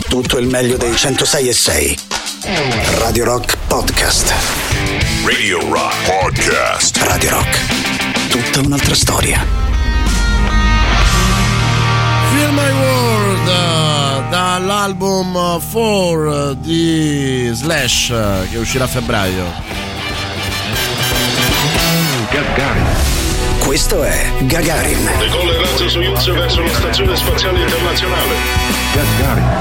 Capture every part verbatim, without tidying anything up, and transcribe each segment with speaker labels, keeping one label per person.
Speaker 1: tutto il meglio dei centosei e sei. Radio Rock Podcast.
Speaker 2: Radio Rock Podcast.
Speaker 1: Radio Rock. Tutta un'altra storia.
Speaker 3: Feel My World, dall'album four di Slash, che uscirà a febbraio.
Speaker 1: Gagarin. Questo è Gagarin.
Speaker 4: Decolla il razzo Soyuz verso la stazione spaziale internazionale.
Speaker 1: Gagarin.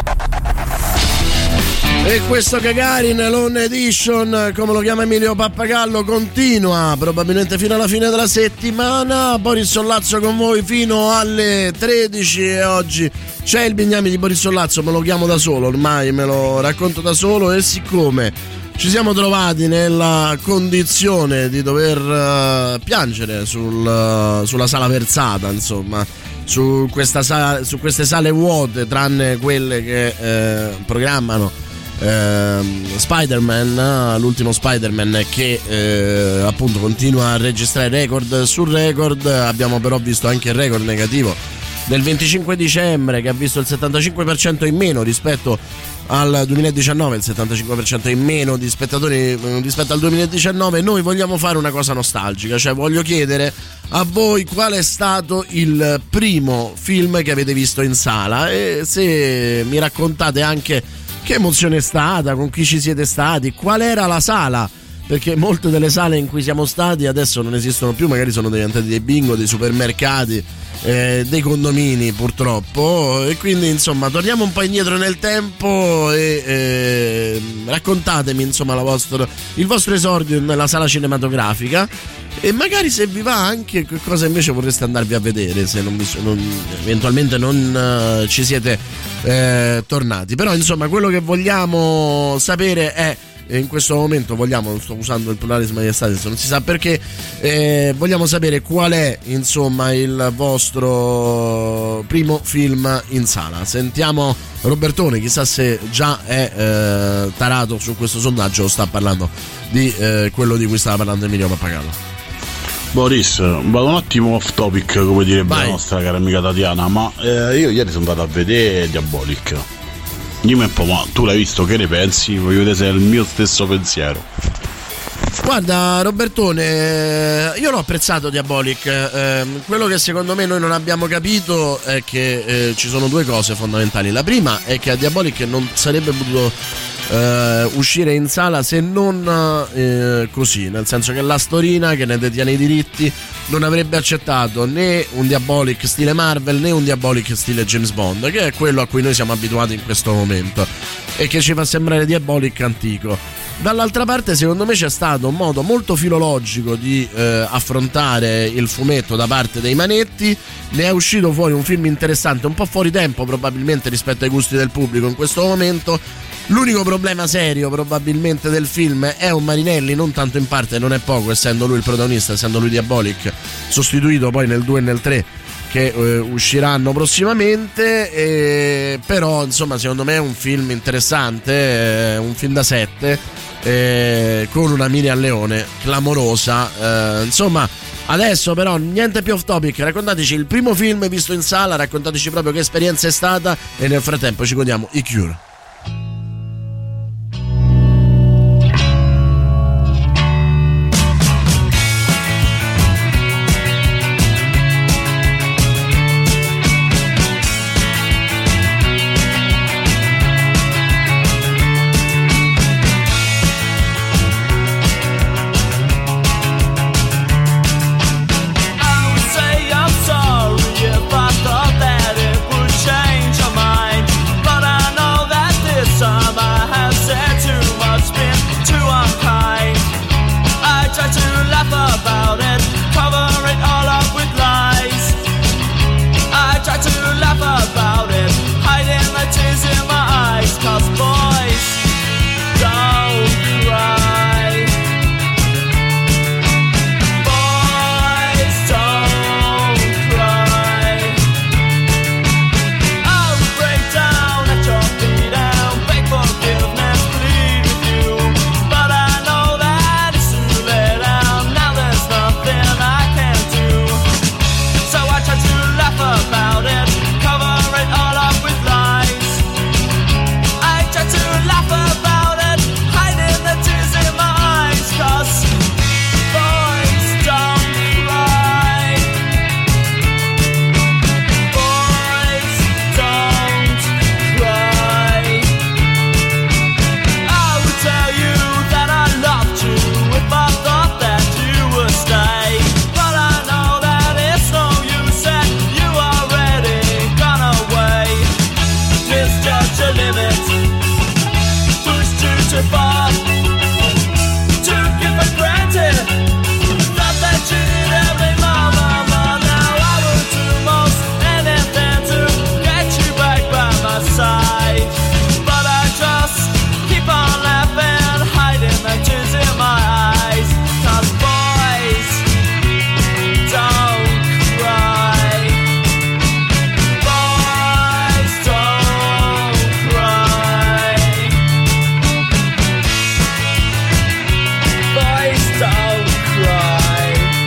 Speaker 3: E questo Gagarin, l'On Edition, come lo chiama Emilio Pappagallo, continua probabilmente fino alla fine della settimana. Boris Sollazzo con voi fino alle tredici e oggi c'è il Bignami di Boris Sollazzo, me lo chiamo da solo, ormai me lo racconto da solo, e siccome ci siamo trovati nella condizione di dover uh, piangere sul, uh, sulla sala versata, insomma, su, questa sala, su queste sale vuote, tranne quelle che eh, programmano Uh, Spider-Man, l'ultimo Spider-Man, che uh, appunto continua a registrare record su record. Abbiamo però visto anche il record negativo del venticinque dicembre, che ha visto il settantacinque per cento in meno rispetto al duemiladiciannove, il settantacinque per cento in meno di spettatori rispetto al duemiladiciannove. Noi vogliamo fare una cosa nostalgica, cioè voglio chiedere a voi qual è stato il primo film che avete visto in sala, e se mi raccontate anche che emozione è stata, con chi ci siete stati, qual era la sala, perché molte delle sale in cui siamo stati adesso non esistono più, magari sono diventati dei bingo, dei supermercati, eh, dei condomini purtroppo, e quindi insomma torniamo un po' indietro nel tempo e eh, raccontatemi insomma la vostra, il vostro esordio nella sala cinematografica, e magari se vi va anche che cosa invece vorreste andarvi a vedere se non, non, eventualmente non uh, ci siete eh, tornati. Però insomma quello che vogliamo sapere è, in questo momento vogliamo, sto usando il pluralismo maestatico, non si sa perché, eh, vogliamo sapere qual è insomma il vostro primo film in sala. Sentiamo Robertone, chissà se già è eh, tarato su questo sondaggio o sta parlando di eh, quello di cui stava parlando Emilio Pappagallo.
Speaker 5: Boris, vado un attimo off topic, come direbbe
Speaker 3: Vai.
Speaker 5: la nostra cara amica Tatiana, ma eh, io ieri sono andato a vedere Diabolic. Dimmi un po', ma tu l'hai visto, che ne pensi? Voglio vedere se è il mio stesso pensiero.
Speaker 3: Guarda Robertone, io l'ho apprezzato Diabolic, eh, quello che secondo me noi non abbiamo capito è che eh, ci sono due cose fondamentali. La prima è che a Diabolic non sarebbe potuto eh, uscire in sala se non eh, così, nel senso che la Storina, che ne detiene i diritti, non avrebbe accettato né un Diabolic stile Marvel né un Diabolic stile James Bond, che è quello a cui noi siamo abituati in questo momento e che ci fa sembrare Diabolic antico. Dall'altra parte secondo me c'è stato un modo molto filologico di eh, affrontare il fumetto da parte dei Manetti, ne è uscito fuori un film interessante, un po' fuori tempo probabilmente rispetto ai gusti del pubblico in questo momento. L'unico problema serio probabilmente del film è un Marinelli, non tanto in parte, non è poco, essendo lui il protagonista, essendo lui Diabolic, sostituito poi nel due e nel tre che eh, usciranno prossimamente, eh, però insomma secondo me è un film interessante, eh, un film da sette, eh, con una Miriam Leone clamorosa, eh, insomma. Adesso però niente più off topic, raccontateci il primo film visto in sala, raccontateci proprio che esperienza è stata, e nel frattempo ci godiamo i Cure.
Speaker 6: That judge your limits. Pushed you too far, took you for granted. Thought that you did every more, more, more. Now I will do most anything to get you back by my side. But I just keep on laughing, hiding the tears in my eyes. Cause boys don't cry. Boys don't cry. Boys don't cry.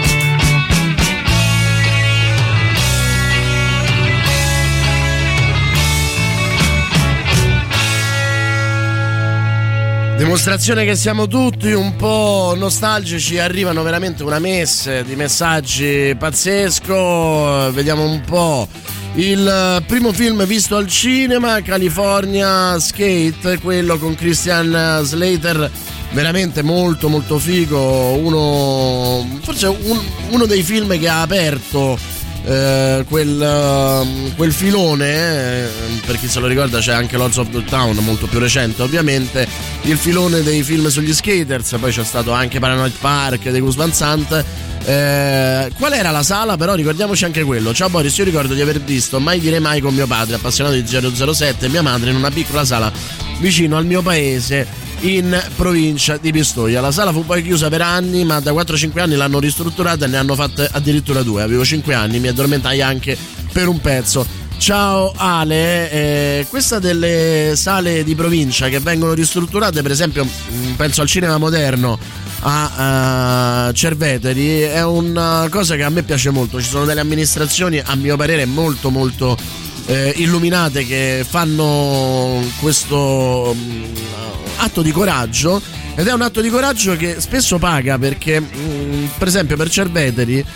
Speaker 3: Dimostrazione che siamo tutti un po' nostalgici, arrivano veramente una messe di messaggi pazzesco. Vediamo un po'. Il primo film visto al cinema, California Skate, quello con Christian Slater, veramente molto molto figo, uno forse un, uno dei film che ha aperto eh, quel, uh, quel filone, eh, per chi se lo ricorda c'è anche Lords of the Town, molto più recente ovviamente, il filone dei film sugli skaters, poi c'è stato anche Paranoid Park dei Gus Van Sant. Eh, qual era la sala? Però ricordiamoci anche quello. Ciao Boris, io ricordo di aver visto Mai dire mai con mio padre, appassionato di zero zero sette, e mia madre in una piccola sala vicino al mio paese in provincia di Pistoia. La sala fu poi chiusa per anni, ma da quattro cinque anni l'hanno ristrutturata e ne hanno fatte addirittura due. Avevo cinque anni, mi addormentai anche per un pezzo. Ciao Ale, eh, questa delle sale di provincia che vengono ristrutturate, per esempio penso al cinema moderno a uh, Cerveteri, è una cosa che a me piace molto. Ci sono delle amministrazioni a mio parere molto molto eh, illuminate che fanno questo um, atto di coraggio, ed è un atto di coraggio che spesso paga, perché mh, per esempio per Cerveteri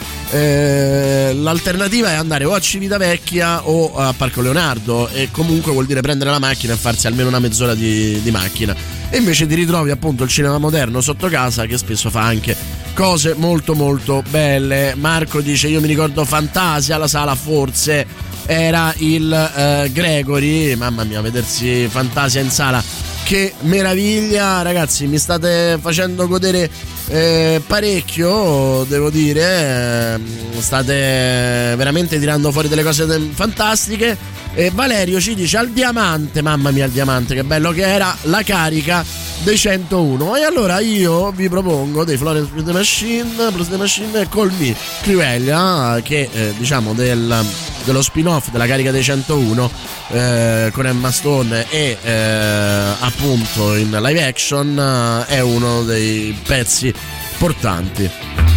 Speaker 3: eh, l'alternativa è andare o a Civitavecchia o a Parco Leonardo, e comunque vuol dire prendere la macchina e farsi almeno una mezz'ora di, di macchina, e invece ti ritrovi appunto il cinema moderno sotto casa, che spesso fa anche cose molto molto belle. Marco dice: io mi ricordo Fantasia, la sala forse era il eh, Gregory, mamma mia, vedersi Fantasia in sala, che meraviglia. Ragazzi, mi state facendo godere eh, parecchio, devo dire, eh, state veramente tirando fuori delle cose fantastiche. E Valerio ci dice: al Diamante, mamma mia, il Diamante, che bello che era, la carica dei centouno. E allora io vi propongo dei Florence Plus the Machine, Plus the Machine e Call Me Cruella, che eh, diciamo del, dello spin-off della carica dei centouno eh, con Emma Stone e eh, appunto in live action, eh, è uno dei pezzi portanti.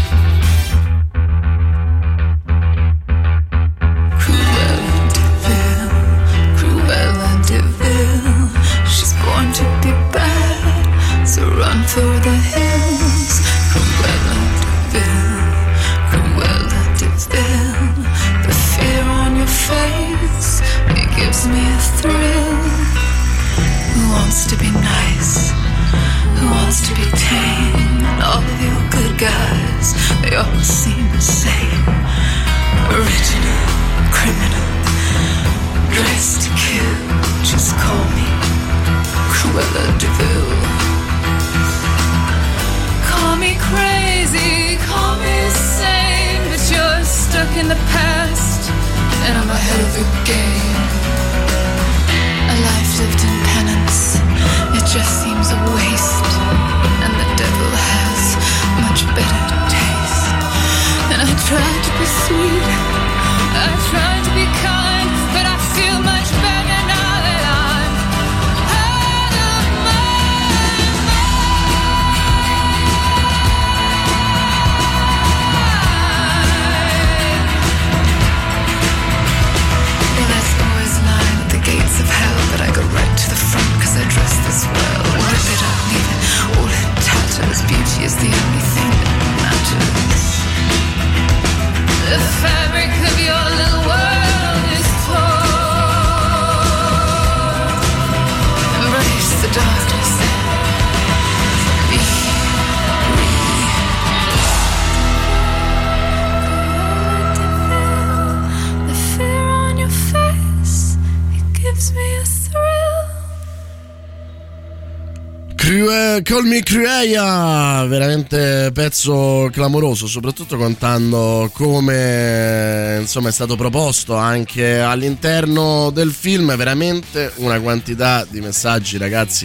Speaker 7: Run for the hills, Cruella de Vil, Cruella de Vil. The fear on your face, it gives me a thrill. Who wants to be nice? Who wants to be tame? And all of your good guys, they all seem the same. Original, criminal, dressed to kill. Just call me Cruella de Vil. Call me crazy, call me sane, but you're stuck in the past, and I'm ahead of the game. A life lived in penance, it just seems a waste, and the devil has much better taste. And I tried to be sweet, I tried to be kind, but I feel much better now.
Speaker 3: Crue, Call Me Cruella, veramente pezzo clamoroso, soprattutto contando come insomma è stato proposto anche all'interno del film, veramente una quantità di messaggi, ragazzi,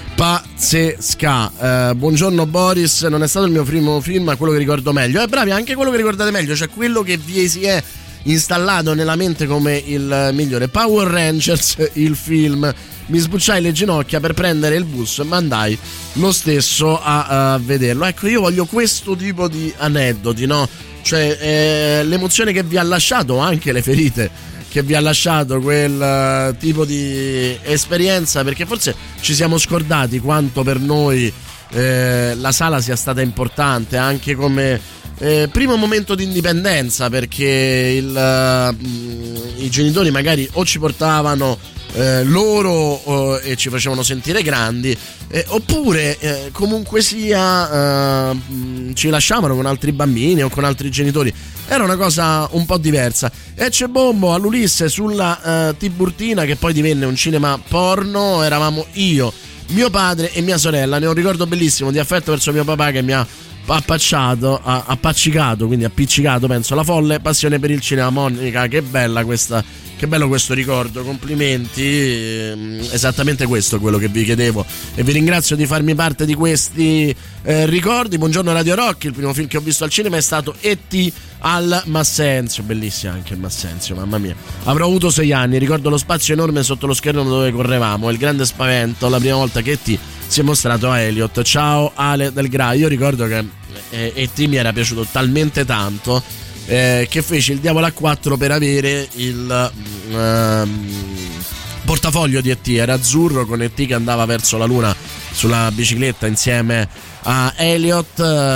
Speaker 3: pazzesca. Eh, buongiorno Boris, non è stato il mio primo film, ma quello che ricordo meglio. Eh bravi, anche quello che ricordate meglio, cioè quello che vi si è installato nella mente come il migliore. Power Rangers, il film. Mi sbucciai le ginocchia per prendere il bus, ma andai lo stesso a, a vederlo. Ecco, io voglio questo tipo di aneddoti, no? Cioè eh, l'emozione che vi ha lasciato, anche le ferite che vi ha lasciato quel uh, tipo di esperienza, perché forse ci siamo scordati quanto per noi eh, la sala sia stata importante anche come eh, primo momento di indipendenza, perché il, uh, i genitori magari o ci portavano Eh, loro eh, e ci facevano sentire grandi, eh, oppure eh, comunque sia eh, ci lasciavano con altri bambini o con altri genitori. Era una cosa un po' diversa. E c'è Bombo all'Ulisse sulla eh, Tiburtina, che poi divenne un cinema porno. Eravamo io, mio padre e mia sorella. Ne ho un ricordo bellissimo di affetto verso mio papà, che mi ha appacciato, ha appaccicato, quindi appiccicato, penso, la folle passione per il cinema. Monica, che bella questa, che bello questo ricordo, complimenti. Esattamente questo è quello che vi chiedevo e vi ringrazio di farmi parte di questi eh, ricordi. Buongiorno Radio Rock, il primo film che ho visto al cinema è stato E T al Massenzio, bellissimo anche il Massenzio, mamma mia. Avrò avuto sei anni, ricordo lo spazio enorme sotto lo schermo dove correvamo, il grande spavento la prima volta che E T si è mostrato a Elliot. Ciao Ale del Gra. Io ricordo che eh, E T mi era piaciuto talmente tanto eh, che feci il diavolo a quattro per avere il ehm, portafoglio di E T. Era azzurro con E T che andava verso la luna sulla bicicletta insieme a Elliot.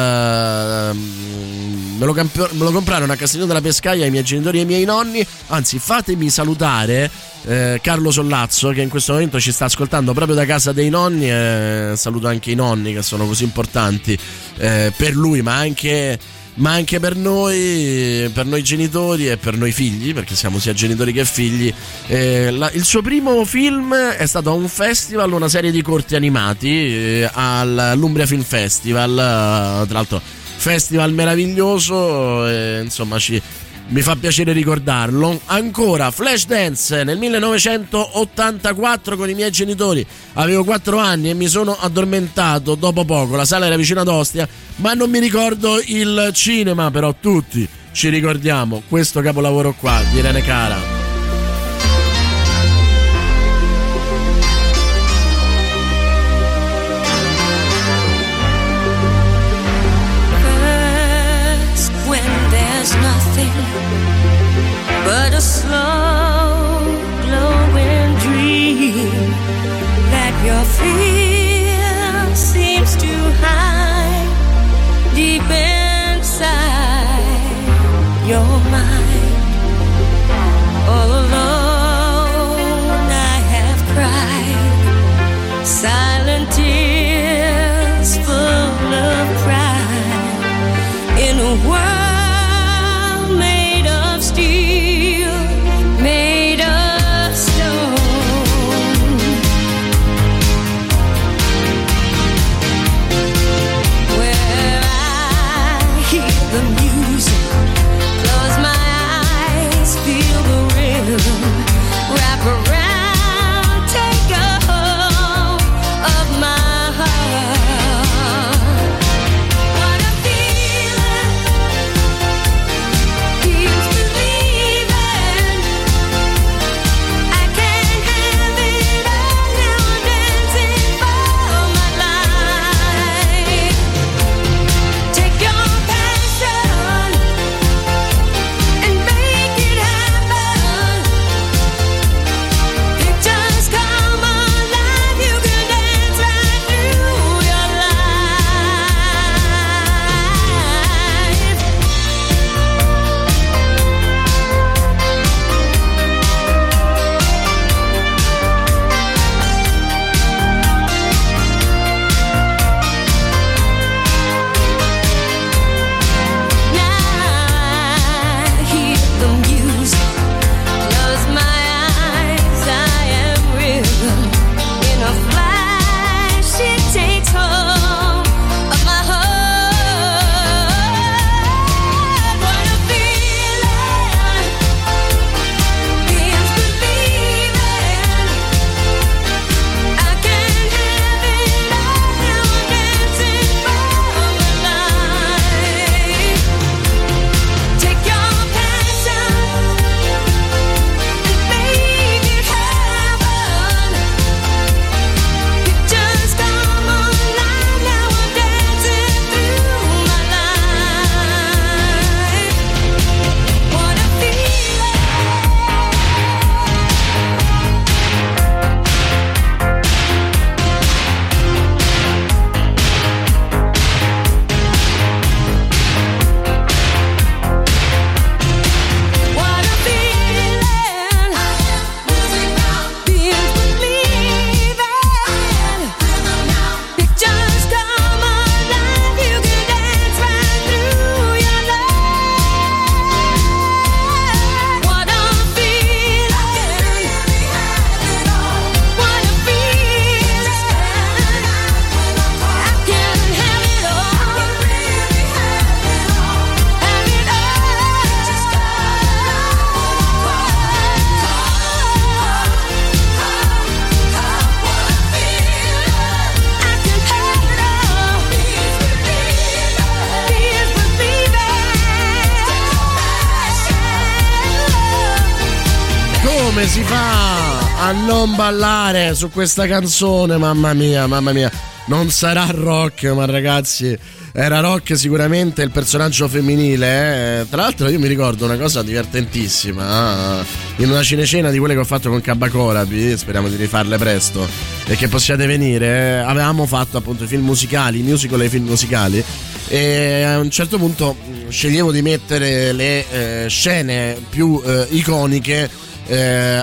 Speaker 3: Me lo, camp- me lo comprarono a Castiglione della Pescaia i miei genitori e i miei nonni. Anzi, fatemi salutare eh, Carlo Sollazzo, che in questo momento ci sta ascoltando proprio da casa dei nonni. Eh, saluto anche i nonni, che sono così importanti eh, per lui, ma anche ma anche per noi, per noi genitori e per noi figli, perché siamo sia genitori che figli. Eh, la, il suo primo film è stato a un festival, una serie di corti animati eh, all'Umbria Film Festival, eh, tra l'altro festival meraviglioso, eh, insomma ci mi fa piacere ricordarlo. Ancora Flashdance nel millenovecentottantaquattro con i miei genitori, avevo quattro anni e mi sono addormentato dopo poco. La sala era vicino ad Ostia, ma non mi ricordo il cinema. Però tutti ci ricordiamo questo capolavoro qua di Irene Cara.
Speaker 8: But a slow glowing dream that your fear seems to hide deep inside your mind. All alone I have cried silent tears full of pride in a world made of stone.
Speaker 3: si fa a non ballare su questa canzone? Mamma mia, mamma mia. Non sarà rock, ma ragazzi, era rock sicuramente il personaggio femminile. Eh. Tra l'altro io mi ricordo una cosa divertentissima. Eh. In una cinecena di quelle che ho fatto con Cabacorapi, speriamo di rifarle presto e che possiate venire, eh, avevamo fatto appunto i film musicali, i musical e i film musicali. E a un certo punto sceglievo di mettere le eh, scene più eh, iconiche Eh,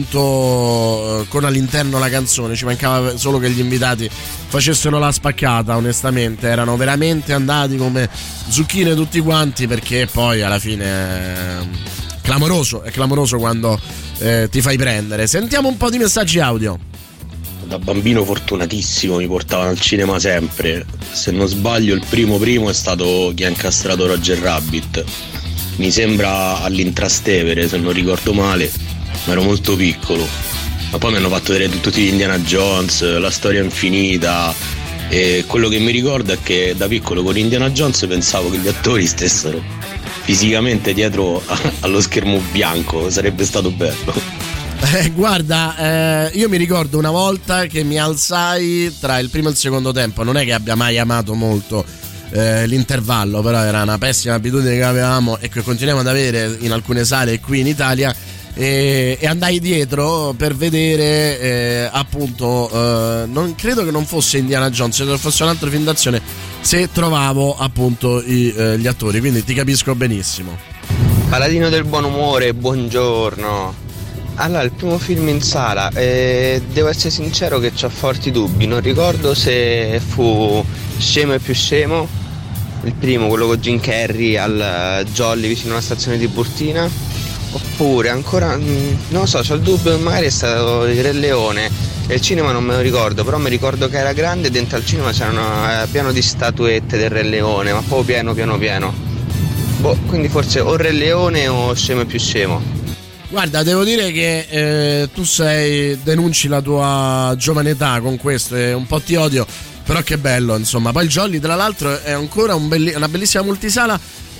Speaker 3: appunto con all'interno la canzone. Ci mancava solo che gli invitati facessero la spaccata. Onestamente erano veramente andati come zucchine tutti quanti, perché poi alla fine è clamoroso, è clamoroso quando eh, ti fai prendere. Sentiamo un po' di messaggi audio.
Speaker 9: Da bambino fortunatissimo mi portavano al cinema sempre. Se non sbaglio il primo primo è stato Chi ha incastrato Roger Rabbit, mi sembra all'Intrastevere se non ricordo male, ma ero molto piccolo. Ma poi mi hanno fatto vedere tutti gli Indiana Jones, La storia infinita, e quello che mi ricordo è che da piccolo con Indiana Jones pensavo che gli attori stessero fisicamente dietro allo schermo bianco, sarebbe stato bello.
Speaker 3: Eh, guarda, eh, io mi ricordo una volta che mi alzai tra il primo e il secondo tempo. Non è che abbia mai amato molto eh, l'intervallo, però era una pessima abitudine che avevamo e che continuiamo ad avere in alcune sale qui in Italia. E, e andai dietro per vedere eh, appunto eh, non credo che non fosse Indiana Jones, credo che fosse un altro film d'azione, se trovavo appunto i, eh, gli attori, quindi ti capisco benissimo.
Speaker 10: Paladino del buon umore, buongiorno. Allora, il primo film in sala, eh, devo essere sincero che ho forti dubbi, non ricordo se fu Scemo e più scemo, il primo, quello con Jim Carrey al Jolly vicino alla stazione di Burtina, oppure ancora, non lo so, c'ho il dubbio che magari è stato il Re Leone. E il cinema non me lo ricordo, però mi ricordo che era grande e dentro al cinema c'erano eh, pieno di statuette del Re Leone, ma proprio pieno pieno pieno. Boh, quindi forse o Re Leone o Scemo e più scemo.
Speaker 3: Guarda, devo dire che eh, tu sei, denunci la tua giovane età con questo e un po' ti odio, però che bello, insomma. Poi il Jolly, tra l'altro, è ancora un belli- una bellissima multisala.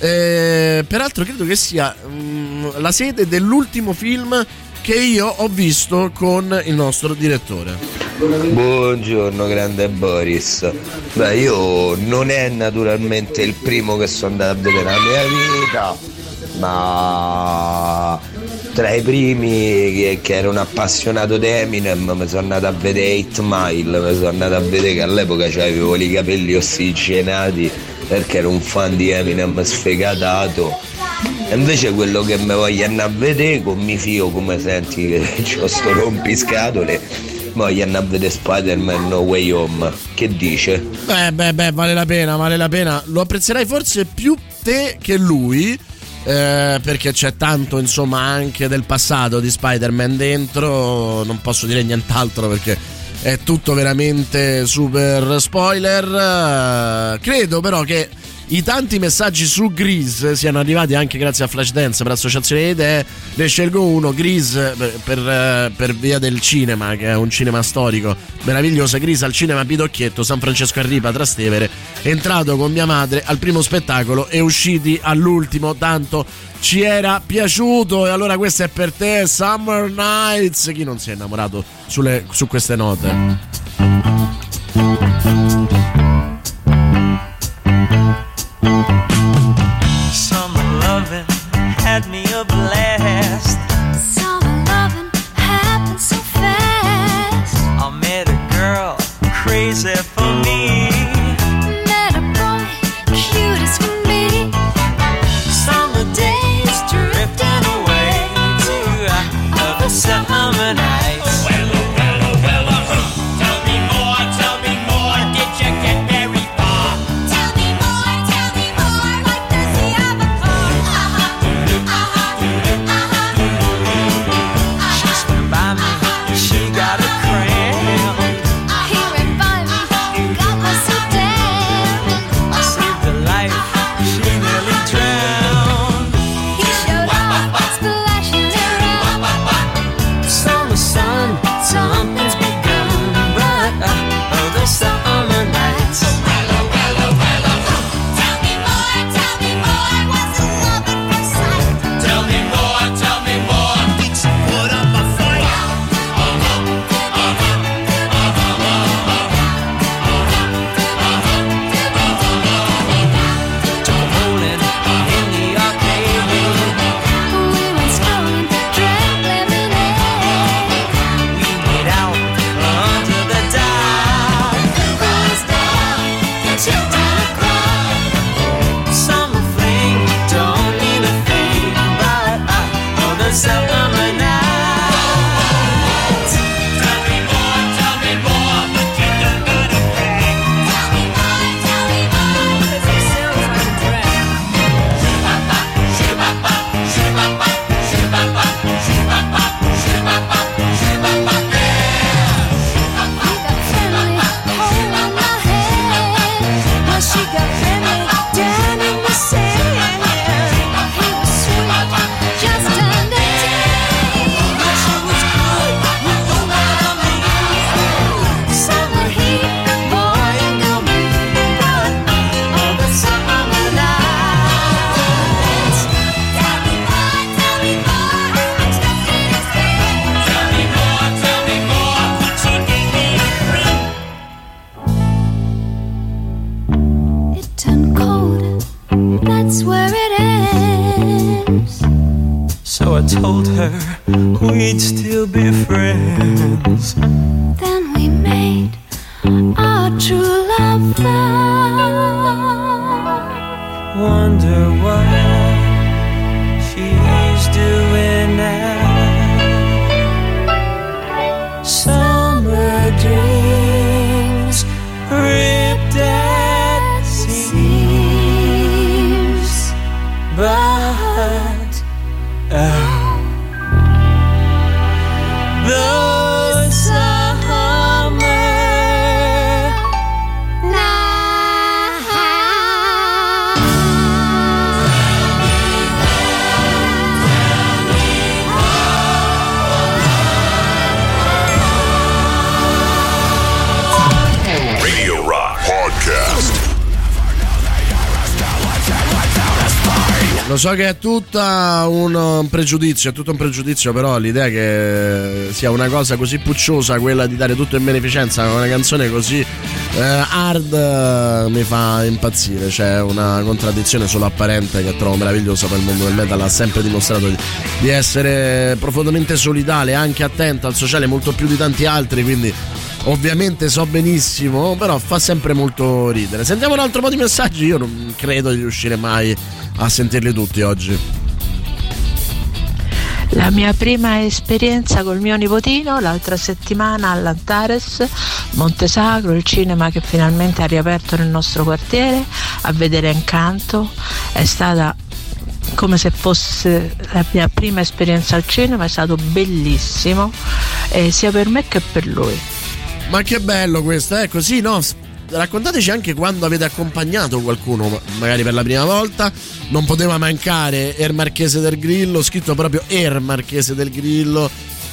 Speaker 3: Eh, peraltro credo che sia mh, la sede dell'ultimo film che io ho visto con il nostro direttore.
Speaker 11: Buongiorno grande Boris. Beh, io non è naturalmente il primo che sono andato a vedere nella mia vita, ma tra i primi che, che ero un appassionato di Eminem mi sono andato a vedere eight mile, mi sono andato a vedere che all'epoca avevo i capelli ossigenati perché ero un fan di Eminem sfegatato. E invece quello che mi voglio andare a vedere, con mi fio come senti che c'ho sto rompiscatole, voglio andare a vedere Spider-Man No Way Home. Che dice?
Speaker 3: Beh, beh, beh, vale la pena, vale la pena. Lo apprezzerai forse più te che lui, eh, perché c'è tanto, insomma, anche del passato di Spider-Man dentro. Non posso dire nient'altro perché è tutto veramente super spoiler. Credo però che i tanti messaggi su Grease siano arrivati anche grazie a Flashdance per associazione di idee. Ne scelgo uno, Grease, per, per, per via del cinema, che è un cinema storico meraviglioso. Grease al cinema Pidocchietto, San Francesco a Ripa, Trastevere. Entrato con mia madre al primo spettacolo e usciti all'ultimo, tanto ci era piaciuto. E allora questo è per te, Summer Nights. Chi non si è innamorato sulle, su queste note?
Speaker 6: Had me a blast. Summer loving happened so fast. I met a girl crazy for me. Met a boy cute as can be. Summer days drifting away to other summer nights. Well, well, well, well, tell me more, tell me more. Did you get very far? Tell me more, tell me more. What does he have a car? She got a cramp. He went by me. told her we'd still be friends.
Speaker 7: Then we made our true love vow.
Speaker 6: Wonder what she's doing now. Summer dreams ripped at seams, but oh, the summer night.
Speaker 2: Radio Rock Podcast.
Speaker 3: Lo so che è tutta un pregiudizio, è tutto un pregiudizio, però l'idea che sia una cosa così pucciosa, quella di dare tutto in beneficenza con una canzone così eh, hard, eh, mi fa impazzire. C'è una contraddizione solo apparente che trovo meravigliosa. Per il mondo del metal ha sempre dimostrato di, di essere profondamente solidale, anche attento al sociale, molto più di tanti altri, quindi ovviamente so benissimo, però fa sempre molto ridere. Sentiamo un altro po' di messaggi, io non credo di riuscire mai a sentirli tutti oggi.
Speaker 12: La mia prima esperienza col mio nipotino l'altra settimana all'Antares, Montesagro, il cinema che finalmente ha riaperto nel nostro quartiere, a vedere Encanto, è stata come se fosse la mia prima esperienza al cinema, è stato bellissimo, eh, sia per me che per lui.
Speaker 3: Ma che bello questo, eh, così, no? Raccontateci anche quando avete accompagnato qualcuno, magari per la prima volta. Non poteva mancare Er Marchese del Grillo, scritto proprio Er Marchese del Grillo.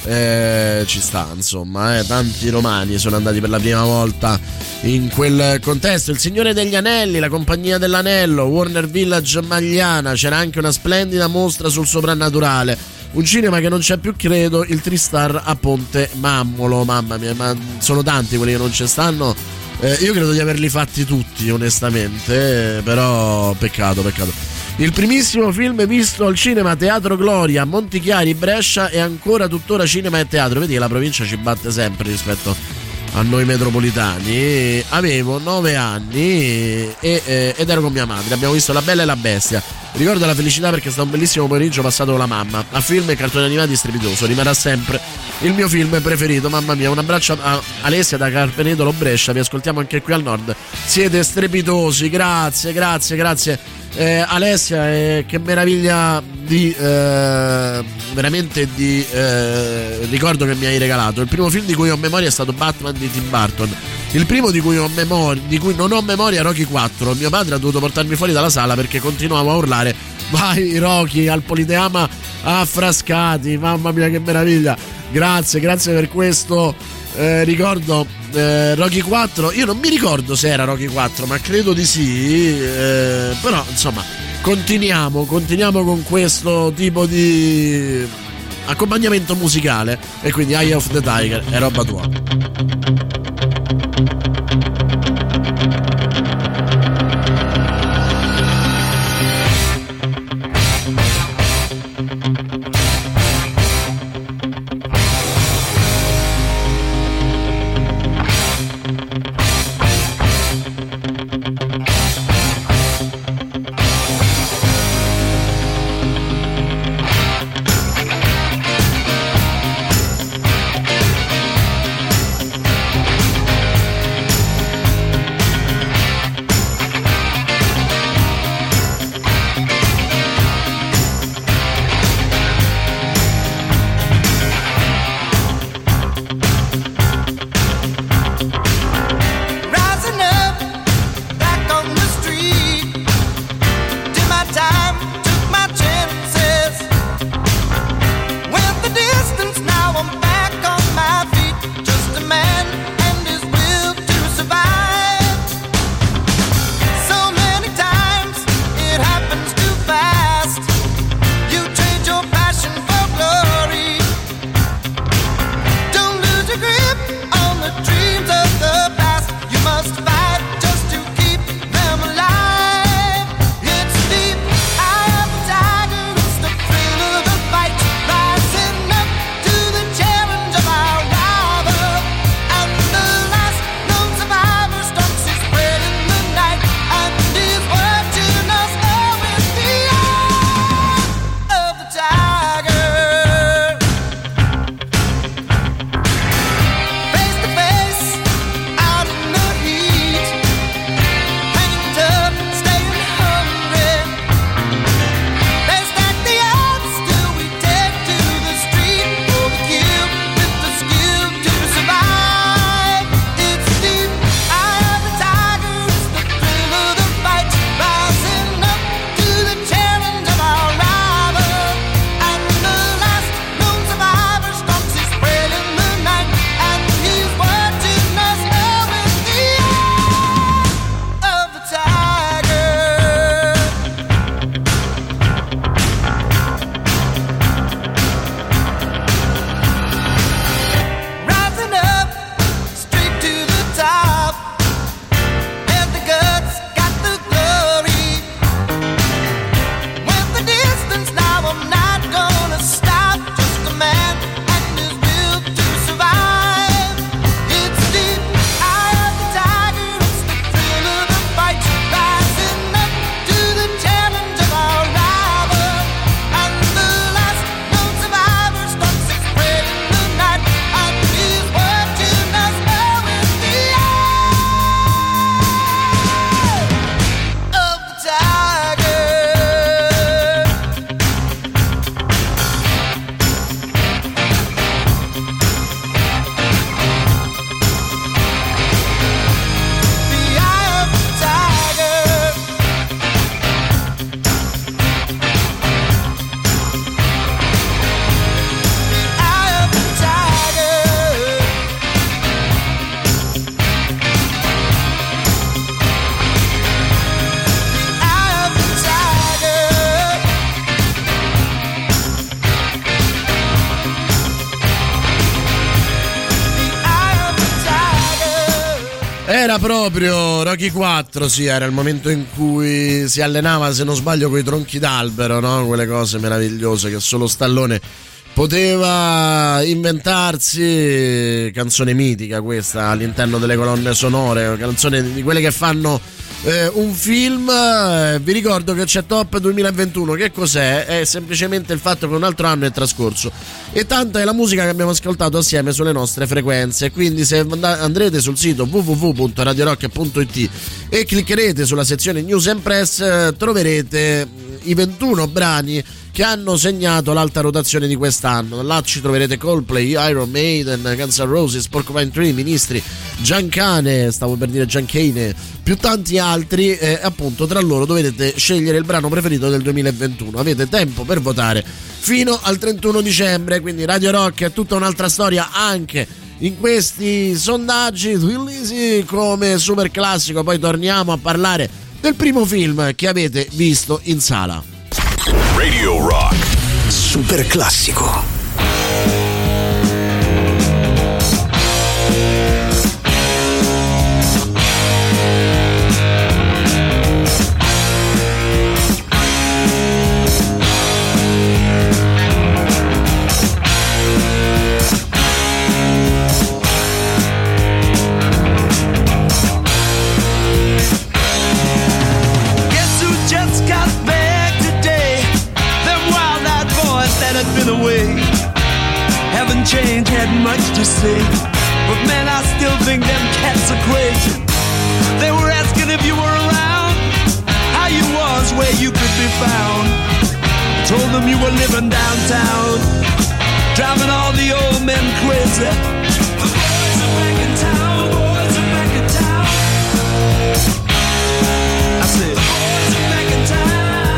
Speaker 3: Eh, ci sta, insomma, eh, tanti romani sono andati per la prima volta in quel contesto. Il Signore degli Anelli, La Compagnia dell'Anello, Warner Village Magliana, c'era anche una splendida mostra sul soprannaturale. Un cinema che non c'è più, credo, il Tristar a Ponte Mammolo. Mamma mia, ma sono tanti quelli che non ci stanno. Eh, io credo di averli fatti tutti, onestamente, eh, però peccato, peccato. Il primissimo film visto al cinema Teatro Gloria, Montichiari, Brescia, e ancora tuttora cinema e teatro. Vedi che la provincia ci batte sempre rispetto a noi metropolitani. Avevo nove anni e, e, ed ero con mia madre. Abbiamo visto La Bella e la Bestia. Ricordo la felicità perché è stato un bellissimo pomeriggio passato con la mamma. A film e cartoni animati strepitoso, rimarrà sempre il mio film preferito. Mamma mia, un abbraccio a Alessia da Carpenedolo Brescia. Vi ascoltiamo anche qui al nord. Siete strepitosi, grazie, grazie, grazie. Eh, Alessia, eh, che meraviglia di eh, veramente di eh, ricordo che mi hai regalato. Il primo film di cui ho memoria è stato Batman di Tim Burton. Il primo di cui ho memoria, di cui non ho memoria, è Rocky quattro. Mio padre ha dovuto portarmi fuori dalla sala perché continuavo a urlare: vai Rocky, al Politeama a Frascati. Mamma mia, che meraviglia. Grazie, grazie per questo eh, ricordo. eh, Rocky quattro, io non mi ricordo se era Rocky quattro, ma credo di sì, eh, però insomma continuiamo, continuiamo con questo tipo di accompagnamento musicale, e quindi Eye of the Tiger è roba tua. Era proprio Rocky quattro, sì, era il momento in cui si allenava, se non sbaglio, coi tronchi d'albero, no? Quelle cose meravigliose che solo Stallone poteva inventarsi. Canzone mitica questa all'interno delle colonne sonore, canzone di quelle che fanno eh, un film. Eh, vi ricordo che c'è Top duemilaventuno. Che cos'è? È semplicemente il fatto che un altro anno è trascorso e tanta è la musica che abbiamo ascoltato assieme sulle nostre frequenze. Quindi se andrete sul sito w w w punto radio rock punto i t e cliccherete sulla sezione News and Press, eh, troverete i ventuno brani che hanno segnato l'alta rotazione di quest'anno. Là ci troverete Coldplay, Iron Maiden, Guns N' Roses, Porcupine Tree, Ministri, Giancane, stavo per dire Giancane, più tanti altri. E appunto tra loro dovete scegliere il brano preferito del duemilaventuno. Avete tempo per votare fino al trentuno dicembre, quindi Radio Rock è tutta un'altra storia anche in questi sondaggi. Twillisi come super classico. Poi torniamo a parlare del primo film che avete visto in sala.
Speaker 2: Radio Rock
Speaker 1: Super classico.
Speaker 6: Change had much to say, but man, I still think them cats are crazy. They were asking if you were around, how you was, where you could be found. Told them you were living downtown, driving all the old men crazy. The boys are back in town, boys are back in town. I said, the boys are back in town.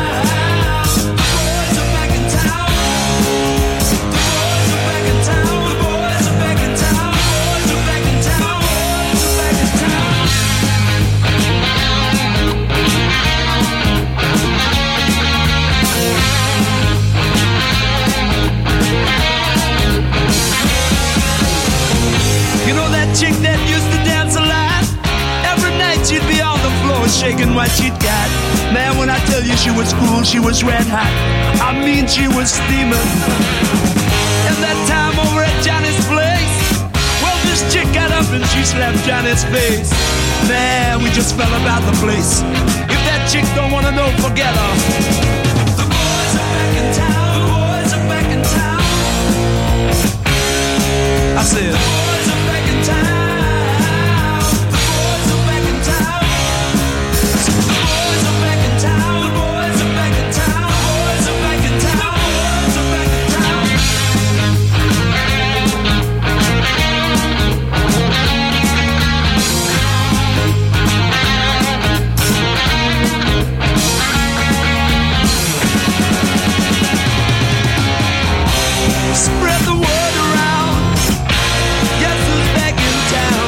Speaker 6: Chick that used to dance a lot, every night she'd be on the floor shaking what she'd got. Man, when I tell you she was cool, she was red hot. I mean, she was steaming. And that time over at Johnny's place, well, this chick got up and she slapped Johnny's face. Man, we just fell about the place. If that chick don't wanna know, forget her. The boys are back in town, the boys are back in town. I said, town. The boys are back in town. The boys are back in town. The boys are back in town. The boys are back in town. The boys are back in town. Spread the word around. Guess who's back in town?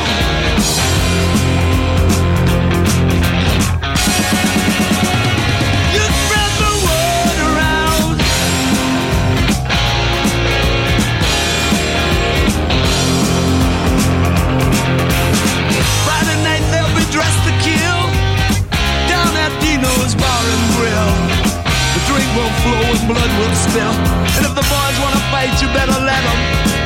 Speaker 6: You spread the word around. Friday night they'll be dressed to kill down at Dino's Bar and Grill. The drink will flow and blood will spill. And if the boys wanna fight, you better let them.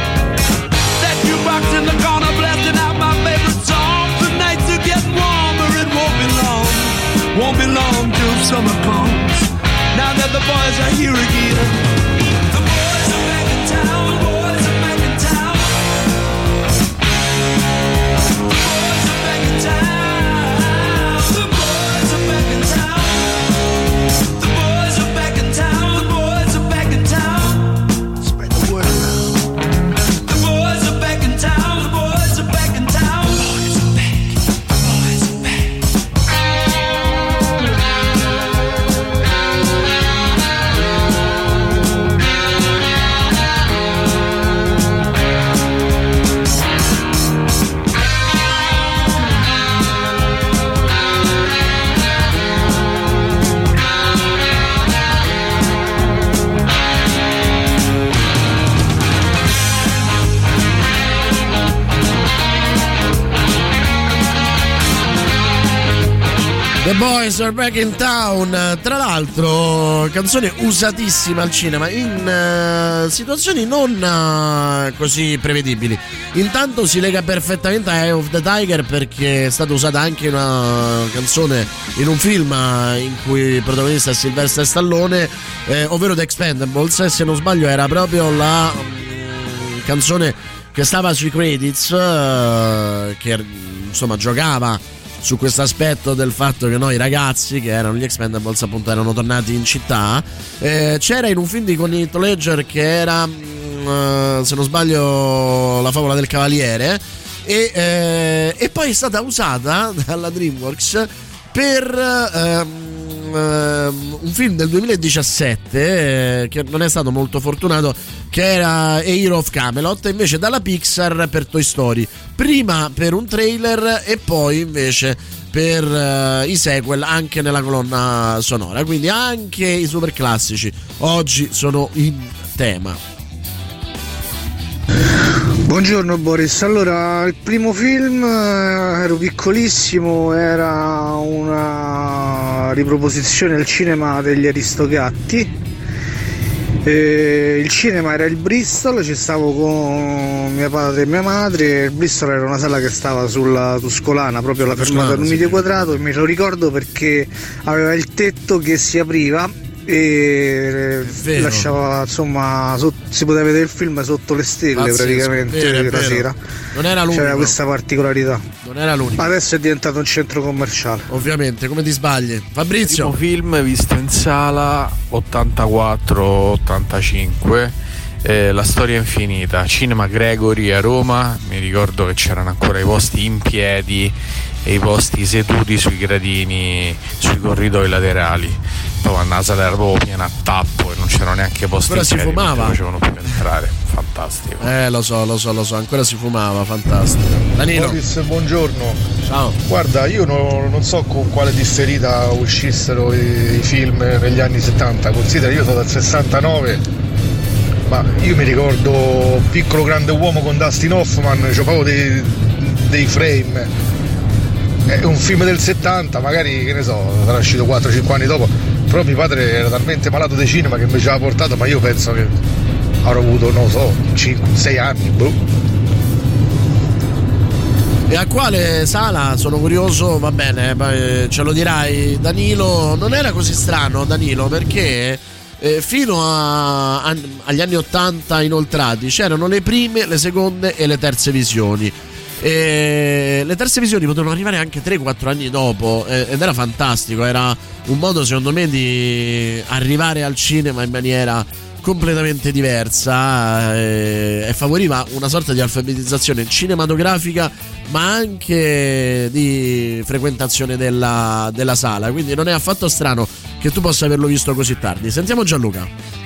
Speaker 6: Box in the corner blasting out my favorite song. The nights are getting warmer, it won't be long. Won't be long till summer comes. Now that the boys are here again. The boys are back in town. The boys are back in town. The boys are back in town. The boys are back in town. The boys are back in town. The boys are back in town. Spread the word around. The boys are back in town. The boys are back in town. The boys are back. The boys are back.
Speaker 3: The Boys Are Back in Town, tra l'altro canzone usatissima al cinema in uh, situazioni non uh, così prevedibili. Intanto si lega perfettamente a Eye of the Tiger, perché è stata usata anche una canzone in un film in cui il protagonista è Sylvester Stallone, eh, ovvero The Expendables, e se non sbaglio era proprio la um, canzone che stava sui credits, uh, che insomma giocava su questo aspetto del fatto che noi ragazzi, che erano gli Expendables, appunto erano tornati in città. Eh, c'era in un film di con Heath Ledger che era uh, se non sbaglio La favola del cavaliere, e, eh, e poi è stata usata dalla DreamWorks per uh, un film del duemiladiciassette eh, che non è stato molto fortunato, che era Hero of Camelot, invece dalla Pixar per Toy Story, prima per un trailer e poi invece per uh, i sequel anche nella colonna sonora, quindi anche i super classici oggi sono in tema.
Speaker 13: Buongiorno Boris, allora il primo film, eh, ero piccolissimo, era una riproposizione al cinema degli Aristogatti. E il cinema era il Bristol, ci stavo con mio padre e mia madre. Il Bristol era una sala che stava sulla Tuscolana, proprio alla fermata Numide sì. Quadrato, e me lo ricordo perché aveva il tetto che si apriva e lasciava, insomma, so, si poteva vedere il film sotto le stelle. Pazzesco, praticamente vero, la vero. Sera
Speaker 3: non era l'unico,
Speaker 13: c'era questa particolarità,
Speaker 3: non era l'unico.
Speaker 13: Adesso è diventato un centro commerciale,
Speaker 3: ovviamente, come ti sbagli. Fabrizio,
Speaker 14: il primo film visto in sala ottantaquattro ottantacinque, eh, La storia infinita, Cinema Gregory a Roma. Mi ricordo che c'erano ancora i posti in piedi e i posti seduti sui gradini, sui corridoi laterali. Poi la sala era proprio piena a tappo e non c'erano neanche posti
Speaker 3: ancora
Speaker 14: in piedi,
Speaker 3: si fumava,
Speaker 14: non facevano più entrare. Fantastico.
Speaker 3: Eh lo so, lo so, lo so, ancora si fumava, fantastico. Danilo.
Speaker 15: Boris, buongiorno.
Speaker 3: Ciao.
Speaker 15: Guarda, io no, non so con quale disserita uscissero i, i film negli anni settanta. Considera, io sono dal sessantanove, ma io mi ricordo Piccolo grande uomo con Dustin Hoffman, c'ho proprio dei, dei frame. È un film del settanta, magari, che ne so, sarà uscito quattro cinque anni dopo, però mio padre era talmente malato di cinema che mi ci aveva portato, ma io penso che avrò avuto, non lo so, cinque sei anni, boh.
Speaker 3: E a quale sala? Sono curioso, va bene, ce lo dirai. Danilo, non era così strano, Danilo, perché eh, fino a, a, agli anni ottanta inoltrati c'erano le prime, le seconde e le terze visioni. E le terze visioni potevano arrivare anche tre quattro anni dopo, eh, ed era fantastico, era un modo secondo me di arrivare al cinema in maniera completamente diversa, eh, e favoriva una sorta di alfabetizzazione cinematografica ma anche di frequentazione della, della sala, quindi non è affatto strano che tu possa averlo visto così tardi. Sentiamo Gianluca.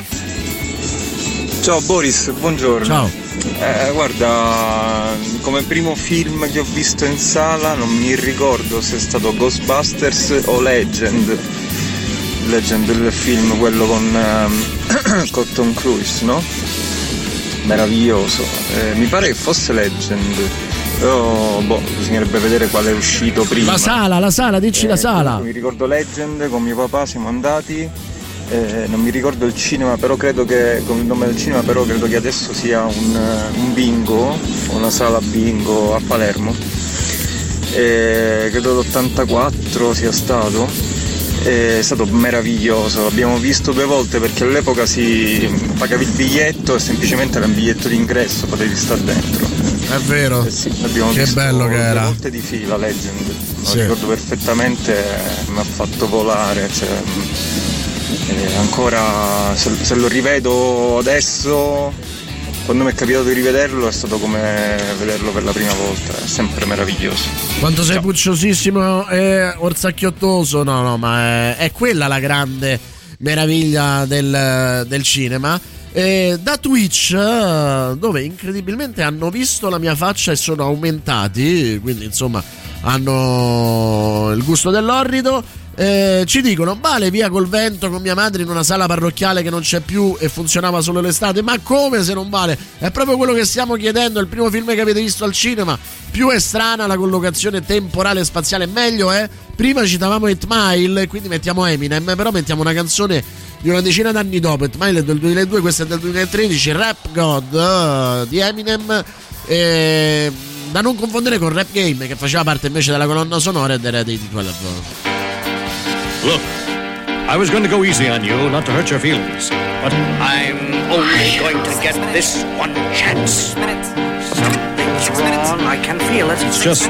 Speaker 16: Ciao Boris, buongiorno.
Speaker 3: Ciao.
Speaker 16: Eh, guarda, come primo film che ho visto in sala non mi ricordo se è stato Ghostbusters o Legend. Legend, il film, quello con, um, con Tom Cruise, no? Meraviglioso. Eh, mi pare che fosse Legend. Però boh, bisognerebbe vedere quale è uscito prima.
Speaker 3: La sala, la sala, dici eh, la sala.
Speaker 16: Mi ricordo Legend, con mio papà siamo andati. Eh, non mi ricordo il cinema, però credo che con il nome del cinema, però credo che adesso sia un, un bingo, una sala bingo a Palermo. Eh, credo l'ottantaquattro sia stato. Eh, è stato meraviglioso, l'abbiamo visto due volte perché all'epoca si pagavi il biglietto e semplicemente era un biglietto d'ingresso, potevi stare dentro.
Speaker 3: È vero,
Speaker 16: eh sì, l'abbiamo
Speaker 3: che
Speaker 16: visto
Speaker 3: bello che era.
Speaker 16: Due volte di fila Legend, lo
Speaker 3: sì.
Speaker 16: ricordo perfettamente, mi ha fatto volare, cioè, eh, ancora se, se lo rivedo adesso, quando mi è capitato di rivederlo è stato come vederlo per la prima volta, è sempre meraviglioso.
Speaker 3: Quanto sei pucciosissimo e orsacchiottoso, no no, ma è, è quella la grande meraviglia del, del cinema. E da Twitch, dove incredibilmente hanno visto la mia faccia e sono aumentati, quindi insomma hanno il gusto dell'orrido. Eh, ci dicono: vale Via col vento con mia madre in una sala parrocchiale che non c'è più e funzionava solo l'estate. Ma come se non vale? È proprio quello che stiamo chiedendo. È il primo film che avete visto al cinema. Più è strana la collocazione temporale e spaziale, meglio è. Prima citavamo eight Mile, quindi mettiamo Eminem, però mettiamo una canzone di una decina d'anni dopo. eight Mile è del duemiladue, questa è del duemilatredici. Rap God uh, di Eminem, eh, da non confondere con Rap Game, che faceva parte invece della colonna sonora ed era dei T dodici.
Speaker 17: Look, I was going to go easy on you, not to hurt your feelings, but I'm only going to get this one chance. Something's wrong, I can feel it. It's just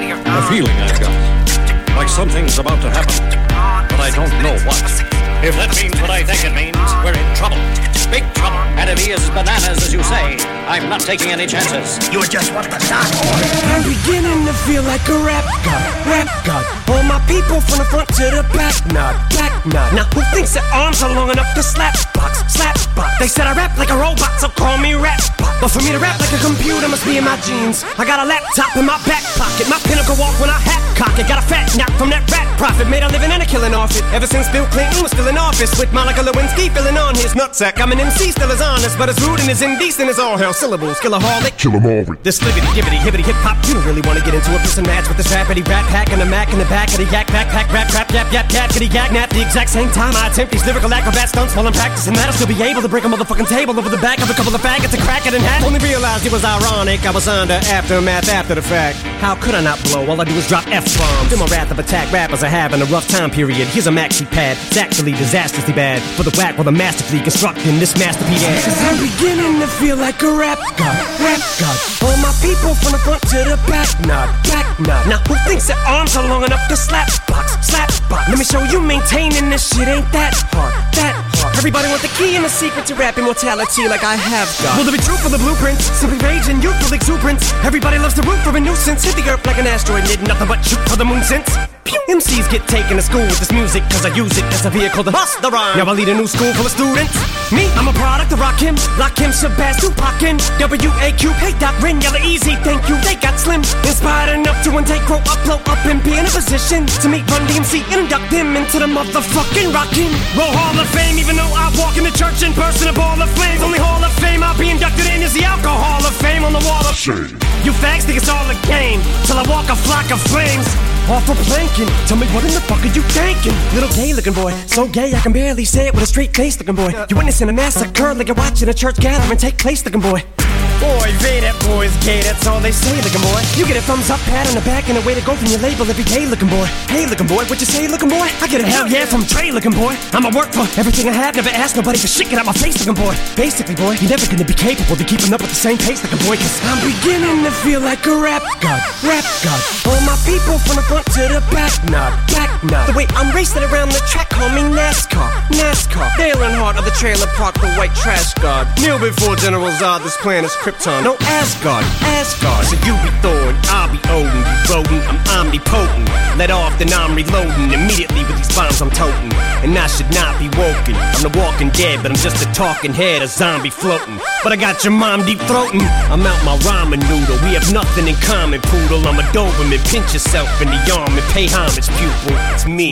Speaker 17: a feeling I've got, like something's about to happen, but I don't know what. If that means what I think it means, we're in trouble. Big trouble. And if he is bananas, as you say, I'm not taking any chances. You're just what the doc ordered.
Speaker 18: I'm beginning to feel like a rap god, rap god. All my people from the front to the back, nod, back nod. Now who thinks their arms are long enough to slap box, slap box? They said I rap like a robot, so call me rap bot. But for me to rap like a computer must be in my genes. I got a laptop in my back pocket, my pinnacle walk when I hat cock it. Got a fat knock from that rat profit, made a living and a killing off it. Ever since Bill Clinton was still in office, with Monica Lewinsky filling on his nutsack. I'm an M C, still as honest, but as rude and as indecent as all hell. Syllables, killaholic, kill 'em all. This libbity, gibbity, hibbity, hip hop. You don't really wanna get into a piss and match with this rapidy rat pack and the Mac in the back of the yak backpack, rap, rap, yap, yap, yap, kitty, yak, nap. The exact same time I attempt these lyrical acrobat stunts while I'm practicing that, I'll still be able to break a motherfucking table over the back of a couple of faggots and crack it in half. Only realized it was ironic, I was under aftermath after the fact. How could I not blow? All I do is drop F-bombs. In my wrath of attack, rappers are having a rough time period. Here's a maxi pad, it's actually disastrously bad. For the whack while I'm masterfully constructing this masterpiece. Cause I'm beginning to feel like a rap god, rap god. All my people from the front to the back, nod, back nod. Now who thinks their arms are long enough to slap box, slap box? Let me show you maintaining this shit ain't that hard, that hard. Everybody want the key and the secret to rap immortality like I have got. Will there be truth for the blueprints? Simply rage and youthful exuberance. Everybody loves the root for a nuisance. Hit the earth like an asteroid, did nothing but shoot for the moon since. Pew! M Cs get taken to school with this music cause I use it as a vehicle to bust the rhyme. Now I lead a new school full of students. Me, I'm a product of Rakim, Lakim, Shabazz, Tupac, and W A Q. Hey Doc, Ren, Yella, Easy, thank you. They got slim, inspired enough to one day grow up, blow up, and be in a position to meet Run D M C and induct them into the motherfucking Rockin' Roll Hall of Fame. Even though I walk in the church in person, a ball of flames. Only Hall of Fame I'll be inducted in is the Alcohol of Fame on the wall of shame. You fags think it's all a game till I walk a flock of flames off a planking. Tell me what in the fuck are you thinking? Little gay looking boy, so gay I can barely say it with a straight face looking boy. You witnessing a massacre like you're watching a church gathering take place looking boy. Boy, they that boy's gay, that's all they say looking boy. You get a thumbs up, pat on the back, and a way to go from your label every day looking boy. Hey looking boy, what you say looking boy? I get a hell yeah from Trey looking boy. I'ma work for everything I have, never ask nobody for shit, get out my face looking boy. Basically boy, you're never gonna be capable of keeping up with the same pace looking boy. Cause I'm beginning to feel like a rap god, rap god. All my people from the front to the back, nod, back nod. The way I'm racing around the track, call me NASCAR, NASCAR. Dale Earnhardt of the trailer park, the white trash god. Kneel before General Zod, this planet's Krypton. No Asgard, Asgard. So you be Thor and I'll be Odin. You rodent, I'm omnipotent. Let off, then I'm reloading. Immediately with these bombs I'm toting. And I should not be woken. I'm the walking dead, but I'm just a talking head, a zombie floating. But I got your mom deep throating. I'm out my ramen noodle. We have nothing in common, poodle. I'm a Doberman. Pinch yourself in the arm and pay homage, pupil. It's me.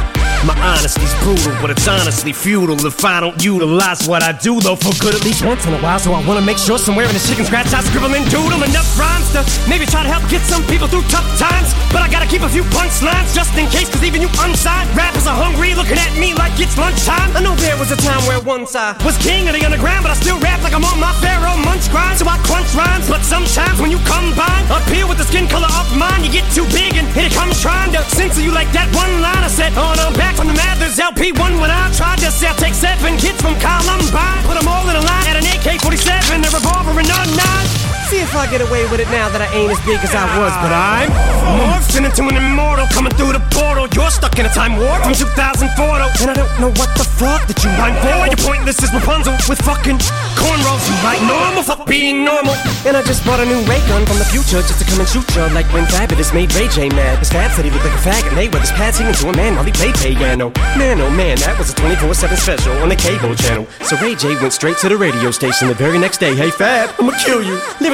Speaker 18: My honesty's brutal, but it's honestly futile if I don't utilize what I do, though, for good at least once in a while. So I wanna make sure somewhere in the chicken scratch I scribble and doodle enough rhymes to maybe try to help get some people through tough times. But I gotta keep a few punchlines just in case, cause even you unsigned rappers are hungry, looking at me like it's lunchtime. I know there was a time where once I was king of the underground, but I still rap like I'm on my Pharaoh Munch grind. So I crunch rhymes, but sometimes when you combine up here with the skin color of mine, you get too big and here it comes trying to censor you like that one line I said. Oh, no, I'm back from the Mathers L P one when I tried to sell. Take seven kids from Columbine, put them all in a line at an A K forty-seven, a revolver and a nine. See if I get away with it now that I ain't as big as I was, but I'm morphing into an immortal coming through the portal. You're stuck in a time warp from two thousand four, though, and I don't know what the fuck that you mind for. You're pointless as Rapunzel with fucking cornrows. You like normal, fuck being normal. And I just bought a new ray gun from the future just to come and shoot ya, like when Fabulous made Ray J mad. His Fab said he looked like a faggot, and they with his pad singing to a man while he played piano. Man, oh man, that was a twenty-four seven special on the cable channel. So Ray J went straight to the radio station the very next day. Hey Fab, I'ma kill you. Lyrics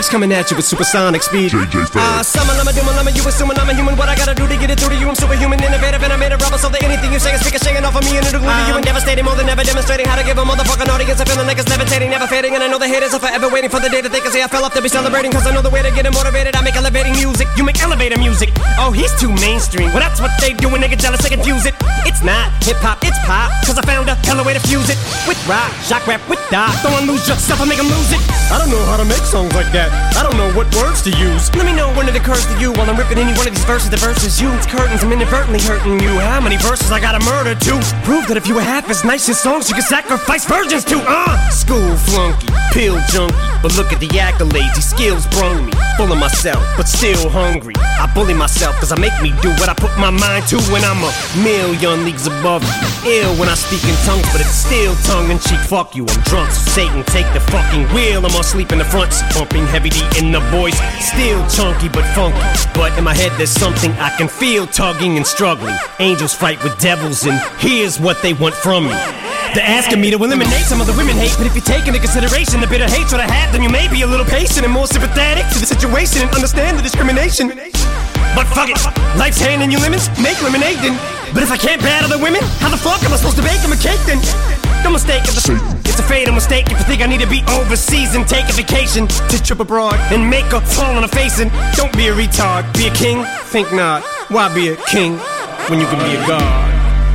Speaker 18: lyrics coming at you with supersonic speed. Ah, uh, summer, lama, doom, lama, you assuming I'm a human. What I gotta do to get it through to you? I'm superhuman, innovative, and I made a rubber so that anything you say is ricocheting off of me and it'll glue to you and devastating more than ever, demonstrating how to give a motherfucking audience a feeling like it's levitating, never fading. And I know the haters are forever waiting for the day that they can say I fell off to be celebrating, cause I know the way to get it motivated. I make elevating music, you make elevator music. Oh, he's too mainstream. Well, that's what they do when they get jealous, they confuse it. It's not hip-hop, it's pop, cause I found a hella way to fuse it. With rock, shock rap, with dot. Don't wanna lose yourself, I make them lose it. I don't know how to make songs like that. I don't know what words to use. Let me know when it occurs to you while I'm ripping any one of these verses. The verses you, it's curtains, I'm inadvertently hurting you. How many verses I gotta murder to prove that if you were half as nice as songs you could sacrifice virgins to? Uh, school flunky, pill junkie, but look at the accolades, these skills brung me. Full of myself, but still hungry. I bully myself cause I make me do what I put my mind to when I'm a million leagues above you. Ill when I speak in tongues, but it's still tongue in cheek. Fuck you, I'm drunk, so Satan take the fucking wheel. I'm on sleep in the front, bumping heavy D in the voice. Still chunky but funky, but in my head there's something I can feel tugging and struggling. Angels fight with devils and here's what they want from me. They're asking me to eliminate some of the women hate, but if you take into consideration the bitter hatred I have, then you may be a little patient and more sympathetic to the situation and understand the discrimination. But fuck it, life's handing you lemons, make lemonade then. But if I can't battle the women, how the fuck am I supposed to bake them a cake then? No mistake, it's a, it's a fatal mistake if you think I need to be overseas and take a vacation to trip abroad and make a fall on a face. And don't be a retard, be a king, think not. Why be a king when you can be a god?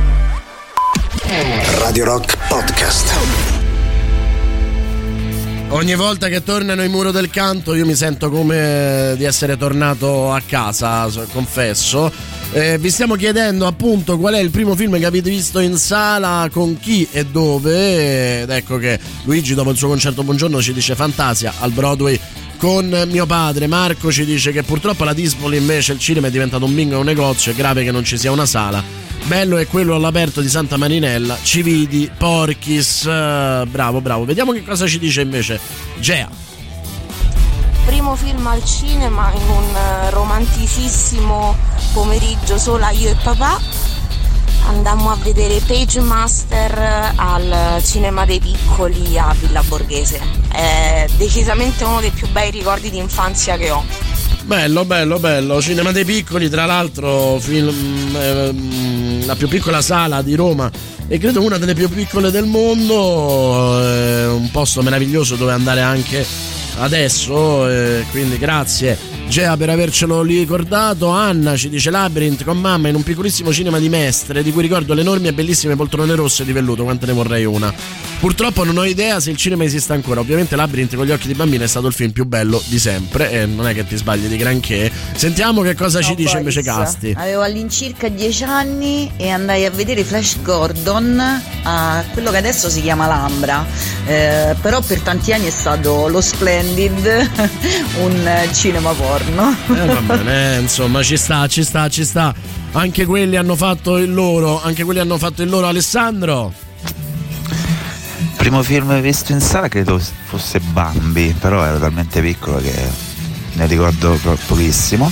Speaker 1: Radio Rock Podcast.
Speaker 3: Ogni volta che tornano i Muro del Canto io mi sento come di essere tornato a casa, confesso. Eh, vi stiamo chiedendo appunto qual è il primo film che avete visto in sala, con chi e dove. Ed ecco che Luigi dopo il suo concerto Buongiorno ci dice Fantasia al Broadway con mio padre. Marco ci dice che purtroppo alla Dispoli invece il cinema è diventato un bingo e un negozio, è grave che non ci sia una sala. Bello è quello all'aperto di Santa Marinella, Cividi, Porchis, uh, bravo bravo. Vediamo che cosa ci dice invece Gea.
Speaker 19: Primo film al cinema in un romanticissimo pomeriggio sola io e papà. Andammo a vedere Page Master al Cinema dei Piccoli a Villa Borghese. È decisamente uno dei più bei ricordi di infanzia che ho.
Speaker 3: Bello, bello, bello. Cinema dei Piccoli, tra l'altro film, eh, la più piccola sala di Roma e credo una delle più piccole del mondo, eh, un posto meraviglioso dove andare anche adesso, eh, quindi grazie Gea per avercelo ricordato. Anna ci dice Labyrinth con mamma in un piccolissimo cinema di Mestre, di cui ricordo le enormi e bellissime poltrone rosse di velluto, quante ne vorrei una. Purtroppo non ho idea se il cinema esista ancora. Ovviamente Labyrinth con gli occhi di bambina è stato il film più bello di sempre e non è che ti sbagli di granché. Sentiamo che cosa
Speaker 20: no,
Speaker 3: ci dice
Speaker 20: Boris.
Speaker 3: invece Casti.
Speaker 20: Avevo all'incirca dieci anni e andai a vedere Flash Gordon a quello che adesso si chiama Lambra, eh, però per tanti anni è stato lo Splendid, un cinema porno.
Speaker 3: Eh, va bene, eh, insomma ci sta, ci sta, ci sta. Anche quelli hanno fatto il loro, anche quelli hanno fatto il loro. Alessandro?
Speaker 21: Primo film visto in sala credo fosse Bambi, però ero talmente piccolo che ne ricordo pochissimo.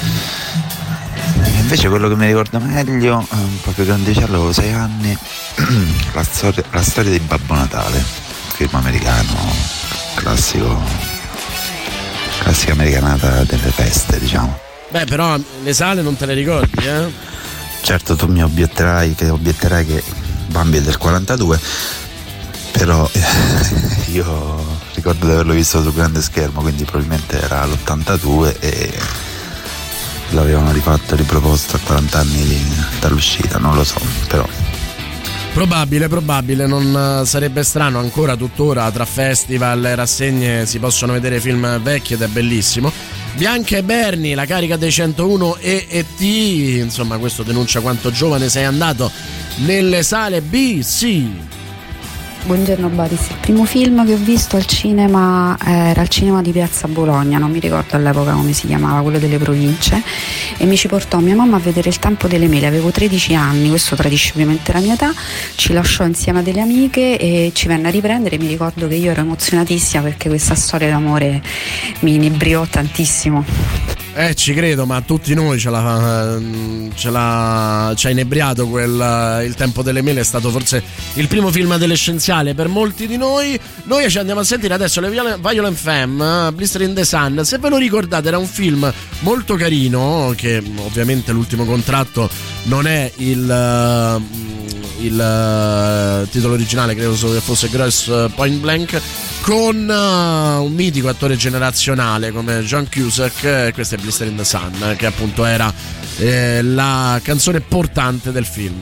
Speaker 21: Invece quello che mi ricordo meglio, un po' più grandicello, avevo sei anni, la storia, la storia di Babbo Natale, film americano, classico, classica americanata delle feste, diciamo.
Speaker 3: Beh, però le sale non te le ricordi, eh?
Speaker 21: Certo, tu mi obietterai che, obietterai che Bambi è del quarantadue, però eh, io ricordo di averlo visto sul grande schermo, quindi probabilmente era l'ottantadue e l'avevano rifatto, riproposto a quaranta anni dall'uscita, non lo so, però
Speaker 3: probabile, probabile, non sarebbe strano, ancora tuttora tra festival e rassegne si possono vedere film vecchi ed è bellissimo. Bianca e Berni, la carica dei centouno E e T, insomma questo denuncia quanto giovane sei andato nelle sale B, C.
Speaker 22: Buongiorno Boris, il primo film che ho visto al cinema era al cinema di Piazza Bologna, non mi ricordo all'epoca come si chiamava, quello delle province, e mi ci portò mia mamma a vedere Il Tempo delle Mele. Avevo tredici anni, questo tradisce ovviamente la mia età, ci lasciò insieme a delle amiche e ci venne a riprendere. Mi ricordo che io ero emozionatissima perché questa storia d'amore mi inebriò tantissimo.
Speaker 3: Eh, ci credo, ma tutti noi ce l'ha, ce l'ha, ci ha inebriato quel Il tempo delle mele. È stato forse il primo film adolescenziale per molti di noi. Noi ci andiamo a sentire adesso le Violent Femme, Blister in the Sun. Se ve lo ricordate, era un film molto carino, che ovviamente L'ultimo contratto non è il il uh, titolo originale, credo che fosse Gross Point Blank, con uh, un mitico attore generazionale come John Cusack. eh, questo è Blister in the Sun, che appunto era eh, la canzone portante del film.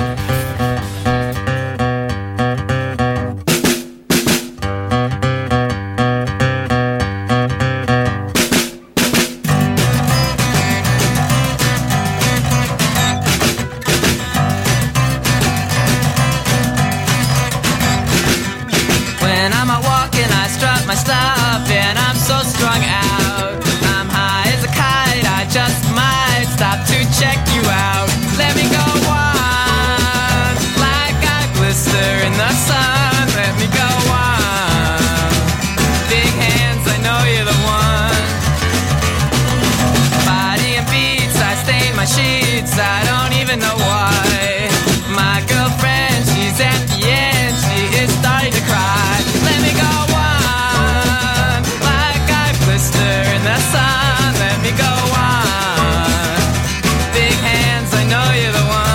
Speaker 6: I don't even know why. My girlfriend, she's at the end, she is starting to cry. Let me go on, like I blister in the sun. Let me go on. Big hands, I know you're the one.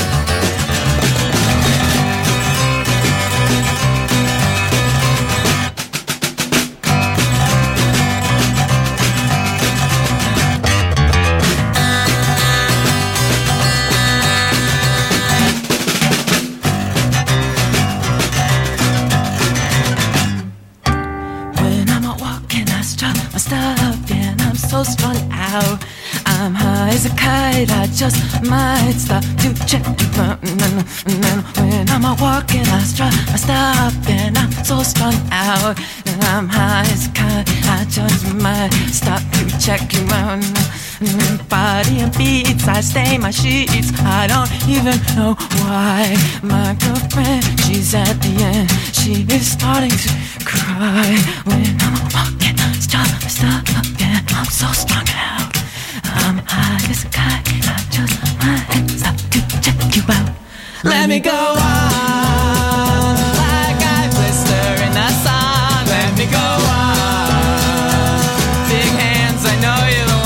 Speaker 6: So strung out, I'm high as a kite. I just might stop to check the mountain. And then when I'm out walking, I strut, I stop, and I'm so strung out. And I'm high as a kite. I just might stop to check you out. Body and beats, I stain my sheets. I don't even know why. My girlfriend, she's at the end. She is starting to cry. When I'm out walking, stop, stop again. I'm so strung out. I'm high as a kite. I just might stop to check you out. Let me go on, like I blister in the sun. Let me go on. Big hands, I know you're the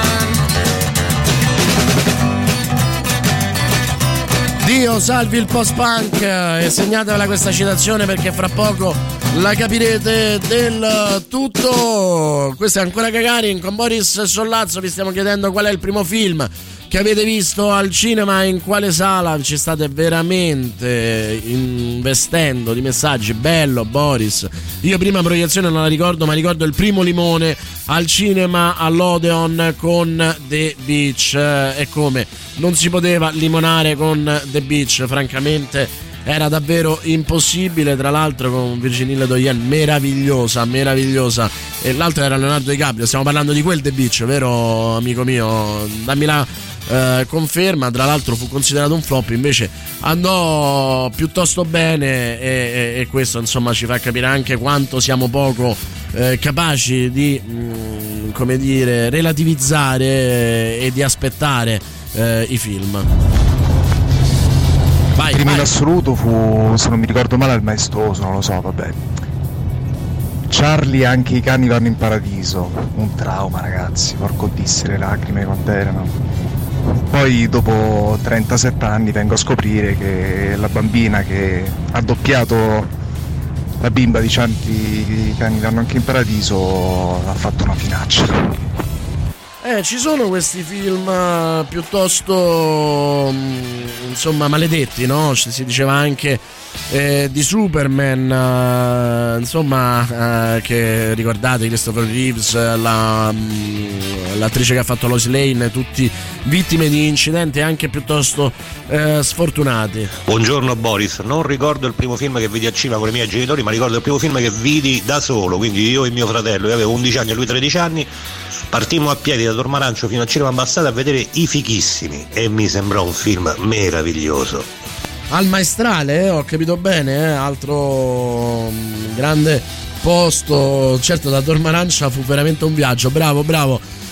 Speaker 6: one.
Speaker 3: Dio salvi il post-punk, e segnatevela questa citazione perché fra poco la capirete del tutto. Questo è ancora Gagarin con Boris Sollazzo. Vi stiamo chiedendo qual è il primo film che avete visto al cinema, in quale sala. Ci state veramente investendo di messaggi. Bello Boris. Io prima proiezione non la ricordo, ma ricordo il primo Limone al cinema all'Odeon con The Beach, e come non si poteva limonare con The Beach, francamente era davvero impossibile. Tra l'altro con Virginie Doyen meravigliosa, meravigliosa, e l'altro era Leonardo DiCaprio. Stiamo parlando di quel The Beach, vero amico mio? Dammi la eh, conferma. Tra l'altro fu considerato un flop, invece andò piuttosto bene, e, e, e questo insomma ci fa capire anche quanto siamo poco eh, capaci di mh, come dire relativizzare e di aspettare eh, i film. Vai,
Speaker 15: il primo
Speaker 3: vai.
Speaker 15: in assoluto fu, se non mi ricordo male, Il Maestoso, non lo so, vabbè. Charlie, Anche i cani vanno in paradiso, un trauma ragazzi, porco disse le lacrime quando erano. Poi dopo trentasette anni vengo a scoprire che la bambina che ha doppiato la bimba di Charlie, i cani vanno anche in paradiso, ha fatto una finaccia.
Speaker 3: Eh, ci sono questi film uh, piuttosto um, insomma maledetti, no? Si diceva anche eh, di Superman, uh, insomma, uh, che ricordate Christopher Reeves, la, um, l'attrice che ha fatto Lois Lane, tutti vittime di incidenti anche piuttosto uh, sfortunati.
Speaker 4: Buongiorno Boris, non ricordo il primo film che vidi a cinema con i miei genitori, ma ricordo il primo film che vidi da solo, quindi io e mio fratello. Io avevo undici anni e lui tredici anni. Partimmo a piedi da Tormarancio fino a Cinema Ambasciata a vedere I Fichissimi e mi sembrò un film meraviglioso.
Speaker 3: Al Maestrale, eh, ho capito bene, eh, altro um, grande posto. Certo, da Tormarancia fu veramente un viaggio. Bravo, bravo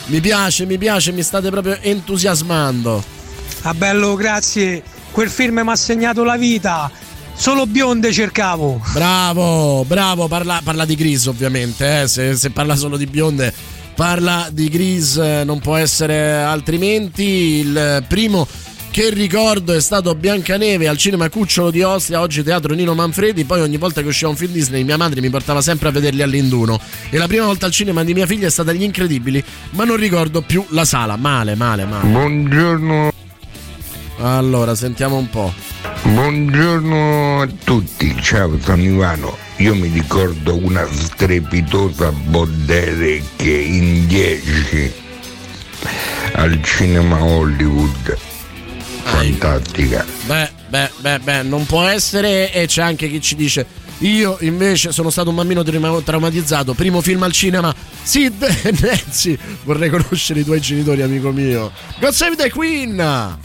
Speaker 3: Mi piace, mi piace, mi state proprio entusiasmando.
Speaker 5: Ah bello, grazie. Quel film mi ha segnato la vita. Solo bionde cercavo.
Speaker 3: Bravo, bravo, parla, parla di Grease ovviamente, eh? se, se parla solo di bionde parla di Grease, non può essere altrimenti. Il primo che ricordo è stato Biancaneve al cinema Cucciolo di Ostia, oggi Teatro Nino Manfredi. Poi ogni volta che usciva un film Disney mia madre mi portava sempre a vederli all'Induno, e la prima volta al cinema di mia figlia è stata Gli Incredibili, ma non ricordo più la sala. Male, male, male.
Speaker 8: Buongiorno.
Speaker 3: Allora, sentiamo un po'.
Speaker 8: Buongiorno a tutti, ciao, sono Ivano. Io mi ricordo una strepitosa Boddere che in dieci al cinema Hollywood, fantastica.
Speaker 3: Beh, beh, beh, beh, non può essere. E c'è anche chi ci dice: io invece sono stato un bambino traumatizzato, primo film al cinema Sid e Nancy. Vorrei conoscere i tuoi genitori, amico mio. God Save the Queen.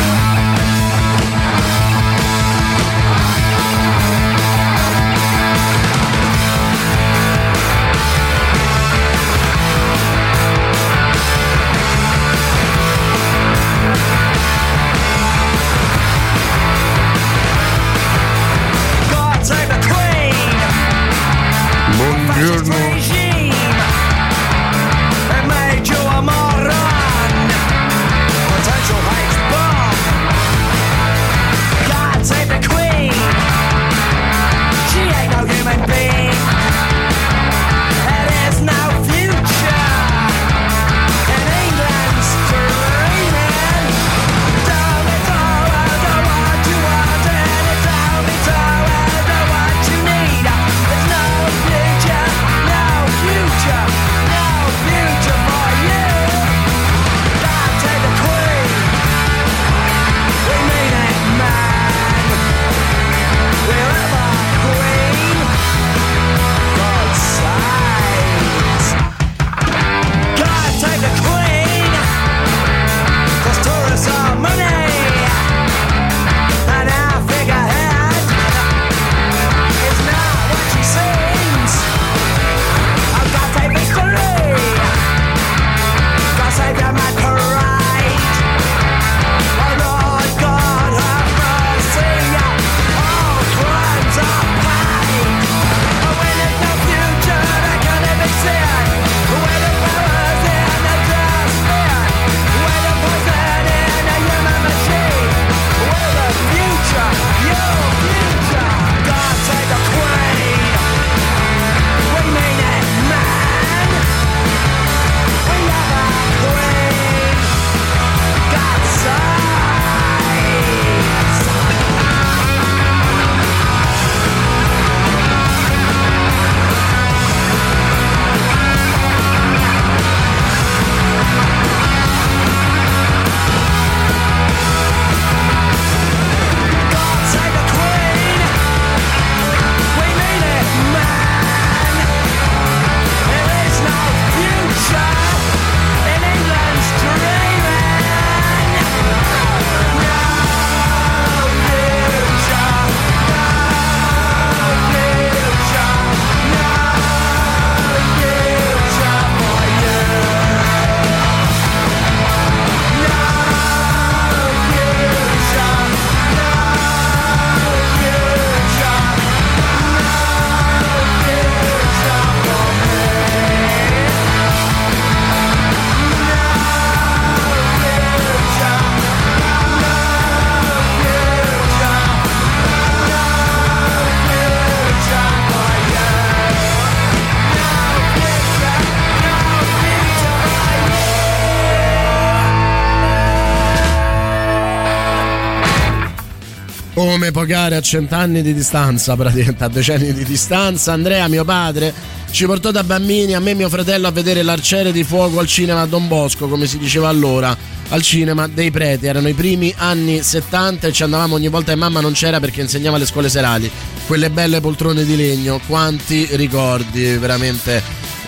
Speaker 3: Come pogare a cent'anni di distanza, praticamente a decenni di distanza. Andrea, mio padre, ci portò da bambini, a me e mio fratello, a vedere l'Arciere di Fuoco al cinema Don Bosco, come si diceva allora, al cinema dei Preti. Erano i primi anni settanta e ci andavamo ogni volta che mamma non c'era perché insegnava alle scuole serali. Quelle belle poltrone di legno, quanti ricordi, veramente.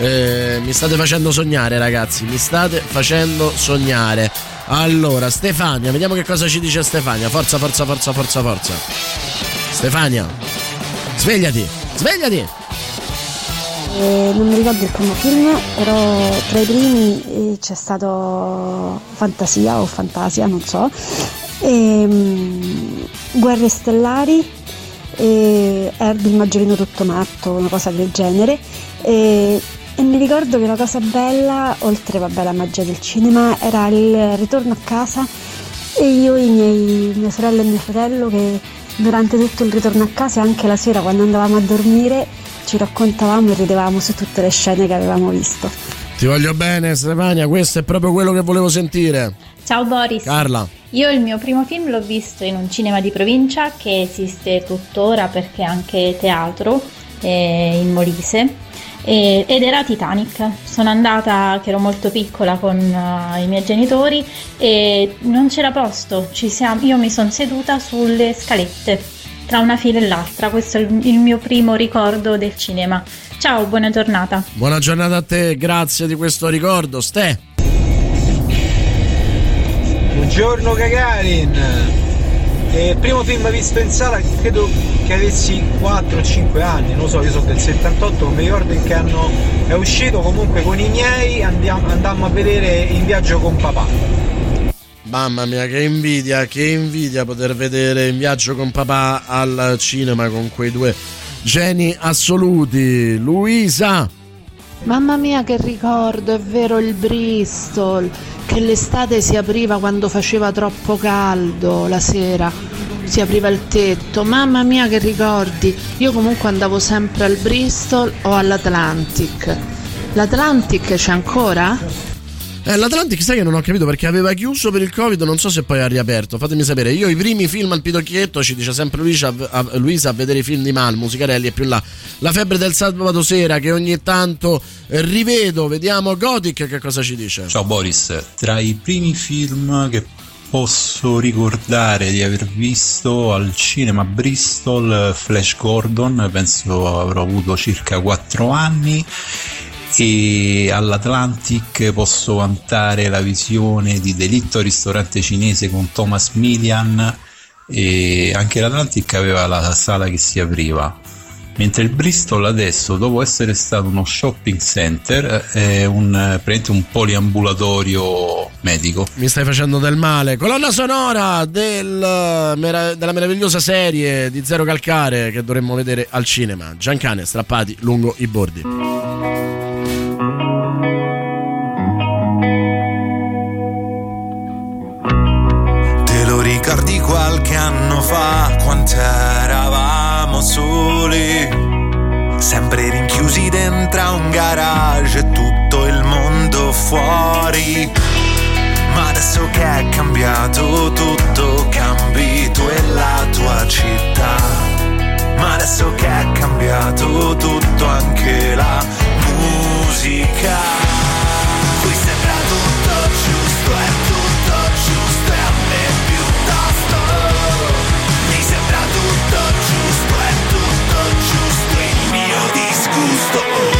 Speaker 3: Eh, mi state facendo sognare, ragazzi, mi state facendo sognare. Allora, Stefania, vediamo che cosa ci dice Stefania. Forza, forza, forza, forza, forza. Stefania, svegliati, svegliati.
Speaker 9: Eh, non mi ricordo il primo film, però tra i primi eh, c'è stato Fantasia o Fantasia, non so, e, um, Guerre Stellari, e Herbie il Maggiolino tutto matto, una cosa del genere. E, e mi ricordo che la cosa bella, oltre vabbè la magia del cinema, era il ritorno a casa e io e i miei, mia sorella e mio fratello, che durante tutto il ritorno a casa e anche la sera quando andavamo a dormire ci raccontavamo e ridevamo su tutte le scene che avevamo visto.
Speaker 3: Ti voglio bene Stefania, questo è proprio quello che volevo sentire.
Speaker 10: Ciao Boris.
Speaker 3: Carla.
Speaker 10: Io il mio primo film l'ho visto in un cinema di provincia che esiste tuttora perché è anche teatro eh, in Molise, eh, ed era Titanic. Sono andata che ero molto piccola con uh, i miei genitori e non c'era posto, ci siamo, io mi sono seduta sulle scalette tra una fila e l'altra. Questo è il, il mio primo ricordo del cinema. Ciao, buona giornata.
Speaker 3: Buona giornata a te, grazie di questo ricordo. Ste.
Speaker 23: Buongiorno Gagarin. Eh, primo film visto in sala, credo che avessi quattro o cinque anni, non lo so, io sono del settantotto, non mi ricordo in che anno è uscito, comunque con i miei andiamo, andammo a vedere In viaggio con papà.
Speaker 3: Mamma mia, che invidia, che invidia poter vedere In viaggio con papà al cinema con quei due geni assoluti. Luisa.
Speaker 12: Mamma mia che ricordo, è vero, il Bristol, che l'estate si apriva quando faceva troppo caldo, la sera si apriva il tetto. Mamma mia che ricordi. Io comunque andavo sempre al Bristol o all'Atlantic. L'Atlantic c'è ancora?
Speaker 3: Eh, L'Atlantic sai che non ho capito perché aveva chiuso per il Covid, non so se poi ha riaperto, fatemi sapere. Io i primi film al pidocchietto, ci dice sempre Luisa, a, Luisa a vedere i film di Malmo, Musicarelli e più là. La febbre del sabato sera che ogni tanto eh, rivedo, vediamo Gothic che cosa ci dice.
Speaker 24: Ciao Boris, tra i primi film che posso ricordare di aver visto al cinema a Bristol, Flash Gordon, penso avrò avuto circa quattro anni. E all'Atlantic posso vantare la visione di Delitto al ristorante cinese con Thomas Milian, e anche l'Atlantic aveva la sala che si apriva, mentre il Bristol adesso, dopo essere stato uno shopping center, è un, praticamente un poliambulatorio medico.
Speaker 3: Mi stai facendo del male. Colonna sonora del, della meravigliosa serie di Zero Calcare che dovremmo vedere al cinema. Giancane strappati lungo i bordi.
Speaker 25: Ricordi qualche anno fa, quanto eravamo soli, sempre rinchiusi dentro un garage e tutto il mondo fuori. Ma adesso che è cambiato tutto, cambi tu e la tua città. Ma adesso che è cambiato tutto, anche la musica. Qui sembra tutto giusto, è tutto giusto e a me piuttosto mi sembra tutto giusto, è tutto giusto il mio disgusto.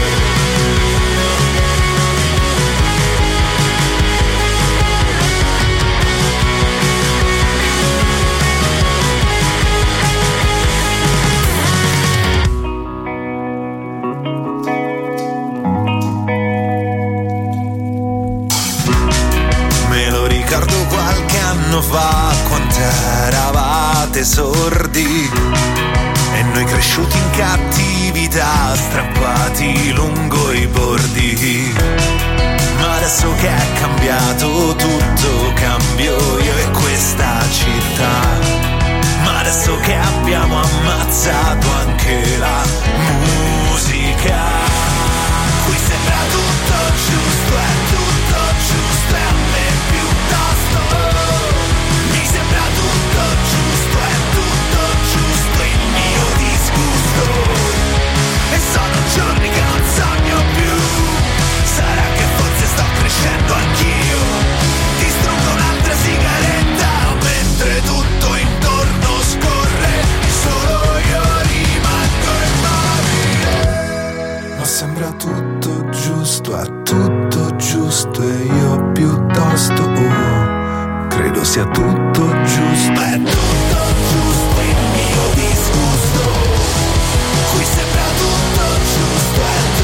Speaker 25: Fa quanto eravate sordi e noi cresciuti in cattività, strappati lungo i bordi. Ma adesso che è cambiato tutto, cambio io e questa città. Ma adesso che abbiamo ammazzato anche la musica, qui sembra tutto giusto, è tutto giusto e a me piuttosto giusto, è tutto giusto il mio disgusto. E sono giorni che non sogno più, sarà che forse sto crescendo anch'io. Distruggo un'altra sigaretta mentre tutto intorno scorre, solo io rimango immobile. Ma sembra tutto giusto, è tutto giusto e io piuttosto oh, credo sia tutto giusto, è tutto giusto il mio disgusto. Qui sembra tutto giusto, è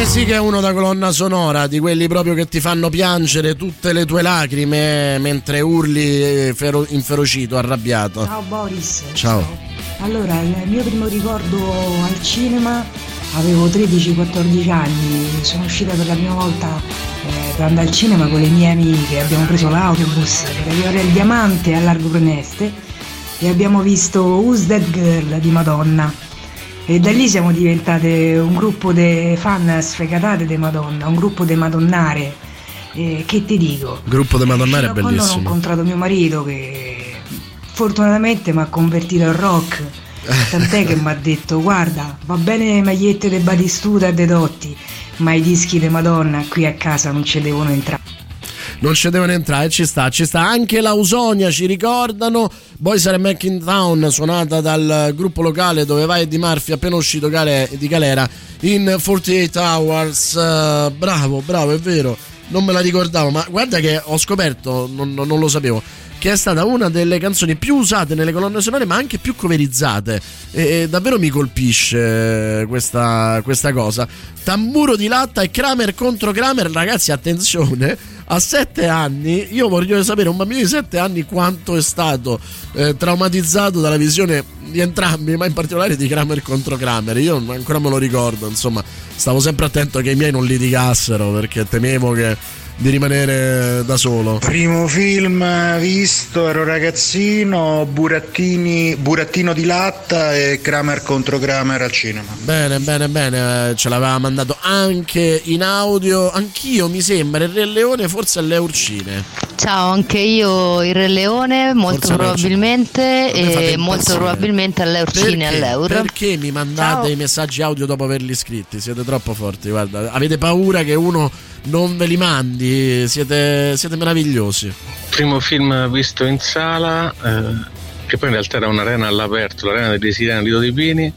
Speaker 3: Ragazzine sì che è uno da colonna sonora, di quelli proprio che ti fanno piangere tutte le tue lacrime mentre urli fero- inferocito, arrabbiato.
Speaker 2: Ciao Boris.
Speaker 3: Ciao.
Speaker 2: Allora, il mio primo ricordo al cinema, avevo tredici quattordici anni, sono uscita per la prima volta eh, per andare al cinema con le mie amiche, abbiamo preso l'autobus per arrivare al Diamante a Largo Preneste e abbiamo visto Who's That Girl di Madonna. E da lì siamo diventate un gruppo di fan sfegatate di Madonna, un gruppo di madonnare, eh, che ti dico?
Speaker 3: Gruppo di madonnare è
Speaker 2: Fino a quando
Speaker 3: bellissimo.
Speaker 2: ho incontrato mio marito che fortunatamente mi ha convertito al rock, tant'è che mi ha detto guarda, va bene le magliette di Batistuta e dei Dotti, ma i dischi di Madonna qui a casa non ci devono entrare.
Speaker 3: Non ci devono entrare, ci sta, ci sta. Anche l'Ausonia ci ricordano. Boys Are Back in Town, suonata dal gruppo locale Dove Vai di Murphy, appena uscito Cale- di Calera in quarantotto Hours. Uh, bravo, bravo, è vero. Non me la ricordavo, ma guarda che ho scoperto, non, non lo sapevo, che è stata una delle canzoni più usate nelle colonne sonore, ma anche più coverizzate. E, e davvero mi colpisce questa, questa cosa. Tamburo di latta e Kramer contro Kramer, ragazzi, attenzione. A sette anni, io voglio sapere, un bambino di sette anni quanto è stato eh, traumatizzato dalla visione di entrambi, ma in particolare di Kramer contro Kramer. Io ancora me lo ricordo, insomma, stavo sempre attento che i miei non litigassero perché temevo che di rimanere da solo.
Speaker 15: Primo film visto, ero ragazzino, burattini, burattino di latta e Kramer contro Kramer al cinema.
Speaker 3: Bene, bene, bene, ce l'aveva mandato anche in audio, anch'io mi sembra, il Re Leone forse alle Urcine.
Speaker 7: Ciao, anche io il Re Leone, molto
Speaker 3: Forse
Speaker 7: probabilmente,
Speaker 3: Mi fate
Speaker 7: e molto
Speaker 3: impazzire.
Speaker 7: probabilmente alle Urcine e
Speaker 3: Perché?
Speaker 7: all'Euro.
Speaker 3: Perché mi mandate
Speaker 7: Ciao.
Speaker 3: i messaggi audio dopo averli scritti? Siete troppo forti, guarda, avete paura che uno non ve li mandi? Siete, siete meravigliosi.
Speaker 11: Primo film visto in sala, eh, che poi in realtà era un'arena all'aperto, l'arena dei Desideri di Lido di Pini,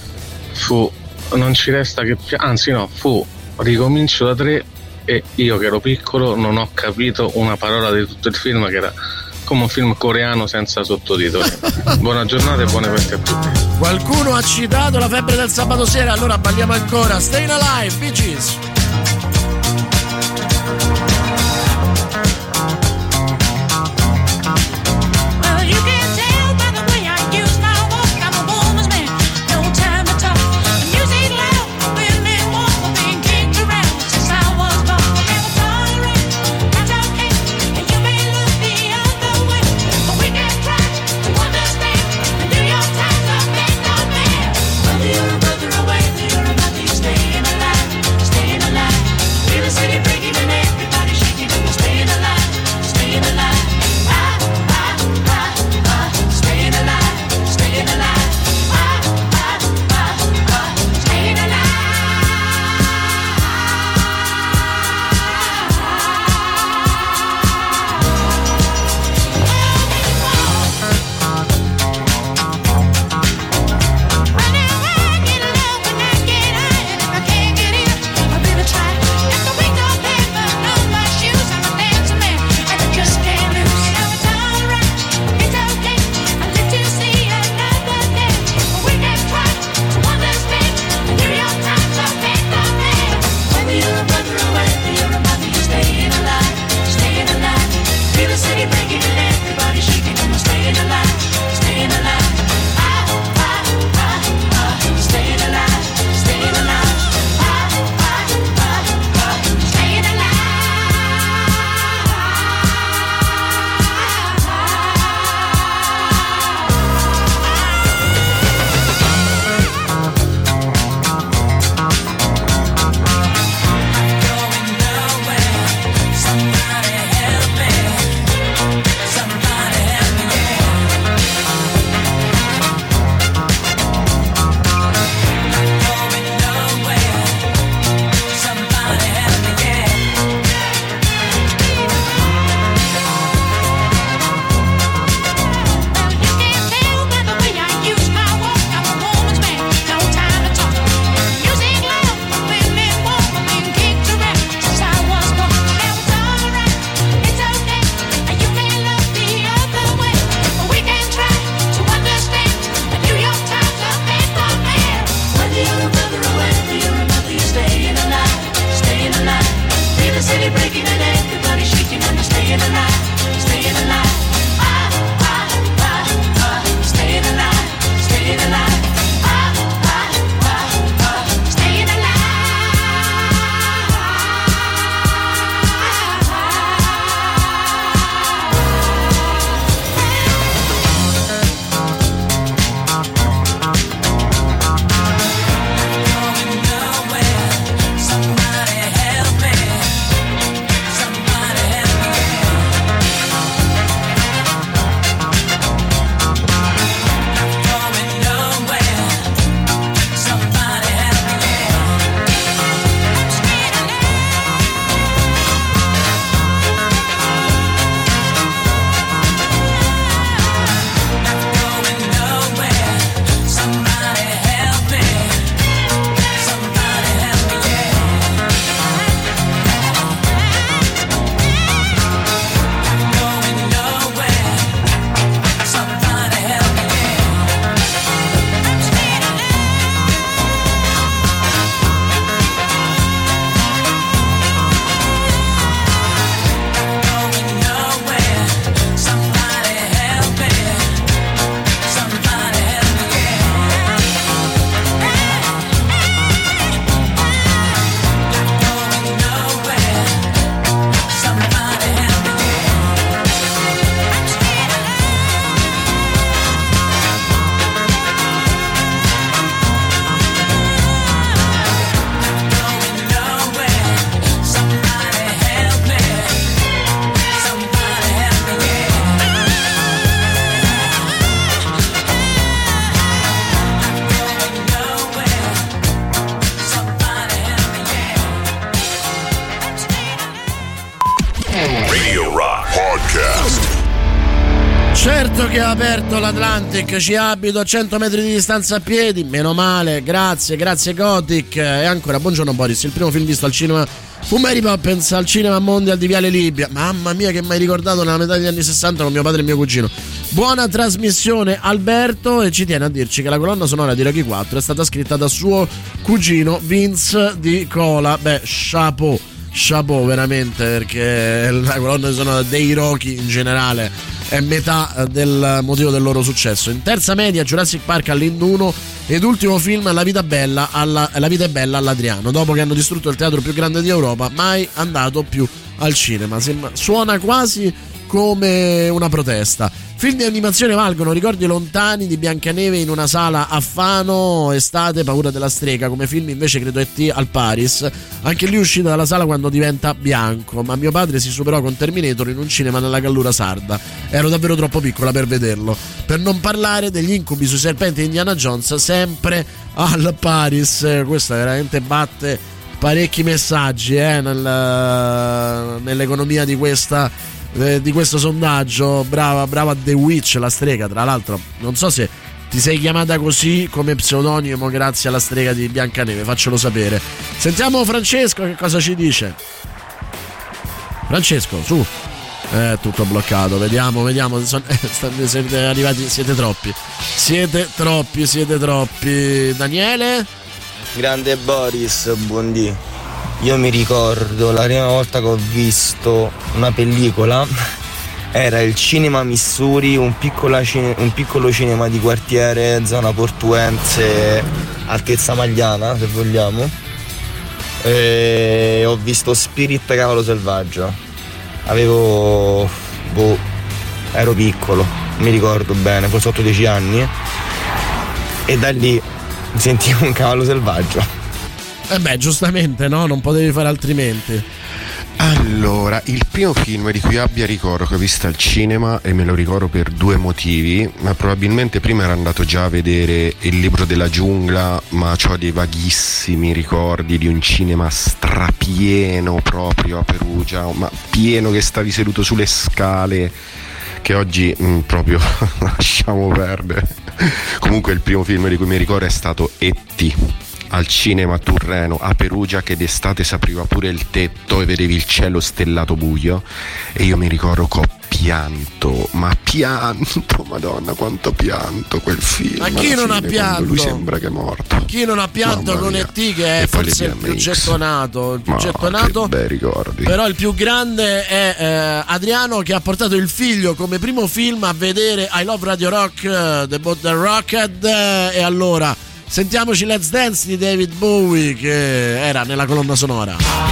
Speaker 11: fu Non ci resta che pia- anzi no, fu Ricomincio da tre e io che ero piccolo non ho capito una parola di tutto il film, che era come un film coreano senza sottotitoli. Buona giornata e buone feste a tutti.
Speaker 3: Qualcuno ha citato la febbre del sabato sera, allora balliamo ancora. Stayin' Alive, Bee Gees.
Speaker 6: Well, you can tell by the way I use my walk, I'm a woman's man, no time to talk. The music loud, women walk, I've been kicked around since I was born. Never tolerate, not okay, and you may look the other way, but we can try to understand and do your time, love ain't no man. Whether you're a brother or whether you're a mother, you're staying alive, staying alive.
Speaker 3: Certo che ha aperto l'Atlantic, ci abito a cento metri di distanza a piedi, meno male, grazie, grazie Gothic. E ancora, buongiorno Boris, il primo film visto al cinema fu Mary Poppins al cinema Mondial di Viale Libia. Mamma mia che mi hai ricordato nella metà degli anni sessanta con mio padre e mio cugino. Buona trasmissione Alberto, e ci tiene a dirci che la colonna sonora di Rocky quattro è stata scritta da suo cugino Vince Di Cola. Beh, chapeau, chapeau veramente, perché la colonna sonora dei Rocky in generale è metà del motivo del loro successo. In terza media Jurassic Park all'Induno ed ultimo film La vita bella alla, La vita è bella all'Adriano, dopo che hanno distrutto il teatro più grande di Europa, mai andato più al cinema. Sembra, suona quasi come una protesta. Film di animazione valgono Ricordi lontani di Biancaneve in una sala a Fano, estate Paura della strega, come film invece credo E T al Paris, anche lì uscito dalla sala quando diventa bianco, ma mio padre si superò con Terminator in un cinema nella Gallura sarda, ero davvero troppo piccola per vederlo, per non parlare degli incubi sui serpenti di Indiana Jones sempre al Paris. Questo veramente batte parecchi messaggi eh, nel, nell'economia di questa di questo sondaggio. Brava, brava The Witch, la strega. Tra l'altro non so se ti sei chiamata così come pseudonimo grazie alla strega di Biancaneve, faccelo sapere. Sentiamo Francesco che cosa ci dice. Francesco, su. È tutto bloccato, vediamo, vediamo. Siete arrivati, siete troppi. Siete troppi, siete troppi. Daniele?
Speaker 13: Grande Boris, buondì. Io mi ricordo la prima volta che ho visto una pellicola era il Cinema Missouri, un piccolo, cine, un piccolo cinema di quartiere, zona Portuense, altezza Magliana se vogliamo, e ho visto Spirit Cavallo Selvaggio. Avevo boh, ero piccolo, mi ricordo bene, forse otto dieci anni, e da lì sentivo un cavallo selvaggio.
Speaker 3: Eh beh, giustamente, no? Non potevi fare altrimenti.
Speaker 14: Allora, il primo film di cui abbia ricordo che ho visto al cinema, e me lo ricordo per due motivi, ma probabilmente prima ero andato già a vedere Il libro della giungla, ma ho dei vaghissimi ricordi di un cinema strapieno proprio a Perugia, ma pieno, che stavi seduto sulle scale, che oggi mh, proprio lasciamo perdere. Comunque il primo film di cui mi ricordo è stato E T al cinema Turreno a Perugia, che d'estate si apriva pure il tetto e vedevi il cielo stellato buio, e io mi ricordo che ho pianto, ma pianto, madonna quanto pianto quel film.
Speaker 3: Ma chi non ha pianto?
Speaker 14: Lui sembra che è morto.
Speaker 3: Chi non ha pianto con E T, che è forse il più gettonato, il più
Speaker 14: ma
Speaker 3: gettonato.
Speaker 14: Che bei ricordi.
Speaker 3: Però il più grande è eh, Adriano, che ha portato il figlio come primo film a vedere I Love Radio Rock, uh, The Boat the Rocket, uh, e allora sentiamoci Let's Dance di David Bowie, che era nella colonna sonora.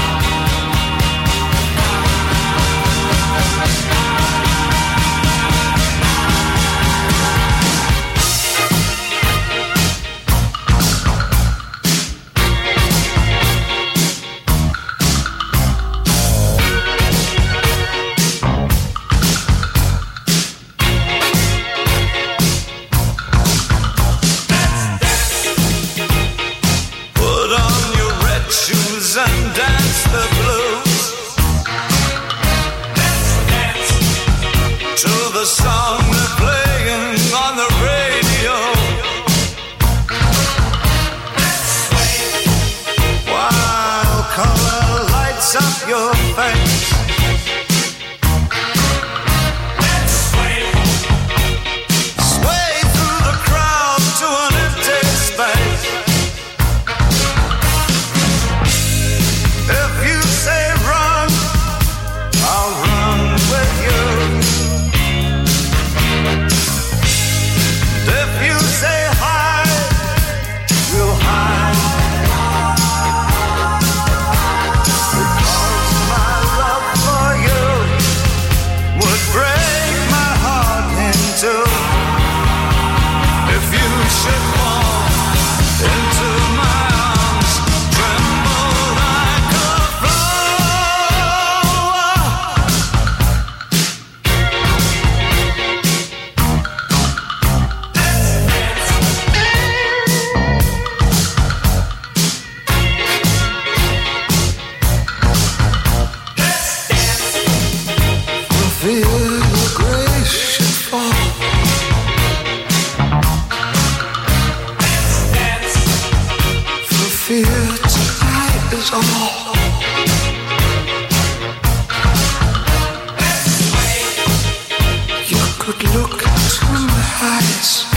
Speaker 6: could look to my eyes.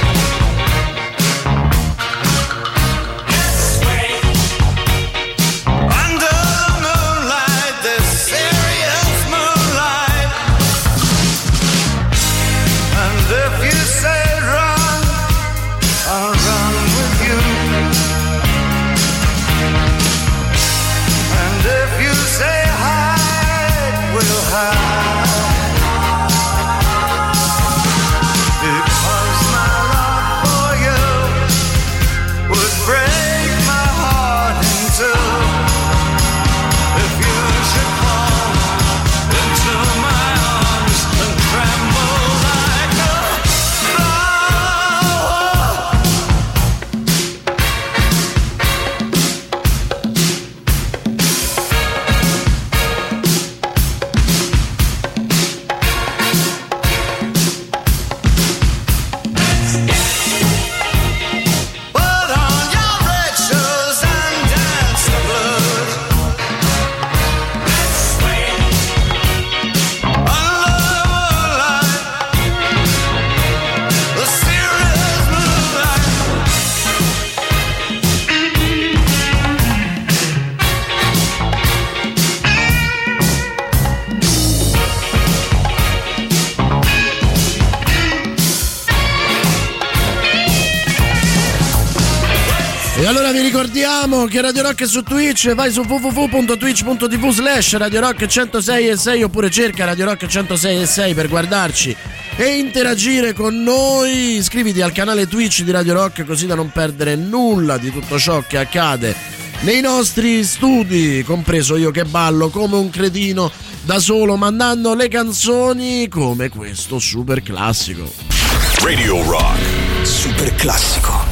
Speaker 6: Under the moonlight, this serious moonlight. And if you say run, I'll run with you. And if you say hide, we'll hide.
Speaker 3: E allora vi ricordiamo che Radio Rock è su Twitch, vai su w w w punto twitch punto t v slash Radio Rock centosei e sei oppure cerca Radio Rock centosei e sei per guardarci e interagire con noi. Iscriviti al canale Twitch di Radio Rock così da non perdere nulla di tutto ciò che accade nei nostri studi, compreso io che ballo come un cretino da solo mandando le canzoni come questo super classico.
Speaker 1: Radio Rock super classico.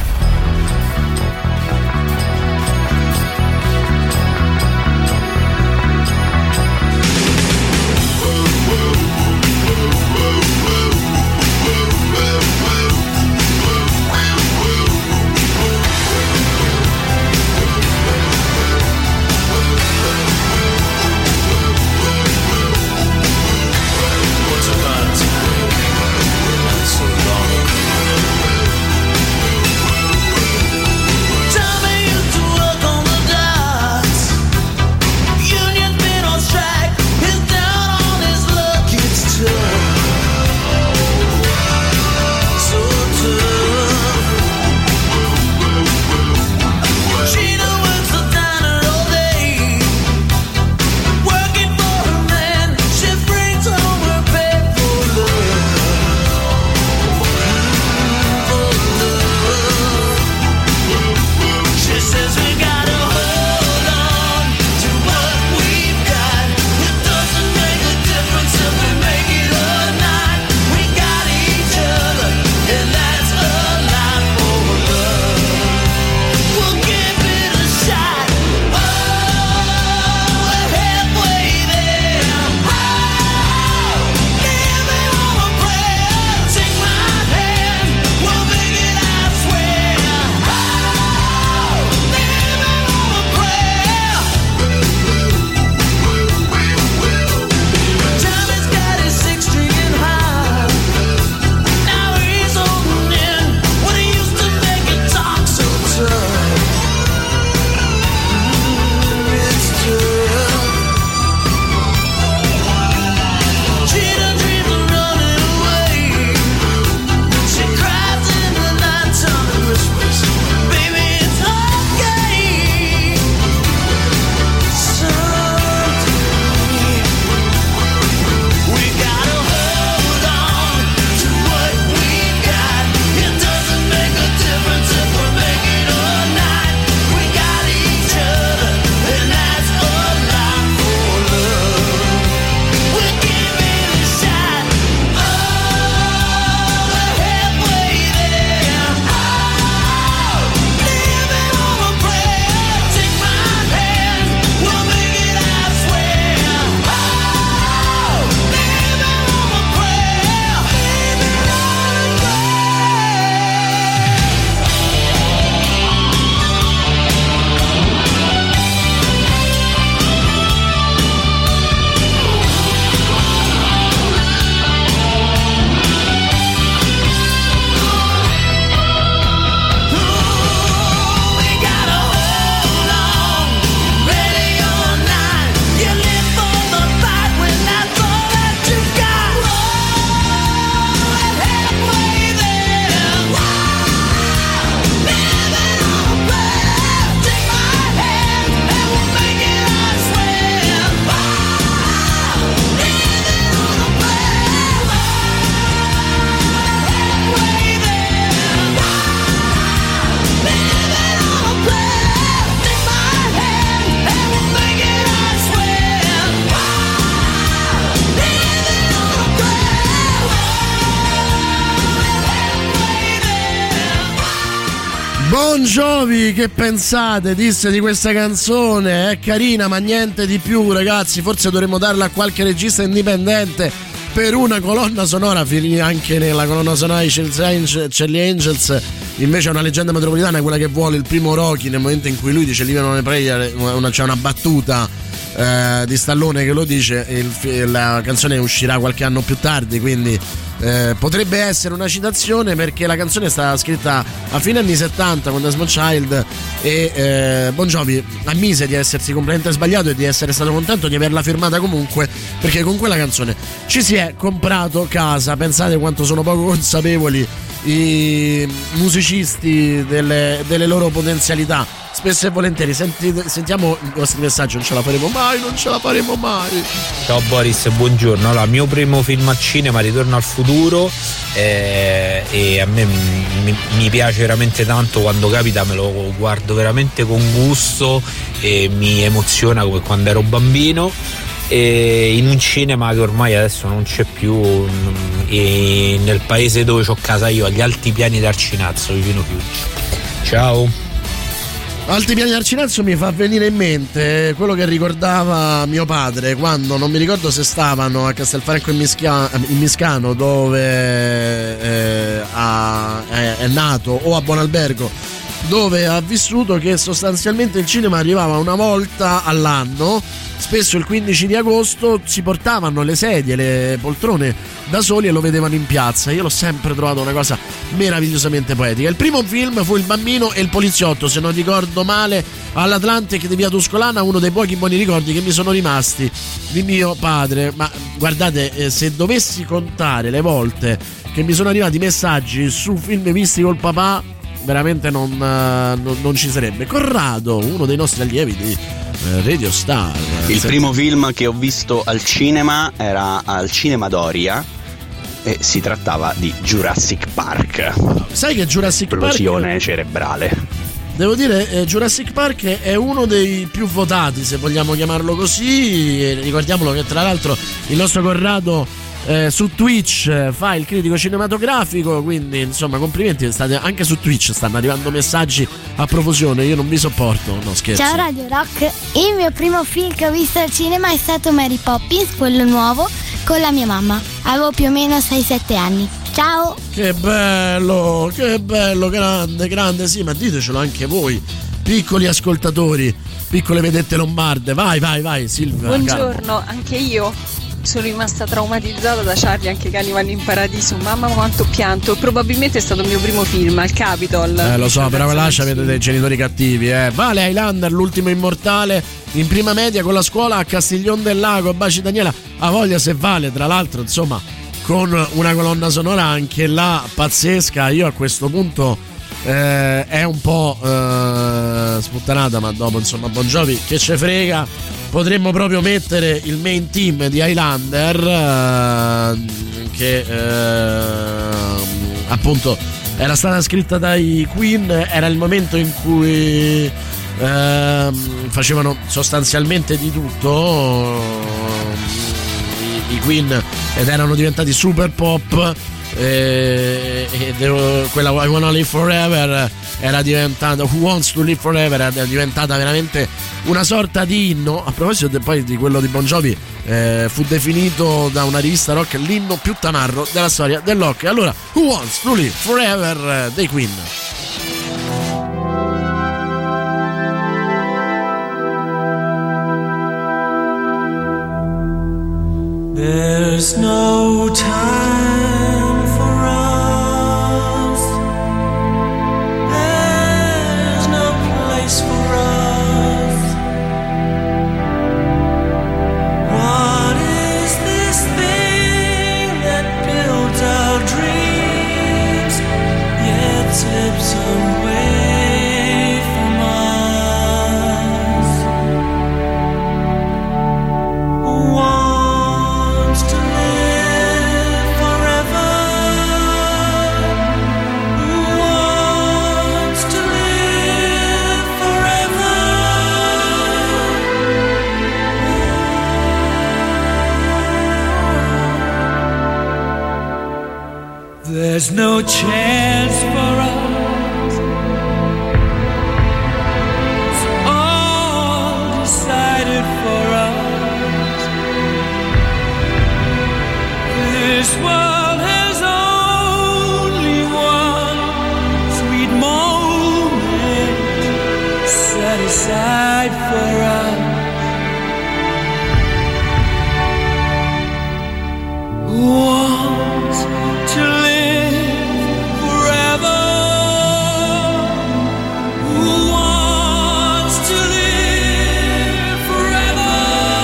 Speaker 6: So long ago,
Speaker 3: Bon Jovi, che pensate? Disse di questa canzone, è carina ma niente di più, ragazzi, forse dovremmo darla a qualche regista indipendente per una colonna sonora. Finì anche nella colonna sonora di Charlie Angels. Invece è una leggenda metropolitana, quella che vuole il primo Rocky, nel momento in cui lui dice Live on a Prayer, una, c'è una battuta eh, di Stallone che lo dice, e il, la canzone uscirà qualche anno più tardi, quindi eh, potrebbe essere una citazione, perché la canzone è stata scritta a fine anni settanta con The Small Child e eh, Bon Jovi ammise di essersi completamente sbagliato e di essere stato contento di averla firmata comunque, perché con quella canzone ci si è comprato casa. Pensate quanto sono poco consapevoli i musicisti delle, delle loro potenzialità. Spesso e volentieri sentite, sentiamo i vostri messaggi. Non ce la faremo mai, non ce la faremo mai.
Speaker 16: Ciao Boris, buongiorno. Allora, mio primo film al cinema, Ritorno al futuro, eh, e a me mi, mi piace veramente tanto, quando capita me lo guardo veramente con gusto e mi emoziona come quando ero bambino. E in un cinema che ormai adesso non c'è più, e nel paese dove ho casa io, agli Alti Piani d'Arcinazzo, vicino Fiuggi. Ciao.
Speaker 3: Alti Piani d'Arcinazzo mi fa venire in mente quello che ricordava mio padre quando, non mi ricordo se stavano a Castelfranco in, Mischia, in Miscano, dove eh, ha, è, è nato, o a Buonalbergo, dove ha vissuto, che sostanzialmente il cinema arrivava una volta all'anno. Spesso il quindici di agosto si portavano le sedie, le poltrone da soli e lo vedevano in piazza. Io l'ho sempre trovato una cosa meravigliosamente poetica. Il primo film fu Il bambino e il poliziotto, se non ricordo male, all'Atlantic di via Tuscolana, uno dei pochi buoni ricordi che mi sono rimasti di mio padre. Ma guardate, se dovessi contare le volte che mi sono arrivati messaggi su film visti col papà, veramente non, non, non ci sarebbe. Corrado, uno dei nostri allievi di Radio Star.
Speaker 17: Il primo film che ho visto al cinema era al Cinema Doria e si trattava di Jurassic Park.
Speaker 3: Sai che Jurassic Park,
Speaker 17: esplosione cerebrale.
Speaker 3: Devo dire, eh, Jurassic Park è uno dei più votati, se vogliamo chiamarlo così. E ricordiamolo che tra l'altro il nostro Corrado Eh, su Twitch eh, fa il critico cinematografico, quindi insomma complimenti. State, anche su Twitch stanno arrivando messaggi a profusione, io non vi sopporto, no scherzo.
Speaker 18: Ciao Radio Rock, il mio primo film che ho visto al cinema è stato Mary Poppins, quello nuovo, con la mia mamma. Avevo più o meno sei sette anni. Ciao.
Speaker 3: Che bello, che bello, grande, grande, sì, ma ditecelo anche voi, piccoli ascoltatori, piccole vedette lombarde. Vai, vai, vai Silvia.
Speaker 19: Buongiorno,
Speaker 3: calma.
Speaker 19: Anche io sono rimasta traumatizzata da Charlie, anche i cani vanno in paradiso. Mamma quanto pianto. Probabilmente è stato il mio primo film al Capitol.
Speaker 3: Eh lo so, però là avete dei genitori cattivi, eh. Vale Highlander, l'ultimo immortale, in prima media con la scuola a Castiglion del Lago, Baci Daniela. A voglia se vale, tra l'altro, insomma, con una colonna sonora anche là pazzesca. Io a questo punto eh, è un po' eh, sputtanata, ma dopo insomma Bon Jovi che ce frega. Potremmo proprio mettere il main team di Highlander, eh, che eh, appunto era stata scritta dai Queen. Era il momento in cui eh, facevano sostanzialmente di tutto i, i Queen, ed erano diventati super pop. E, e devo, quella I Wanna Live Forever era diventata, Who Wants to Live Forever era diventata veramente una sorta di inno. A proposito de, poi di quello di Bon Jovi, eh, fu definito da una rivista rock l'inno più tamarro della storia del rock. Allora, Who Wants to Live Forever dei Queen.
Speaker 6: There's no time for us. There's no place for us. What is this thing that builds our dreams yet slips away from us? What There's no chance for us. This world has only one sweet moment set aside for us. Who wants to live forever? Who wants to live forever?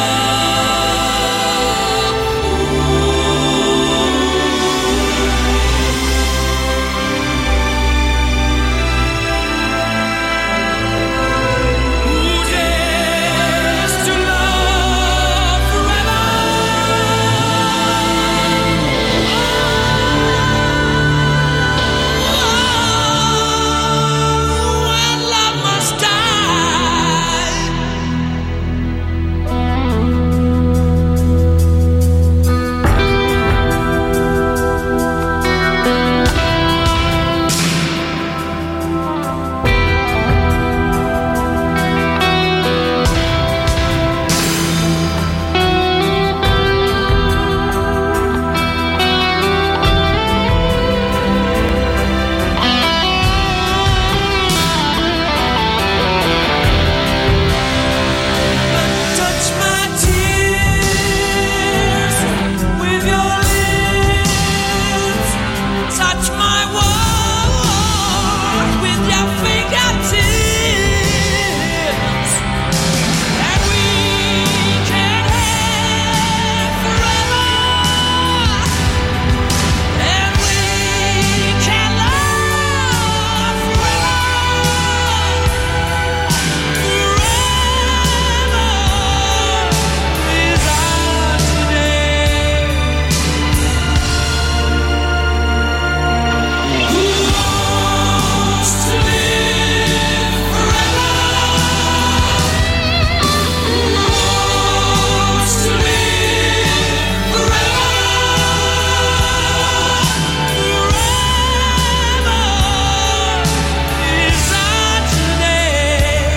Speaker 6: Who dares to love forever? When love must die. Touch my tears with your lips. Touch my world with your fingertips. And we can have forever. And we can love forever. Is ours today. Who wants to live forever? Who wants to live forever? Forever is ours today.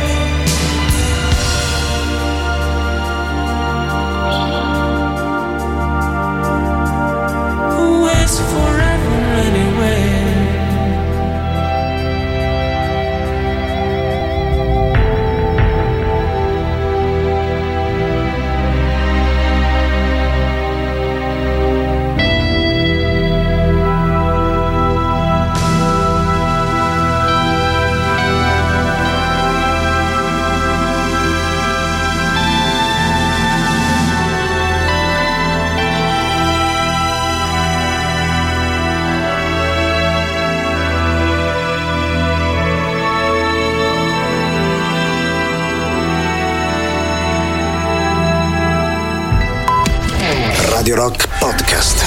Speaker 6: Who is forever anyway?
Speaker 1: Radio Rock Podcast.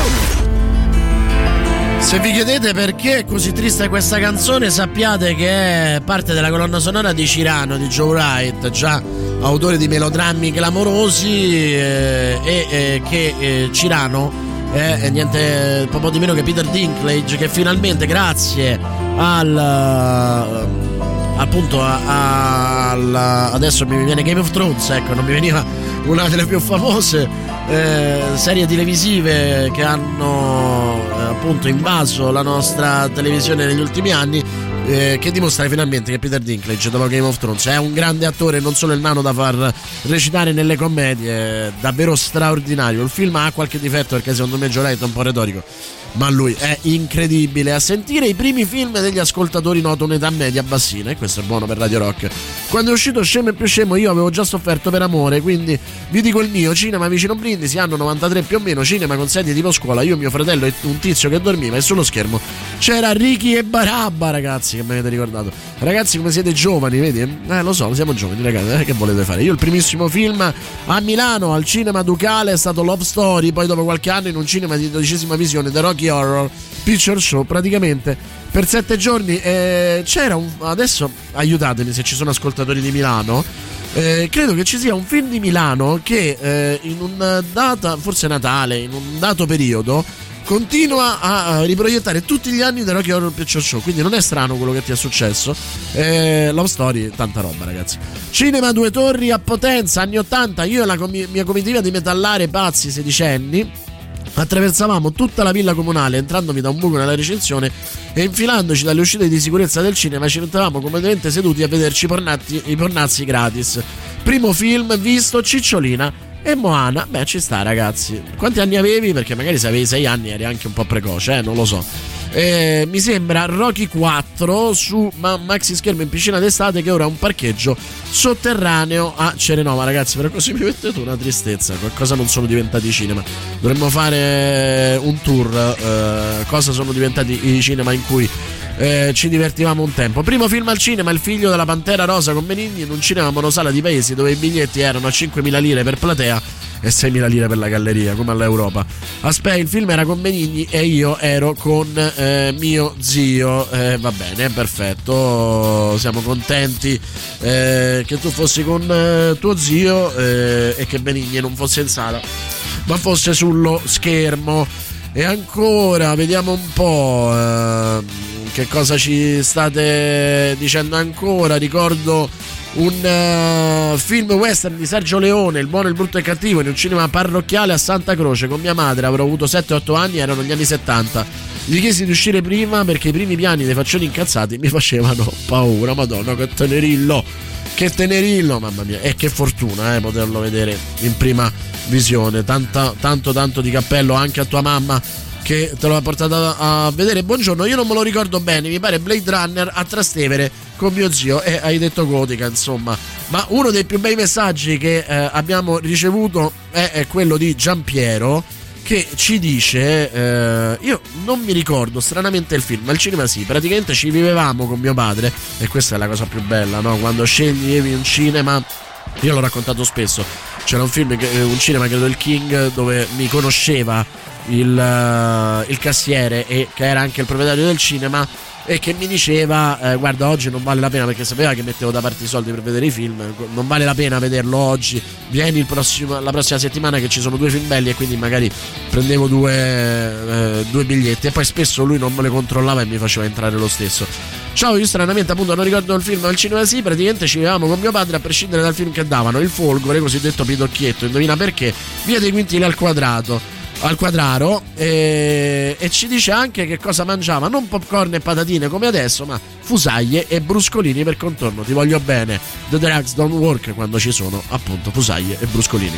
Speaker 3: Se vi chiedete perché è così triste questa canzone, sappiate che è parte della colonna sonora di Cyrano, di Joe Wright, già autore di melodrammi clamorosi, eh, e eh, che eh, Cyrano è, è niente po' di meno che Peter Dinklage, che finalmente grazie al appunto a, al adesso mi viene Game of Thrones, ecco, non mi veniva una delle più famose eh, serie televisive che hanno eh, appunto invaso la nostra televisione negli ultimi anni, eh, che dimostra finalmente che Peter Dinklage dopo Game of Thrones è un grande attore, non solo il nano da far recitare nelle commedie, davvero straordinario. Il film ha qualche difetto perché secondo me Joe Wright è un po' retorico, ma lui è incredibile. A sentire i primi film degli ascoltatori noto un'età media bassina, e questo è buono per Radio Rock. Quando è uscito Scemo e più scemo io avevo già sofferto per amore, quindi vi dico il mio: cinema vicino Brindisi, anno novantatré più o meno, cinema con sedie tipo scuola, io, mio fratello e un tizio che dormiva, e sullo schermo c'era Ricky e Barabba, ragazzi, che mi avete ricordato. Ragazzi, come siete giovani, vedi? Eh, lo so, siamo giovani, ragazzi, eh, che volete fare? Io il primissimo film a Milano, al Cinema Ducale, è stato Love Story, poi dopo qualche anno in un cinema di dodicesima visione, The Rocky Horror Picture Show, praticamente per sette giorni. Eh, c'era un... adesso aiutatemi se ci sono ascoltatori di Milano, eh, credo che ci sia un film di Milano che eh, in un data, forse Natale, in un dato periodo continua a riproiettare tutti gli anni The Rocky Horror Picture Show, quindi non è strano quello che ti è successo. eh, Love Story, tanta roba, ragazzi. Cinema Due Torri a Potenza, anni ottanta, io e la com- mia comitiva di metallare pazzi sedicenni Attraversavamo tutta la villa comunale entrandovi da un buco nella recinzione e infilandoci dalle uscite di sicurezza del cinema ci mettevamo comodamente seduti a vederci i pornazzi, i pornazzi gratis. Primo film visto, Cicciolina e Moana. Beh, ci sta, ragazzi. Quanti anni avevi? Perché magari se avevi sei anni eri anche un po' precoce, eh? Non lo so. Eh, mi sembra Rocky quattro su ma- maxi schermo in piscina d'estate, che ora è un parcheggio sotterraneo a Cerenova. Ragazzi, però così mi mettete una tristezza. Qualcosa non sono diventati i cinema. Dovremmo fare un tour. Eh, cosa sono diventati i cinema in cui eh, ci divertivamo un tempo. Primo film al cinema, Il figlio della Pantera Rosa con Benigni, in un cinema monosala di Paesi dove i biglietti erano a cinquemila lire per platea e seimila lire per la galleria, come all'Europa. Aspetta, il film era con Benigni e io ero con eh, mio zio. Eh, va bene, perfetto. Siamo contenti eh, che tu fossi con eh, tuo zio eh, e che Benigni non fosse in sala, ma fosse sullo schermo. E ancora, vediamo un po' eh, che cosa ci state dicendo ancora. Ricordo un uh, film western di Sergio Leone, Il buono, il brutto e il cattivo, in un cinema parrocchiale a Santa Croce con mia madre. Avrò avuto sette otto anni, erano gli anni settanta. Gli chiesi di uscire prima perché i primi piani dei faccioni incazzati mi facevano paura. Madonna, che tenerillo, che tenerillo, mamma mia. E che fortuna eh, poterlo vedere in prima visione. Tanta, tanto tanto di cappello anche a tua mamma che te lo ha portato a vedere. Buongiorno, io non me lo ricordo bene, mi pare Blade Runner a Trastevere con mio zio. E hai detto gotica, insomma. Ma uno dei più bei messaggi che eh, abbiamo ricevuto è, è quello di Giampiero, che ci dice eh, io non mi ricordo stranamente il film, al cinema sì, praticamente ci vivevamo con mio padre, e questa è la cosa più bella, no? Quando sceglievi un cinema, io l'ho raccontato spesso, c'era un film, un cinema, credo il King, dove mi conosceva il, uh, il cassiere, e che era anche il proprietario del cinema, e che mi diceva eh, guarda, oggi non vale la pena, perché sapeva che mettevo da parte i soldi per vedere i film, non vale la pena vederlo oggi, vieni il prossimo, la prossima settimana che ci sono due film belli, e quindi magari prendevo due, eh, due biglietti, e poi spesso lui non me le controllava e mi faceva entrare lo stesso. Ciao, io stranamente appunto non ricordo il film al cinema sì, praticamente ci vivevamo con mio padre a prescindere dal film che davano, Il Folgore, cosiddetto Pidocchietto, indovina perché, Via dei Quintili al quadrato al quadraro, e, e ci dice anche che cosa mangiava, non popcorn e patatine come adesso, ma fusaglie e bruscolini per contorno. Ti voglio bene, the drugs don't work quando ci sono appunto fusaglie e bruscolini.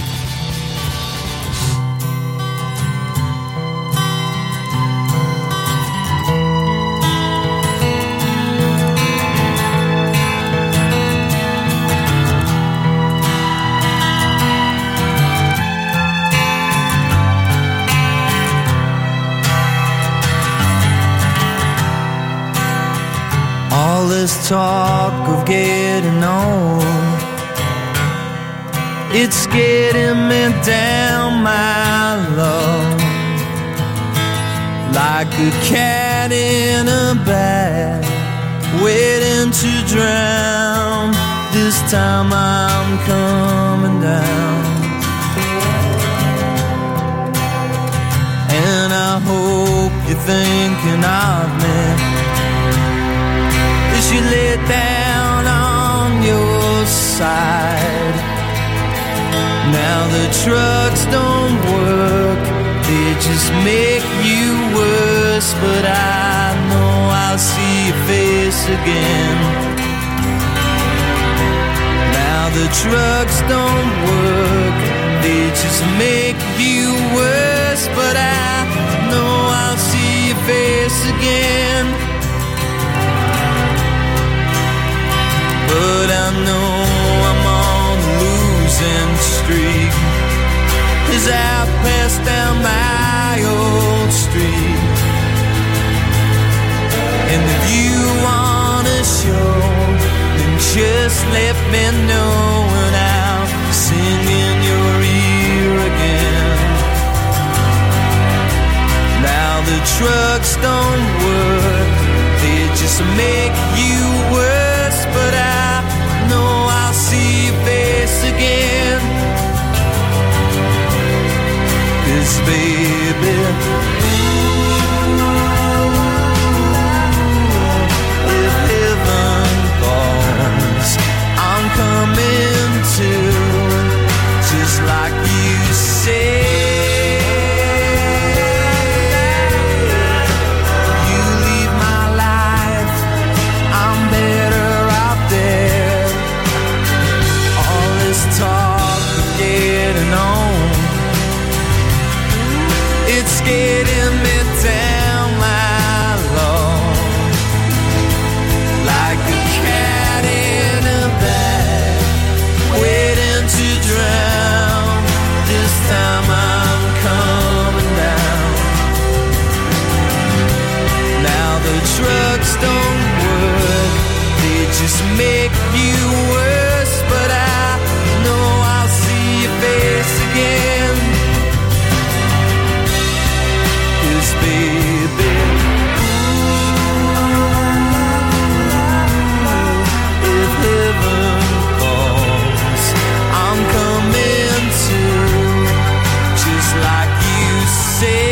Speaker 6: All this talk of getting old, it's getting me down, my love, like a cat in a bag, waiting to drown. This time I'm coming down, and I hope you're thinking of me as you lay down on your side. Now the trucks don't work, they just make you worse, but I know I'll see your face again. Now the trucks don't work, they just make you worse, but I know I'll see your face again. But I know I'm on a losing streak as I pass down my old street. And if you wanna show, then just let me know, and I'll sing in your ear again. Now the trucks don't work, they just make you worse, but I know I'll see your face again. 'Cause baby, if heaven falls, I'm coming to, just like you said. drugs don't work, they just make you worse. But I know I'll see your face again. 'Cause baby, ooh, if heaven calls, I'm coming too, just like you say.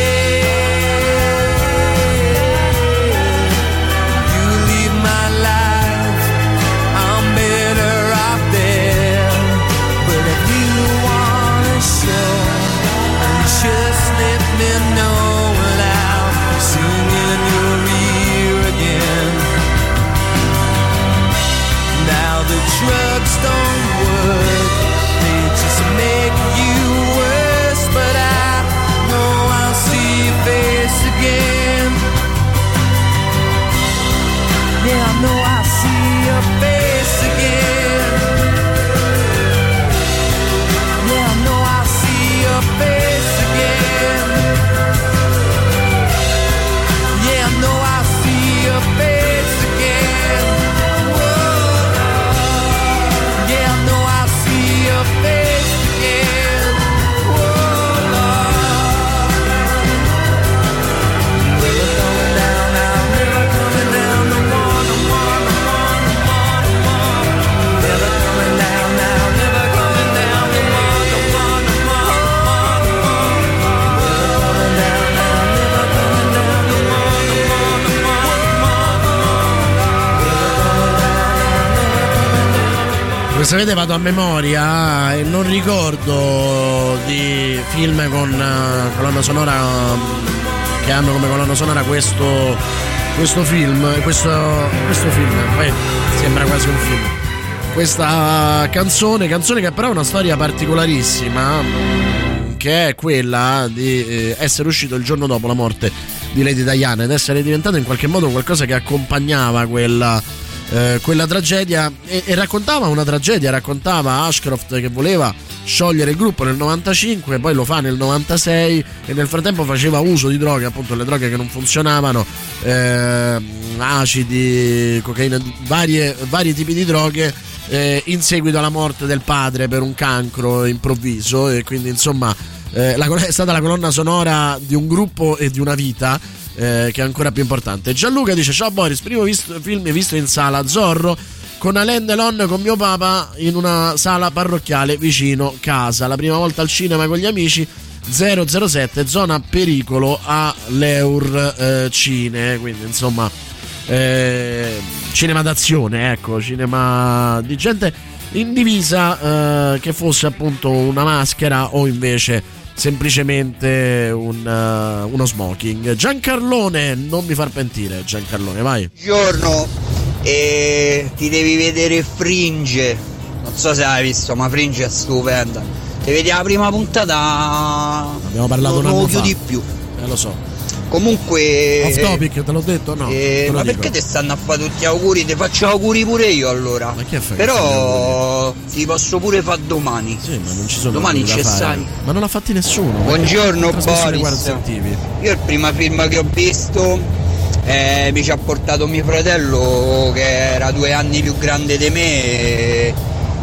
Speaker 6: Drugs don't work, they just make you worse. But I know I'll see your face again. Yeah, I know I'll see your face again. Yeah, I know I'll see your face again. Yeah, I know I'll see your face again. Face again. Whoa, never coming down now, never coming down no more, no more, no more, no more, no more. Never coming down now, never coming down no more, no more, no more, no more, no more. Never coming down now, never coming down no more, no more, no more, no more, no more.
Speaker 3: Come sapete vado a memoria e non ricordo di film con uh, colonna sonora che hanno come colonna sonora questo questo film questo, questo film poi sembra quasi un film, questa canzone canzone che però ha una storia particolarissima, che è quella di eh, essere uscito il giorno dopo la morte di Lady Diana ed essere diventato in qualche modo qualcosa che accompagnava quella Eh, quella tragedia e, e raccontava una tragedia, raccontava Ashcroft che voleva sciogliere il gruppo nel novantacinque, poi lo fa nel novantasei e nel frattempo faceva uso di droghe, appunto le droghe che non funzionavano, eh, acidi, cocaina, varie, vari tipi di droghe, eh, in seguito alla morte del padre per un cancro improvviso, e quindi insomma eh, la, è stata la colonna sonora di un gruppo e di una vita, Eh, che è ancora più importante. Gianluca dice: ciao Boris, primo visto, film visto in sala, Zorro con Alain Delon con mio papà in una sala parrocchiale vicino casa, la prima volta al cinema con gli amici, zero zero sette zona pericolo all'Eur eh, Cine, quindi insomma eh, cinema d'azione, ecco, cinema di gente in divisa, eh, che fosse appunto una maschera o invece semplicemente un, uh, uno smoking. Giancarlone, non mi far pentire, Giancarlone, vai.
Speaker 4: Buongiorno, e ti devi vedere Fringe, non so se hai visto, ma Fringe è stupenda. Ti vedi la prima puntata,
Speaker 3: abbiamo parlato
Speaker 4: non
Speaker 3: un anno
Speaker 4: lo
Speaker 3: fa.
Speaker 4: chiudi più.
Speaker 3: Eh, lo so.
Speaker 4: Comunque
Speaker 3: off topic, te l'ho detto? No.
Speaker 4: Eh, ma
Speaker 3: dico.
Speaker 4: perché ti stanno a fare tutti auguri? Ti faccio auguri pure io allora.
Speaker 3: Ma che fai?
Speaker 4: Però ti posso pure fare domani.
Speaker 3: Sì, ma non ci sono
Speaker 4: domani
Speaker 3: da
Speaker 4: c'è
Speaker 3: fare.
Speaker 4: sai.
Speaker 3: Ma non l'ha fatti nessuno.
Speaker 4: Buongiorno
Speaker 3: Boris.
Speaker 4: Boris. Io il primo film che ho visto eh, mi ci ha portato mio fratello che era due anni più grande di me e,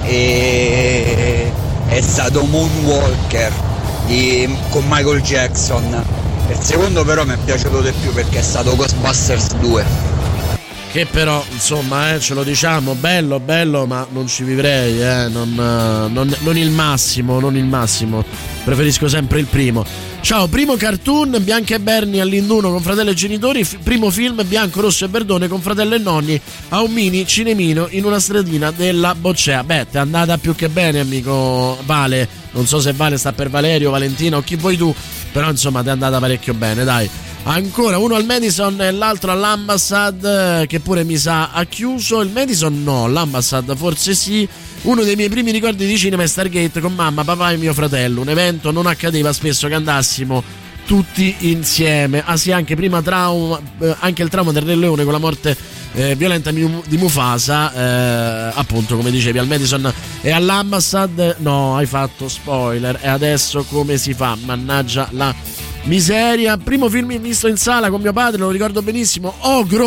Speaker 4: e è stato Moonwalker di, con Michael Jackson. Il secondo però mi è piaciuto di più perché è stato Ghostbusters due.
Speaker 3: Che però, insomma, eh, ce lo diciamo, bello, bello, ma non ci vivrei, eh, non, non, non il massimo, non il massimo. Preferisco sempre il primo. Ciao, primo cartoon, Bianca e Bernie all'Induno con fratello e genitori, f- primo film Bianco, Rosso e Verdone con fratello e nonni a un mini cinemino in una stradina della Boccea. Beh, ti è andata più che bene, amico Vale. Non so se Vale sta per Valerio, Valentina o chi vuoi tu, però insomma ti è andata parecchio bene, dai. Ancora uno al Madison e l'altro all'Ambassad, che pure mi sa ha chiuso. Il Madison no, l'Ambassad forse sì. Uno dei miei primi ricordi di cinema è Stargate con mamma, papà e mio fratello. Un evento non accadeva spesso che andassimo tutti insieme. Ah sì, anche prima trauma, eh, anche il trauma del Re Leone con la morte eh, violenta di Mufasa, eh, appunto come dicevi al Madison e all'Ambassad. No, hai fatto spoiler. E adesso come si fa? Mannaggia la miseria. Primo film visto in sala con mio padre, lo ricordo benissimo, Ogro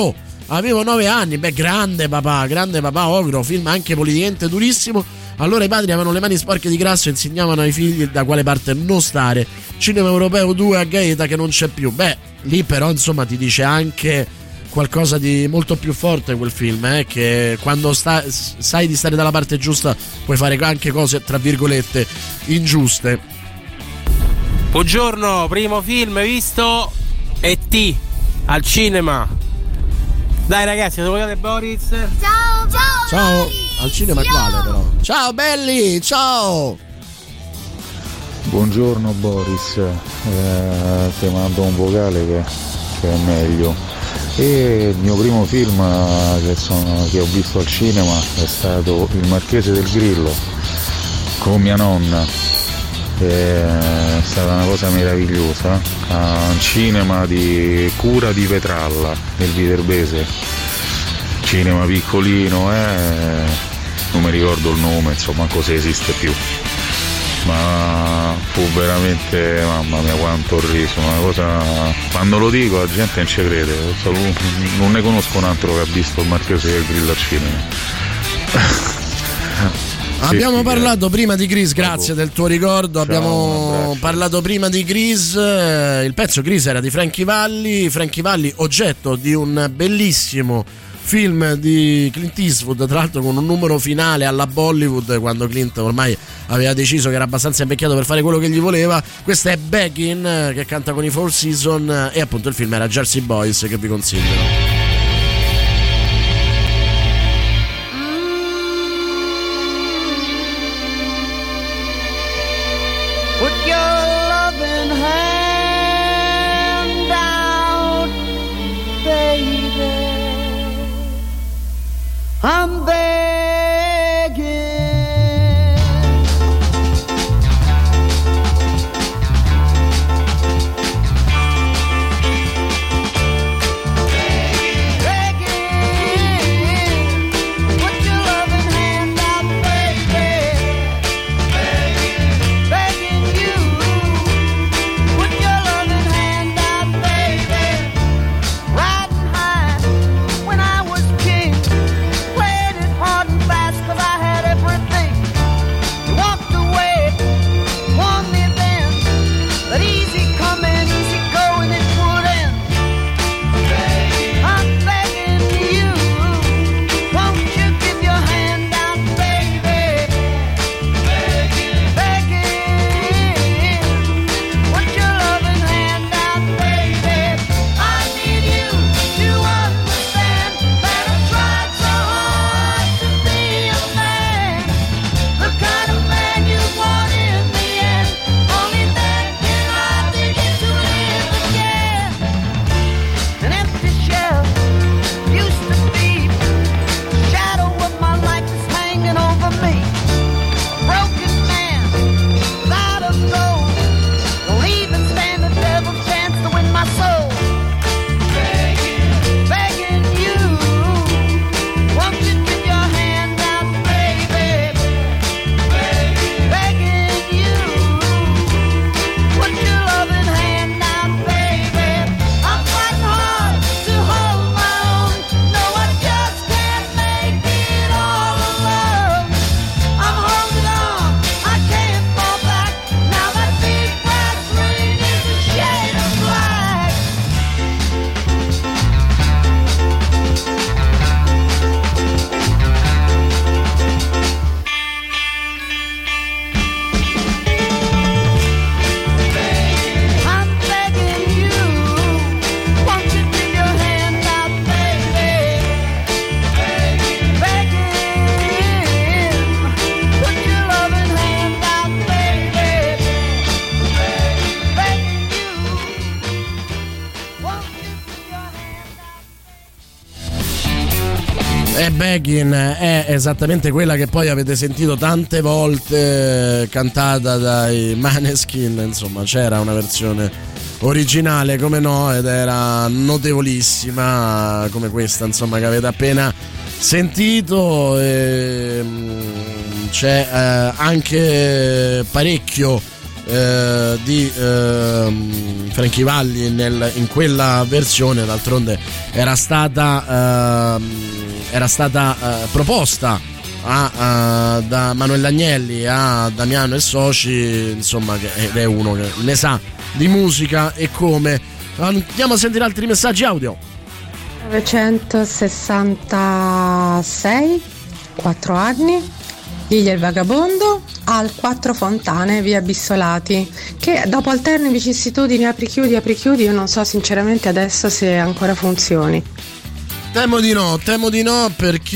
Speaker 3: avevo nove anni. Beh, grande papà, grande papà ogro, film anche politicamente durissimo. Allora i padri avevano le mani sporche di grasso e insegnavano ai figli da quale parte non stare. Cinema europeo due a Gaeta che non c'è più. Beh, lì però insomma ti dice anche qualcosa di molto più forte quel film, eh, che quando sta, sai di stare dalla parte giusta puoi fare anche cose tra virgolette ingiuste.
Speaker 5: Buongiorno, primo film visto E T al cinema. Dai ragazzi, se vogliate Boris.
Speaker 18: Ciao, ciao.
Speaker 3: Ciao. Al cinema quale però? Ciao belli, ciao.
Speaker 8: Buongiorno Boris, eh, ti mando un vocale che, che è meglio. E il mio primo film che, sono, che ho visto al cinema è stato Il Marchese del Grillo con mia nonna. È stata una cosa meravigliosa, a un cinema di Cura di Vetralla nel Viterbese, cinema piccolino, eh? Non mi ricordo il nome, insomma, cosa esiste più, ma fu veramente, mamma mia quanto ho riso, una cosa, quando lo dico la gente non ci crede, non ne conosco un altro che ha visto Il Marchese del Grillo al cinema.
Speaker 3: Abbiamo
Speaker 8: sì,
Speaker 3: parlato prima di Grease, grazie del tuo ricordo. Ciao, abbiamo parlato prima di Grease, il pezzo Grease era di Frankie Valli, Frankie Valli oggetto di un bellissimo film di Clint Eastwood, tra l'altro con un numero finale alla Bollywood, quando Clint ormai aveva deciso che era abbastanza invecchiato per fare quello che gli voleva. Questa è Beggin, che canta con i Four Seasons, e appunto il film era Jersey Boys, che vi consiglio.
Speaker 6: I'm begging, begging, put your loving hand out, baby. Begging, begging you, put your loving hand out, baby. Riding high when I was king. Played it hard and fast 'cause I had everything. You walked away, warned me then that easy coming, easy going it would end. I'm begging you, won't you give your hand out, baby? Begging, begging, put your loving hand out, baby. I need you to understand that I tried so hard to be a man, the kind of man you want in the end. Only then can I begin to live again. An empty shell used to be, the shadow of my life is hanging over me. A broken man without a soul, don't even stand a devil's chance to win my soul. Begging, begging you, won't you give your hand out, baby? Begging, begging you, put your loving hand out, baby. I'm fighting hard to hold my own. No, I just can't make it all alone. I'm holding on, I can't fall back. Now that big brass ring is a shade of black. I'm begging you, won't you give your hand out, baby? Begging, put your loving hand out, baby. Begging you, won't you give your hand out?
Speaker 3: E Beggin è esattamente quella che poi avete sentito tante volte cantata dai Maneskin, insomma c'era una versione originale come no, ed era notevolissima come questa, insomma, che avete appena sentito. E, mm, c'è eh, anche parecchio eh, di eh, Frankie Valli nel, in quella versione. D'altronde era stata eh, era stata eh, proposta a, a, da Manuel Agnelli a Damiano e Soci, insomma, che, ed è uno che ne sa di musica e come. Andiamo a sentire altri messaggi audio.
Speaker 9: novecentosessantasei, quattro anni, Lilia il Vagabondo, al Quattro Fontane, via Bissolati, che dopo alterne vicissitudini apri chiudi apri chiudi, io non so sinceramente adesso se ancora funzioni.
Speaker 3: Temo di no, temo di no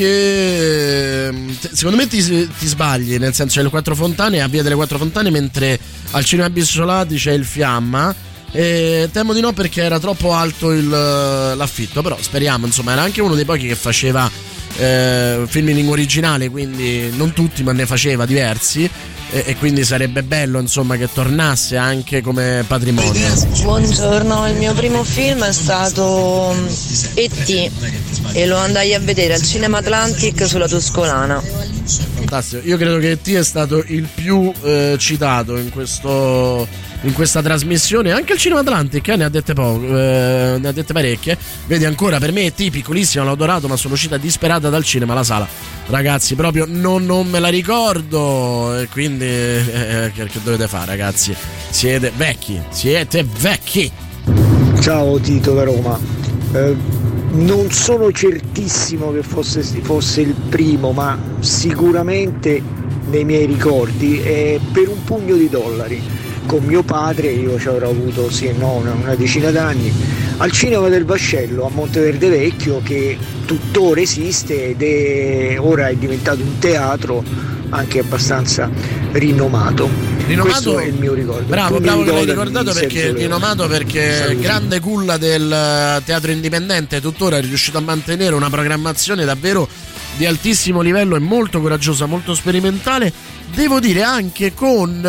Speaker 3: perché secondo me ti, ti sbagli, nel senso che il Quattro Fontane è a via delle Quattro Fontane, mentre al Cinema Bissolati c'è il Fiamma. E temo di no perché era troppo alto il, l'affitto, però speriamo, insomma, era anche uno dei pochi che faceva eh, film in lingua originale, quindi non tutti, ma ne faceva diversi, e, e quindi sarebbe bello, insomma, che tornasse anche come patrimonio.
Speaker 10: Buongiorno, il mio primo film è stato E T e lo andai a vedere al Cinema Atlantic sulla Tuscolana.
Speaker 3: Fantastico, io credo che E T è stato il più eh, citato in questo in questa trasmissione, anche il Cinema Atlantic eh, ne ha dette poco, eh, ne ha dette parecchie. Vedi, ancora per me E T piccolissima, l'ho adorato, ma sono uscita disperata dal cinema alla sala, ragazzi, proprio non, non me la ricordo, e quindi eh, che, che dovete fare, ragazzi? Siete vecchi, siete vecchi.
Speaker 20: Ciao Tito da Roma, eh, non sono certissimo che fosse, fosse il primo, ma sicuramente nei miei ricordi è Per un pugno di dollari, con mio padre. Io ci avrò avuto sì e no una, una decina d'anni, al Cinema del Vascello a Monteverde Vecchio, che tuttora esiste ed è ora è diventato un teatro anche abbastanza rinomato.
Speaker 3: Rinomato,
Speaker 20: questo è il mio ricordo.
Speaker 3: Bravo, bravo che l'hai ricordato, perché rinomato perché Saluti. Grande culla del teatro indipendente, tuttora è riuscito a mantenere una programmazione davvero di altissimo livello e molto coraggiosa, molto sperimentale, devo dire anche con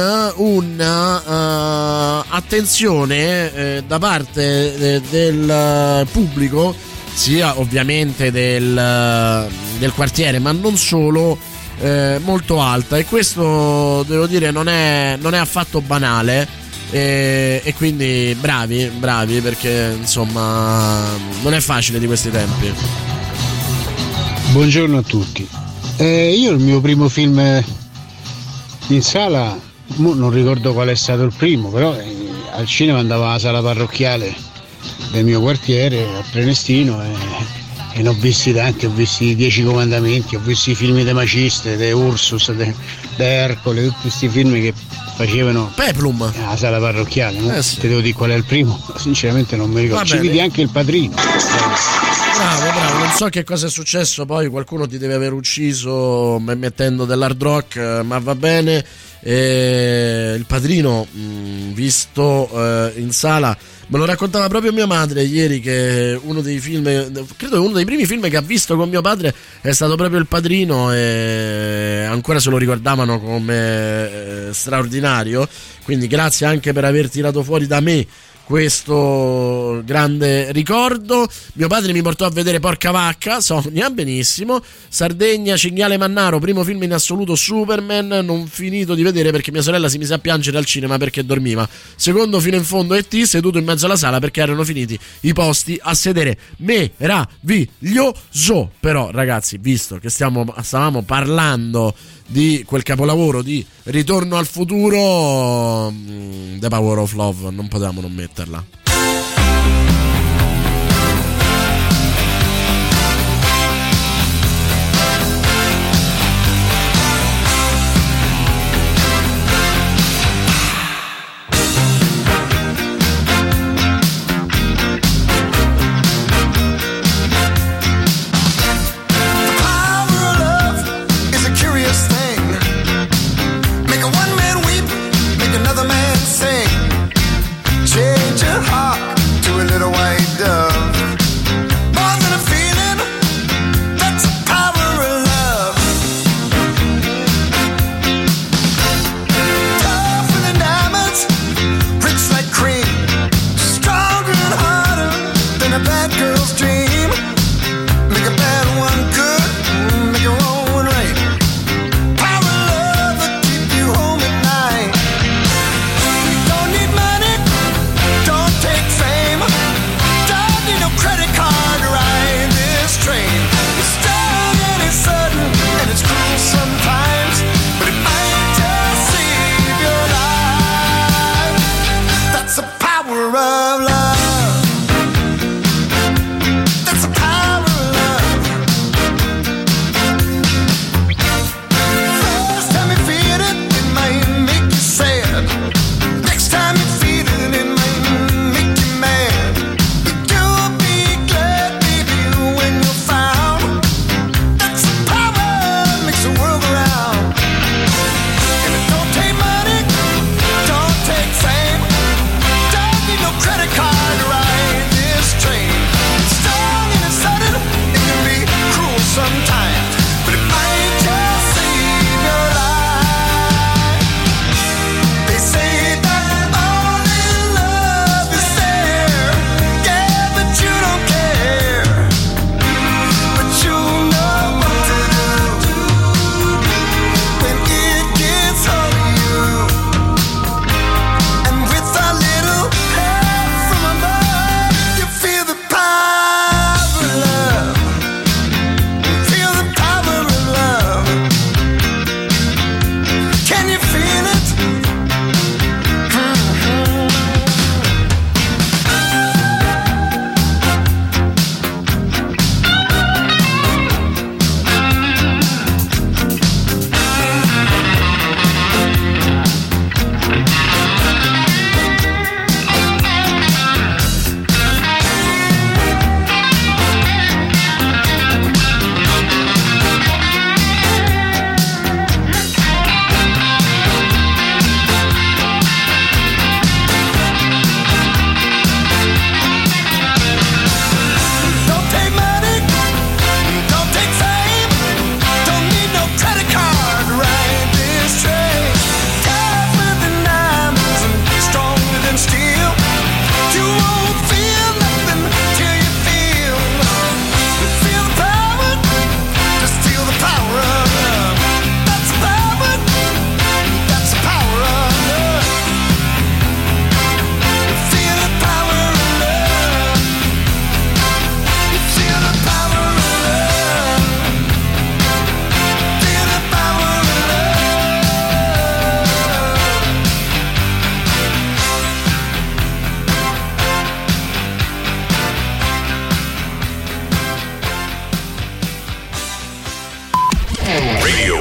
Speaker 3: una uh, attenzione eh, da parte de, del pubblico, sia ovviamente del, del quartiere, ma non solo, eh, molto alta, e questo devo dire non è, non è affatto banale, e, e quindi bravi, bravi, perché insomma non è facile di questi tempi.
Speaker 21: Buongiorno a tutti. Eh, io il mio primo film in sala, non ricordo qual è stato il primo, però eh, al cinema andavo alla sala parrocchiale del mio quartiere a Prenestino e, e ne ho visti tanti, ho visti i Dieci Comandamenti, ho visto i film di Maciste, di Ursus, di Ercole, tutti questi film che facevano
Speaker 3: Peplum
Speaker 21: alla sala parrocchiale, no?
Speaker 3: Eh sì.
Speaker 21: Ti devo dire qual è il primo, sinceramente non mi ricordo. Ci vidi anche Il Padrino.
Speaker 3: Bravo, bravo, non so che cosa è successo, poi qualcuno ti deve aver ucciso mettendo dell'hard rock, ma va bene. E Il Padrino, mh, visto eh, in sala, me lo raccontava proprio mia madre ieri, che uno dei film, credo uno dei primi film che ha visto con mio padre è stato proprio Il Padrino, e ancora se lo ricordavano come eh, straordinario, quindi grazie anche per aver tirato fuori da me questo grande ricordo. Mio padre mi portò a vedere Porca Vacca, Sonia, benissimo. Sardegna, Cinghiale Mannaro, primo film in assoluto, Superman, non finito di vedere perché mia sorella si mise a piangere al cinema perché dormiva. Secondo fino in fondo E T, seduto in mezzo alla sala perché erano finiti i posti a sedere. Meraviglioso. Però ragazzi, visto che stiamo, stavamo parlando di quel capolavoro di Ritorno al futuro, The Power of Love, non potevamo non metterla.
Speaker 6: Make a one man weep, make another man sing. Change your heart.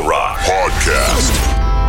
Speaker 1: Rock Podcast.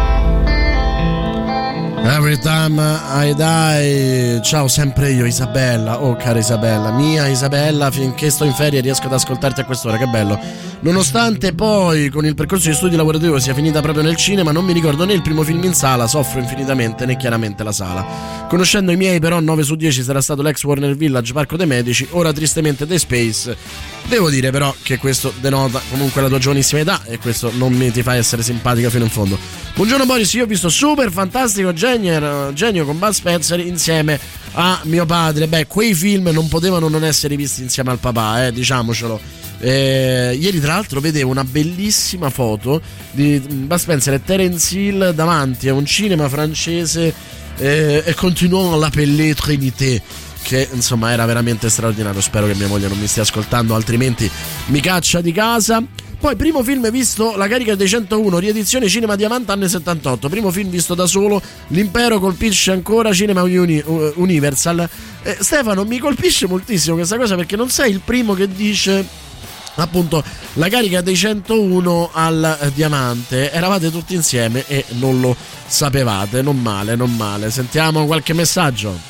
Speaker 3: Every time I die. Ciao, sempre io, Isabella. Oh, cara Isabella, mia Isabella, finché sto in ferie riesco ad ascoltarti a quest'ora, che bello. Nonostante poi con il percorso di studi lavorativo sia finita proprio nel cinema, non mi ricordo né il primo film in sala, soffro infinitamente, né chiaramente la sala. Conoscendo i miei, però, nove su dieci sarà stato l'ex Warner Village Parco dei Medici, ora tristemente The Space. Devo dire però che questo denota comunque la tua giovanissima età, e questo non mi ti fa essere simpatica fino in fondo. Buongiorno Boris, io ho visto Super Fantastico Genio, Genio con Bud Spencer insieme a mio padre. Beh, quei film non potevano non essere visti insieme al papà, eh, diciamocelo. Eh, ieri tra l'altro vedevo una bellissima foto di Bud Spencer e Terence Hill davanti a un cinema francese, eh, e continuò la Pelle Trinité, che insomma era veramente straordinario. Spero che mia moglie non mi stia ascoltando, altrimenti mi caccia di casa. Poi primo film visto La carica dei centouno, riedizione Cinema Diamante anni settantotto. Primo film visto da solo, L'impero colpisce ancora, Cinema Uni- Universal. eh, Stefano, mi colpisce moltissimo questa cosa, perché non sei il primo che dice appunto La carica dei centouno al eh, Diamante. Eravate tutti insieme e non lo sapevate. Non male, non male. Sentiamo qualche messaggio.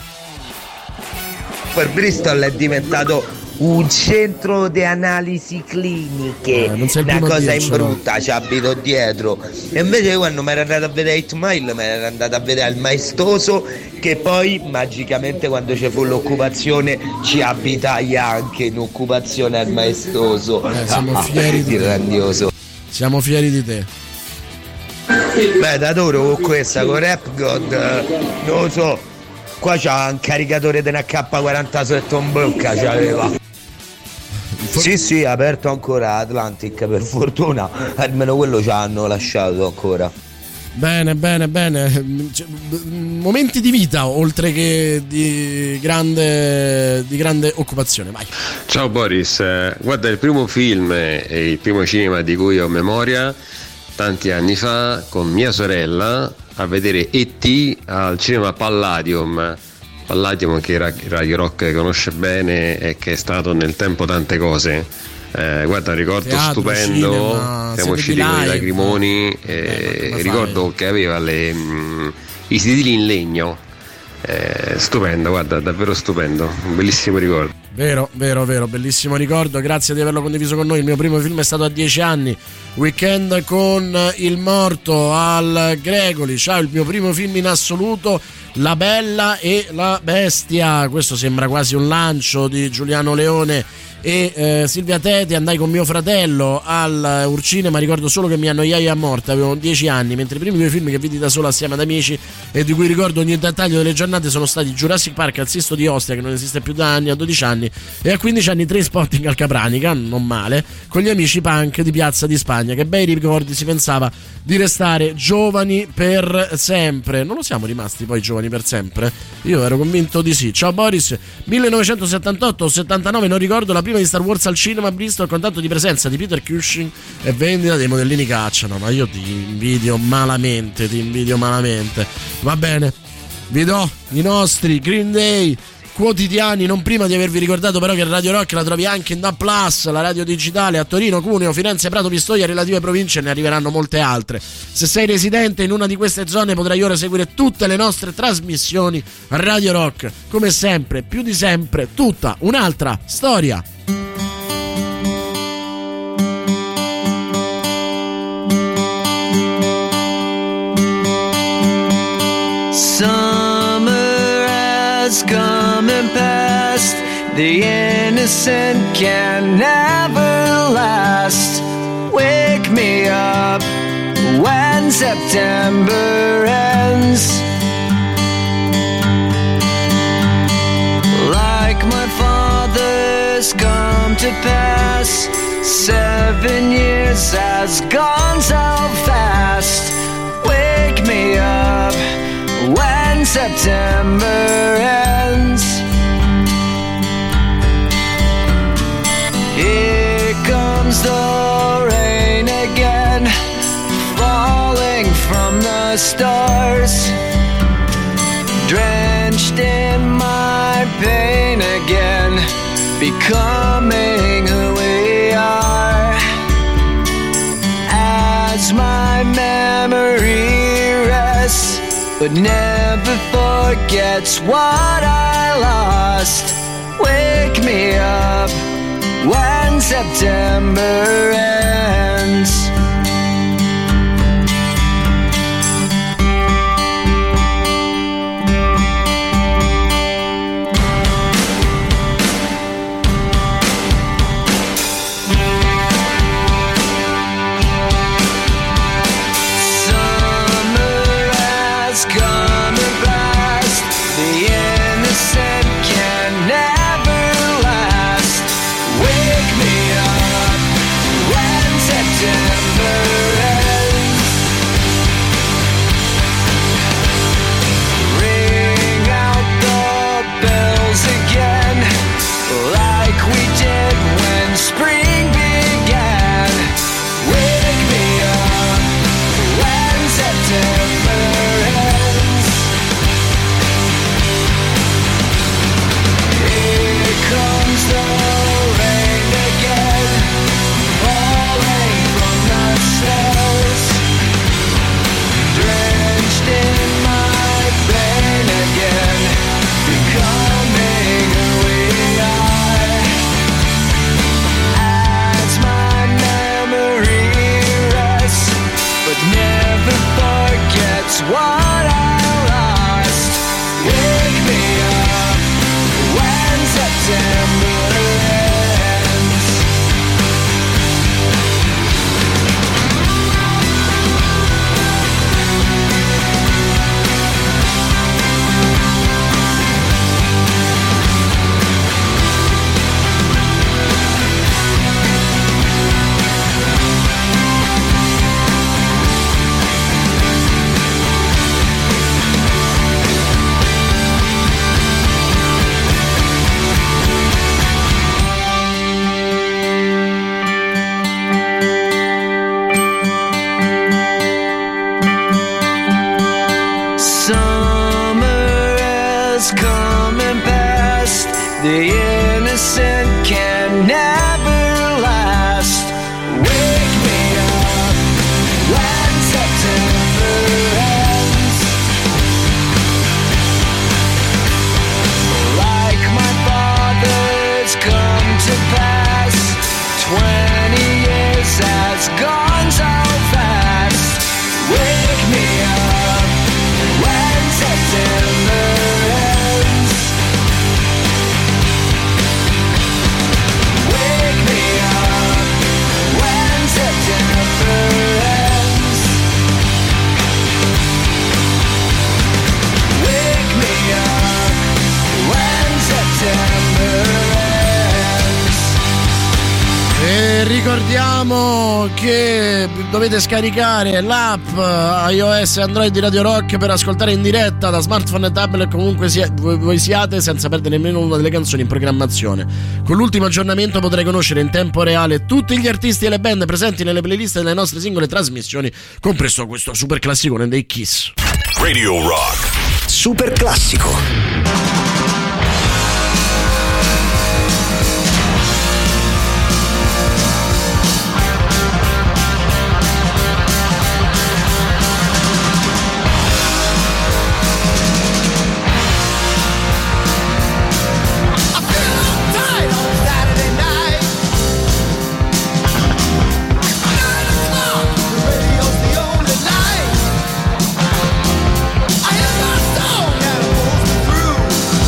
Speaker 12: Per Bristol è diventato un centro di analisi cliniche,
Speaker 3: eh, non sei il
Speaker 12: una
Speaker 3: primo a
Speaker 12: cosa in
Speaker 3: dircelo.
Speaker 12: brutta, ci abito dietro. E invece quando mi ero andato a vedere Eight Mile, mi ero andato a vedere il maestoso, che poi magicamente quando ci fu l'occupazione ci abitai anche in occupazione al maestoso.
Speaker 3: Eh, siamo fieri di te.
Speaker 12: Grandioso.
Speaker 3: Siamo fieri di te.
Speaker 12: Beh, t'adoro con questa, con Rap God, eh, non lo so. Qua c'ha un caricatore di una K quarantasette in bocca, c'aveva. Sì, sì, aperto ancora Atlantic, per fortuna, almeno quello ci hanno lasciato ancora.
Speaker 3: Bene, bene, bene. Cioè, momenti di vita oltre che di grande, di grande occupazione. Vai.
Speaker 22: Ciao Boris, eh, guarda, il primo film è il primo cinema di cui ho memoria, tanti anni fa, con mia sorella, a vedere E T al cinema Palladium. Palladium, che Radio Rock conosce bene e che è stato nel tempo tante cose. Eh, guarda, un ricordo
Speaker 3: Teatro,
Speaker 22: stupendo,
Speaker 3: cinema,
Speaker 22: siamo usciti con i lacrimoni, e
Speaker 3: eh,
Speaker 22: ricordo che aveva le, mh, i sedili in legno. Eh, stupendo, guarda, davvero stupendo, un bellissimo ricordo.
Speaker 3: Vero, vero, vero, bellissimo ricordo, grazie di averlo condiviso con noi. Il mio primo film è stato a dieci anni, Weekend con il morto al Gregoli. Ciao, il mio primo film in assoluto, La Bella e la Bestia. Questo sembra quasi un lancio di Giuliano Leone e eh, Silvia Teti. Andai con mio fratello al Urcinema, ricordo solo che mi annoiai a morte, avevo dieci anni, mentre i primi due film che vidi da solo assieme ad amici e di cui ricordo ogni dettaglio delle giornate sono stati Jurassic Park al Sisto di Ostia, che non esiste più da anni, a dodici anni, e a quindici anni Trainspotting al Capranica, non male, con gli amici punk di Piazza di Spagna. Che bei ricordi, si pensava di restare giovani per sempre. Non lo siamo rimasti poi giovani per sempre? Io ero convinto di sì. Ciao Boris, millenovecentosettantotto o settantanove, non ricordo, la prima di Star Wars al cinema a Bristol, con tanto di presenza di Peter Cushing e vendita dei modellini caccia. No, ma io ti invidio malamente, ti invidio malamente. Va bene, vi do i nostri Green Day quotidiani, non prima di avervi ricordato però che Radio Rock la trovi anche in D A B plus, la radio digitale a Torino, Cuneo, Firenze, Prato, Pistoia, relative province, e ne arriveranno molte altre. Se sei residente in una di queste zone potrai ora seguire tutte le nostre trasmissioni a Radio Rock. Come sempre, più di sempre, tutta un'altra storia.
Speaker 6: Summer has come and passed. The innocent can never last. Wake me up when September ends. Like my father's come to pass, seven years has gone so fast. Wake me up when September ends. Here comes the rain again, falling from the stars, drenched in my pain again, becoming who we are. As my but never forgets what I lost. Wake me up when September ends.
Speaker 3: Ricordiamo che dovete scaricare l'app iOS e Android di Radio Rock per ascoltare in diretta da smartphone e tablet comunque sia, voi, voi siate, senza perdere nemmeno una delle canzoni in programmazione. Con l'ultimo aggiornamento potrai conoscere in tempo reale tutti gli artisti e le band presenti nelle playlist delle nostre singole trasmissioni, compreso questo super classicone dei Kiss.
Speaker 1: Radio Rock Super Classico.
Speaker 6: Through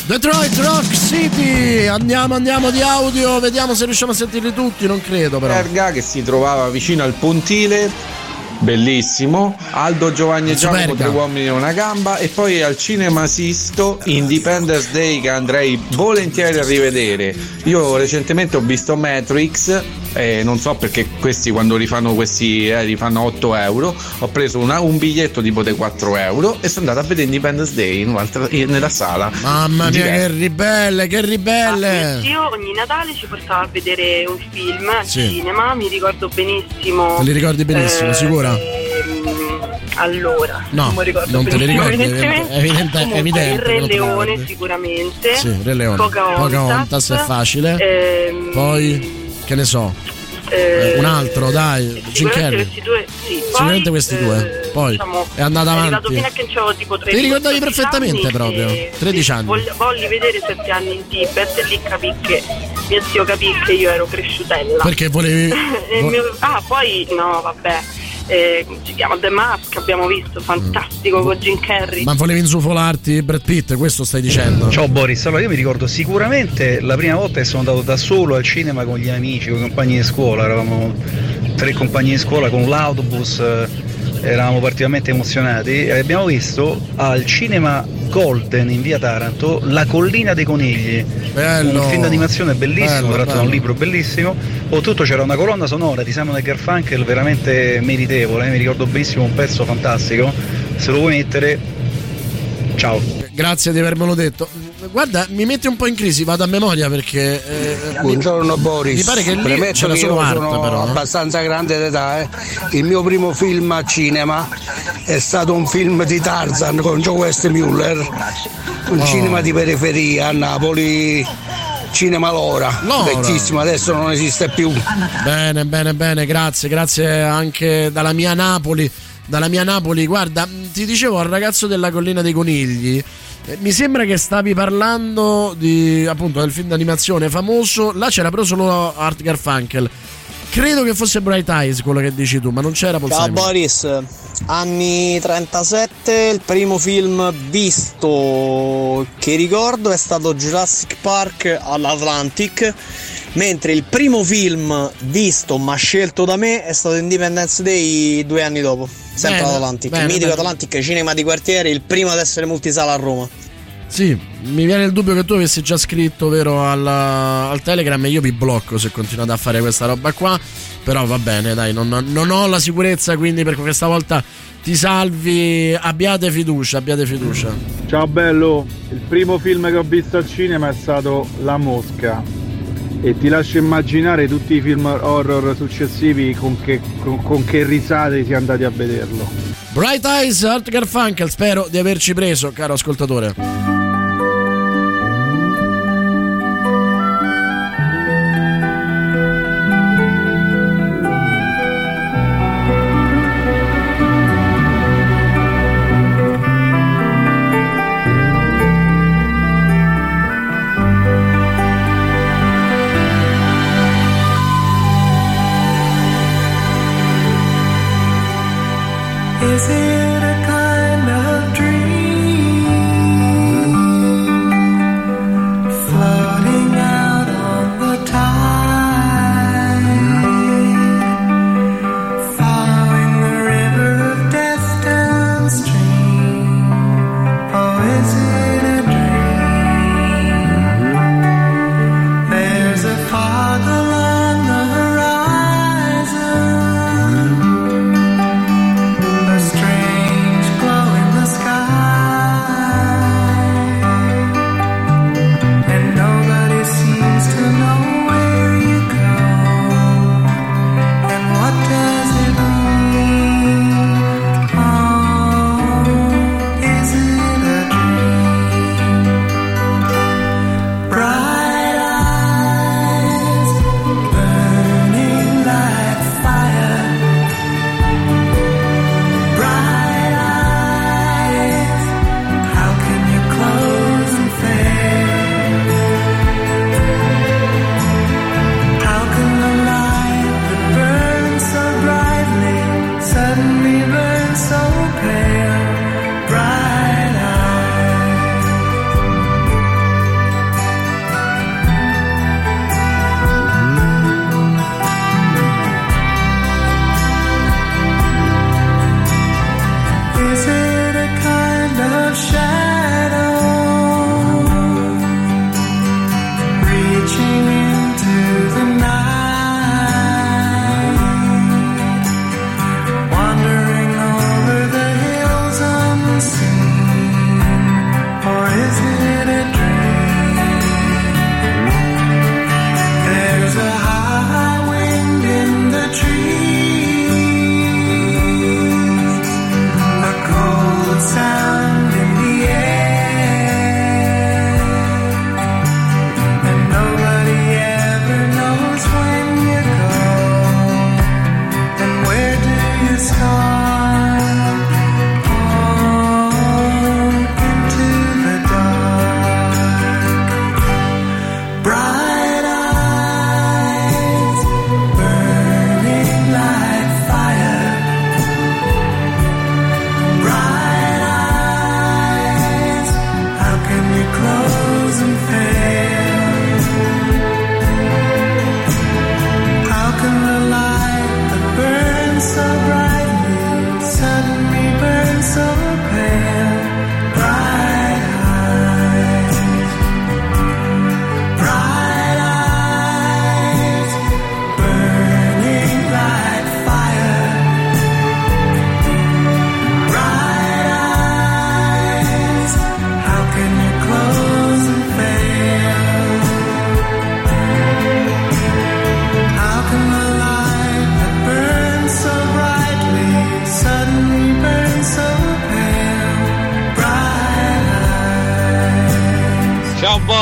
Speaker 3: Detroit Rock City. Andiamo, andiamo di audio, vediamo se riusciamo a sentirli tutti, non credo però.
Speaker 2: Erga che si trovava vicino al pontile, bellissimo. Aldo, Giovanni e Giacomo, tre uomini e una gamba. E poi al Cinema Sisto Independence Day, che andrei volentieri a rivedere. Io recentemente ho visto Matrix e non so perché questi quando rifanno questi eh, rifanno otto euro. Ho preso una, un biglietto tipo dei quattro euro e sono andato a vedere Independence Day in un'altra, in, nella sala.
Speaker 3: Mamma mia, che ribelle, che ribelle.
Speaker 15: Mio zio ogni Natale ci portava a vedere un film al
Speaker 3: Sì.
Speaker 15: cinema, mi ricordo benissimo.
Speaker 3: Te li ricordi benissimo,
Speaker 15: eh,
Speaker 3: sicura?
Speaker 15: ehm, allora,
Speaker 3: No,
Speaker 15: non mi ricordo
Speaker 3: non te li
Speaker 15: benissimo,
Speaker 3: ricordi,
Speaker 15: evidentemente.
Speaker 3: è evidente- è
Speaker 15: Comunque,
Speaker 3: evidente
Speaker 15: il
Speaker 3: che
Speaker 15: Re
Speaker 3: non te li
Speaker 15: Leone
Speaker 3: ricordi.
Speaker 15: sicuramente.
Speaker 3: Sì, Re Leone.
Speaker 15: Pocahontas,
Speaker 3: Pocahontas è facile.
Speaker 15: ehm,
Speaker 3: Poi, che ne so,
Speaker 15: eh,
Speaker 3: un altro, dai, Jim
Speaker 15: sicuramente
Speaker 3: Carrey.
Speaker 15: questi due, sì. Poi,
Speaker 3: Sicuramente questi
Speaker 15: eh,
Speaker 3: due. Poi
Speaker 15: diciamo,
Speaker 3: è andata
Speaker 15: è
Speaker 3: avanti.
Speaker 15: arrivato fino a che c'avevo tipo
Speaker 3: Ti
Speaker 15: tredici
Speaker 3: ricordavi perfettamente
Speaker 15: anni
Speaker 3: proprio.
Speaker 15: e-
Speaker 3: tredici anni.
Speaker 15: Voglio, voglio vedere sette anni in Tibet e lì capì che mio zio capì che io ero cresciutella.
Speaker 3: Perché volevi.
Speaker 15: E il mio- ah, poi no, vabbè. Eh, come si chiama The Mask, abbiamo visto, fantastico con Jim Carrey.
Speaker 3: Ma volevi insufolarti Brad Pitt, questo stai dicendo?
Speaker 23: Ciao Boris, allora io mi ricordo sicuramente la prima volta che sono andato da solo al cinema con gli amici, con i compagni di scuola, eravamo tre compagni di scuola con l'autobus, eh, eravamo particolarmente emozionati e abbiamo visto al cinema Golden in via Taranto La collina dei conigli,
Speaker 3: Bello.
Speaker 23: un film d'animazione bellissimo,
Speaker 3: Bello,
Speaker 23: tratto da un
Speaker 3: bello.
Speaker 23: libro bellissimo. Oltretutto c'era una colonna sonora di Simon e Garfunkel veramente meritevole, mi ricordo benissimo, un pezzo fantastico, se lo vuoi mettere, ciao.
Speaker 3: Grazie di avermelo detto. Guarda, mi mette un po' in crisi, vado a memoria perché. Eh,
Speaker 24: Buongiorno Boris,
Speaker 3: Mi pare che lì
Speaker 24: premetto
Speaker 3: c'era
Speaker 24: che
Speaker 3: solo
Speaker 24: io
Speaker 3: Art,
Speaker 24: sono
Speaker 3: però. eh.
Speaker 24: abbastanza grande d'età. eh. Il mio primo film a cinema è stato un film di Tarzan con Joe Westmuller, un
Speaker 3: Oh.
Speaker 24: cinema di periferia a Napoli, Cinema Lora,
Speaker 3: Lora.
Speaker 24: vecchissimo, adesso non esiste più.
Speaker 3: Bene, bene, bene, grazie, grazie anche dalla mia Napoli. Dalla mia Napoli, guarda, ti dicevo al ragazzo della collina dei conigli. eh, Mi sembra che stavi parlando di appunto del film d'animazione famoso. Là c'era però solo Art Garfunkel. Credo che fosse Bright Eyes quello che dici tu, ma non c'era Paul
Speaker 25: Ciao
Speaker 3: Simon.
Speaker 25: Boris, anni trentasette, il primo film visto che ricordo è stato Jurassic Park all'Atlantic, mentre il primo film visto ma scelto da me è stato Independence Day due anni dopo, sempre
Speaker 3: Bene,
Speaker 25: all'Atlantic,
Speaker 3: bene,
Speaker 25: mitico
Speaker 3: bene.
Speaker 25: Atlantic, cinema di quartiere, il primo ad essere multisala a Roma.
Speaker 3: Sì, mi viene il dubbio che tu avessi già scritto, vero, al, al Telegram, e io vi blocco se continuate a fare questa roba qua. Però va bene, dai, non, non ho la sicurezza, quindi per questa volta ti salvi. Abbiate fiducia, abbiate fiducia.
Speaker 26: Ciao bello, il primo film che ho visto al cinema è stato La Mosca e ti lascio immaginare tutti i film horror successivi con che, con, con che risate si è andati a vederlo.
Speaker 3: Bright Eyes, Art Garfunkel, spero di averci preso, caro ascoltatore.
Speaker 6: Is it a kind of dream floating out on the tide, following the river of death downstream? Oh, is it a dream? There's a fog along the horizon, a strange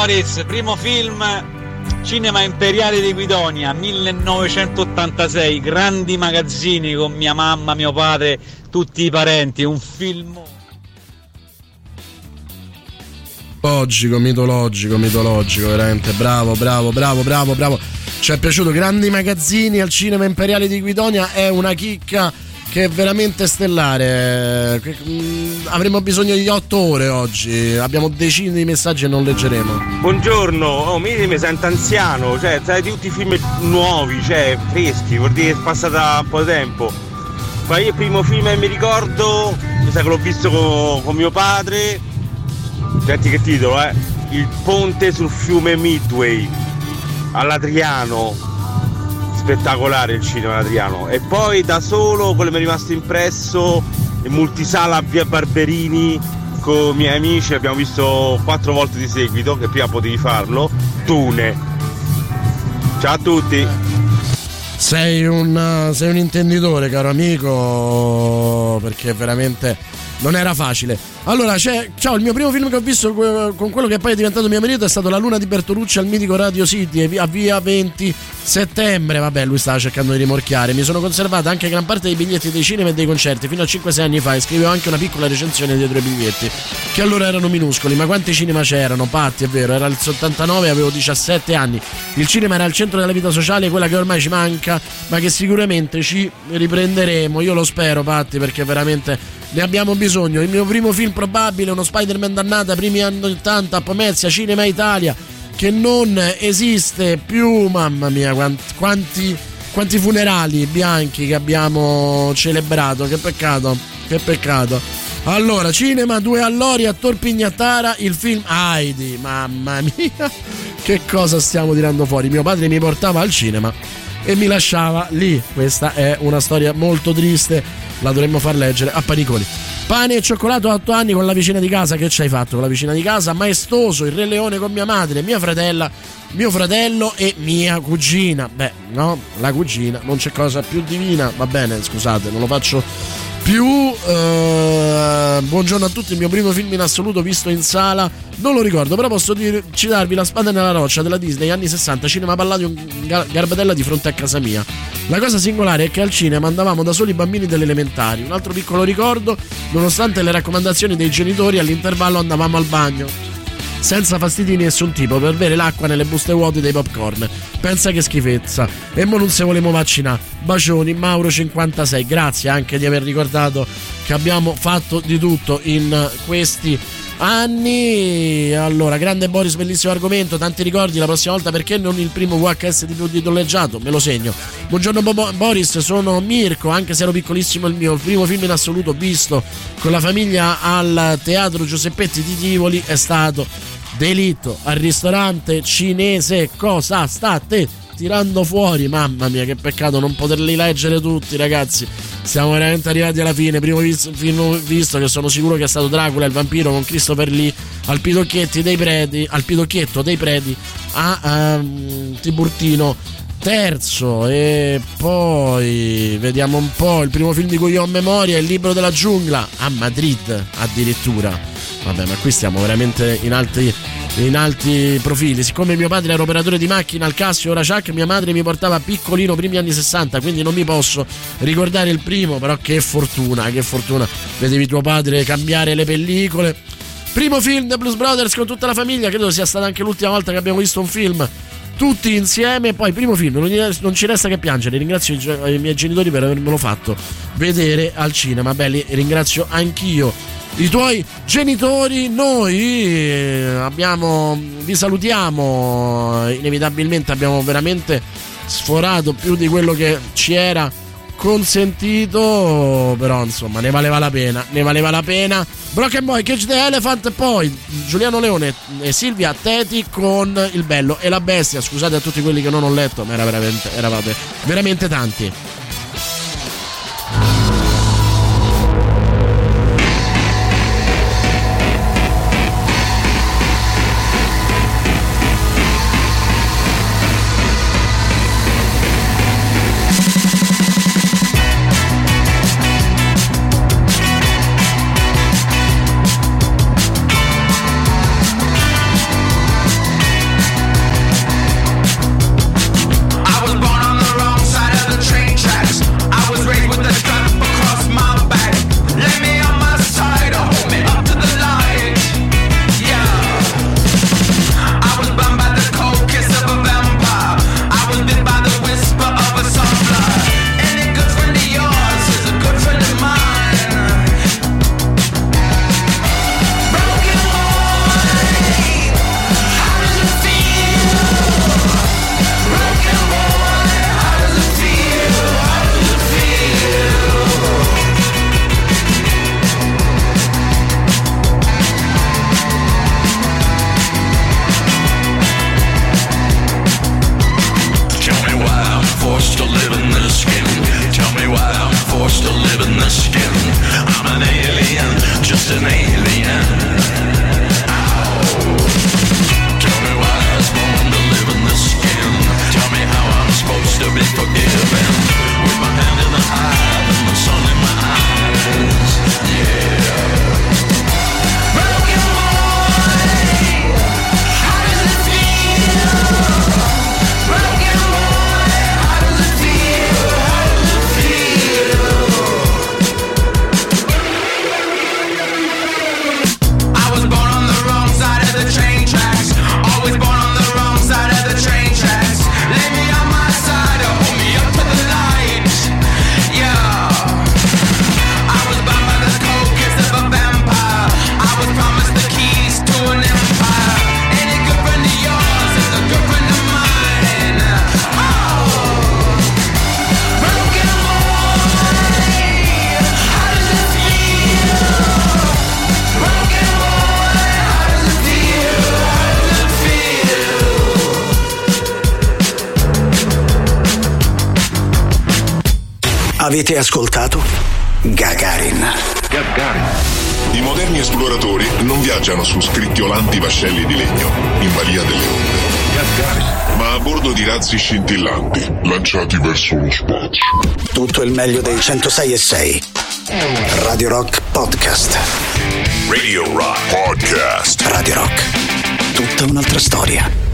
Speaker 7: Boris, primo film Cinema Imperiale di Guidonia, millenovecentottantasei, grandi magazzini con mia mamma, mio padre, tutti i parenti, un film
Speaker 3: Logico, mitologico, mitologico, veramente bravo, bravo, bravo, bravo, bravo. Ci è piaciuto, grandi magazzini al Cinema Imperiale di Guidonia, è una chicca che è veramente stellare. Avremo bisogno di otto ore oggi, abbiamo decine di messaggi e non leggeremo.
Speaker 11: Buongiorno, oh, mi, mi sento anziano, cioè sai tutti i film nuovi, cioè freschi, vuol dire che è passata un po' di tempo. Ma io il primo film che mi ricordo, mi sa che l'ho visto con, con mio padre, senti che titolo, eh? Il ponte sul fiume Midway, all'Adriano, spettacolare il cinema Adriano. E poi da solo, quello mi è rimasto impresso, in multisala a via Barberini con i miei amici, abbiamo visto quattro volte di seguito, che prima potevi farlo, Dune. Ciao a tutti.
Speaker 3: Sei un, sei un intenditore, caro amico, perché veramente non era facile. Allora, c'è, ciao, il mio primo film che ho visto con quello che poi è diventato mio marito è stato La Luna di Bertolucci al mitico Radio City a via venti settembre. Vabbè, lui stava cercando di rimorchiare. Mi sono conservata anche gran parte dei biglietti dei cinema e dei concerti fino a cinque sei anni fa e scrivevo anche una piccola recensione dietro i biglietti, che allora erano minuscoli. Ma quanti cinema c'erano? Patti, è vero, era il settantanove, avevo diciassette anni. Il cinema era al centro della vita sociale, quella che ormai ci manca, ma che sicuramente ci riprenderemo. Io lo spero, Patti, perché veramente ne abbiamo bisogno. Il mio primo film probabile, uno Spider-Man dannata, primi anni ottanta a Pomezia, Cinema Italia, che non esiste più. Mamma mia, quanti, quanti, quanti funerali bianchi che abbiamo celebrato. Che peccato, che peccato. Allora, cinema, due allori a Tor Pignattara, il film Heidi. Mamma mia, che cosa stiamo tirando fuori. Mio padre mi portava al cinema e mi lasciava lì. Questa è una storia molto triste, la dovremmo far leggere a Panicoli. Pane e cioccolato a otto anni con la vicina di casa. Che ci hai fatto con la vicina di casa? Maestoso, Il Re Leone con mia madre, mia fratella, mio fratello e mia cugina. Beh, no, la cugina, non c'è cosa più divina. Va bene, scusate, non lo faccio più. Uh, buongiorno a tutti, il mio primo film in assoluto visto in sala non lo ricordo, però posso dir, citarvi La spada nella roccia della Disney anni sessanta, Cinema Palladium, Garbatella, di fronte a casa mia. La cosa singolare è che al cinema andavamo da soli bambini delle elementari. Un altro piccolo ricordo, nonostante le raccomandazioni dei genitori, all'intervallo andavamo al bagno senza fastidi di nessun tipo per bere l'acqua nelle buste vuote dei popcorn. Pensa che schifezza. E mo non se volemo vaccinare. Bacioni, Mauro cinquantasei. Grazie anche di aver ricordato che abbiamo fatto di tutto in questi anni. Allora, grande Boris, bellissimo argomento, tanti ricordi. La prossima volta perché non il primo V H S di più titolleggiato? Me lo segno. Buongiorno Bo- Boris, sono Mirko. Anche se ero piccolissimo, il mio primo film in assoluto visto con la famiglia al Teatro Giuseppetti di Tivoli è stato Delitto al ristorante cinese. Cosa state tirando fuori? Mamma mia, che peccato non poterli leggere tutti, ragazzi. Siamo veramente arrivati alla fine. Primo vis- film visto, che sono sicuro che è stato Dracula il vampiro con Christopher Lee al Pidocchietti dei Preti, al Pidocchietto dei Preti a um, Tiburtino terzo. E poi vediamo un po', il primo film di cui io ho memoria è Il libro della giungla a Madrid addirittura. Vabbè, ma qui stiamo veramente in alti, in alti profili. Siccome mio padre era operatore di macchina al Casio Oraciac, mia madre mi portava piccolino primi anni sessanta, quindi non mi posso ricordare il primo, però che fortuna, che fortuna. Vedevi tuo padre cambiare le pellicole. Primo film The Blues Brothers con tutta la famiglia, credo sia stata anche l'ultima volta che abbiamo visto un film tutti insieme. Poi primo film, non ci resta che piangere. Ringrazio i, i miei genitori per avermelo fatto vedere al cinema. Belli, ringrazio anch'io i tuoi genitori. Noi abbiamo, vi salutiamo, inevitabilmente abbiamo veramente sforato più di quello che ci era consentito, però insomma ne valeva la pena, ne valeva la pena. Broken Boy, Cage the Elephant, e poi Giuliano Leone e Silvia Teti con Il Bello e la Bestia. Scusate a tutti quelli che non ho letto, ma era veramente, eravate veramente tanti.
Speaker 1: Avete ascoltato Gagarin.
Speaker 4: Gagarin. I moderni esploratori non viaggiano su scricchiolanti vascelli di legno in balia delle onde, Gagarin, ma a bordo di razzi scintillanti lanciati verso lo spazio.
Speaker 1: Tutto il meglio dei centosei e sei. Radio Rock Podcast.
Speaker 4: Radio Rock Podcast.
Speaker 1: Radio Rock. Tutta un'altra storia.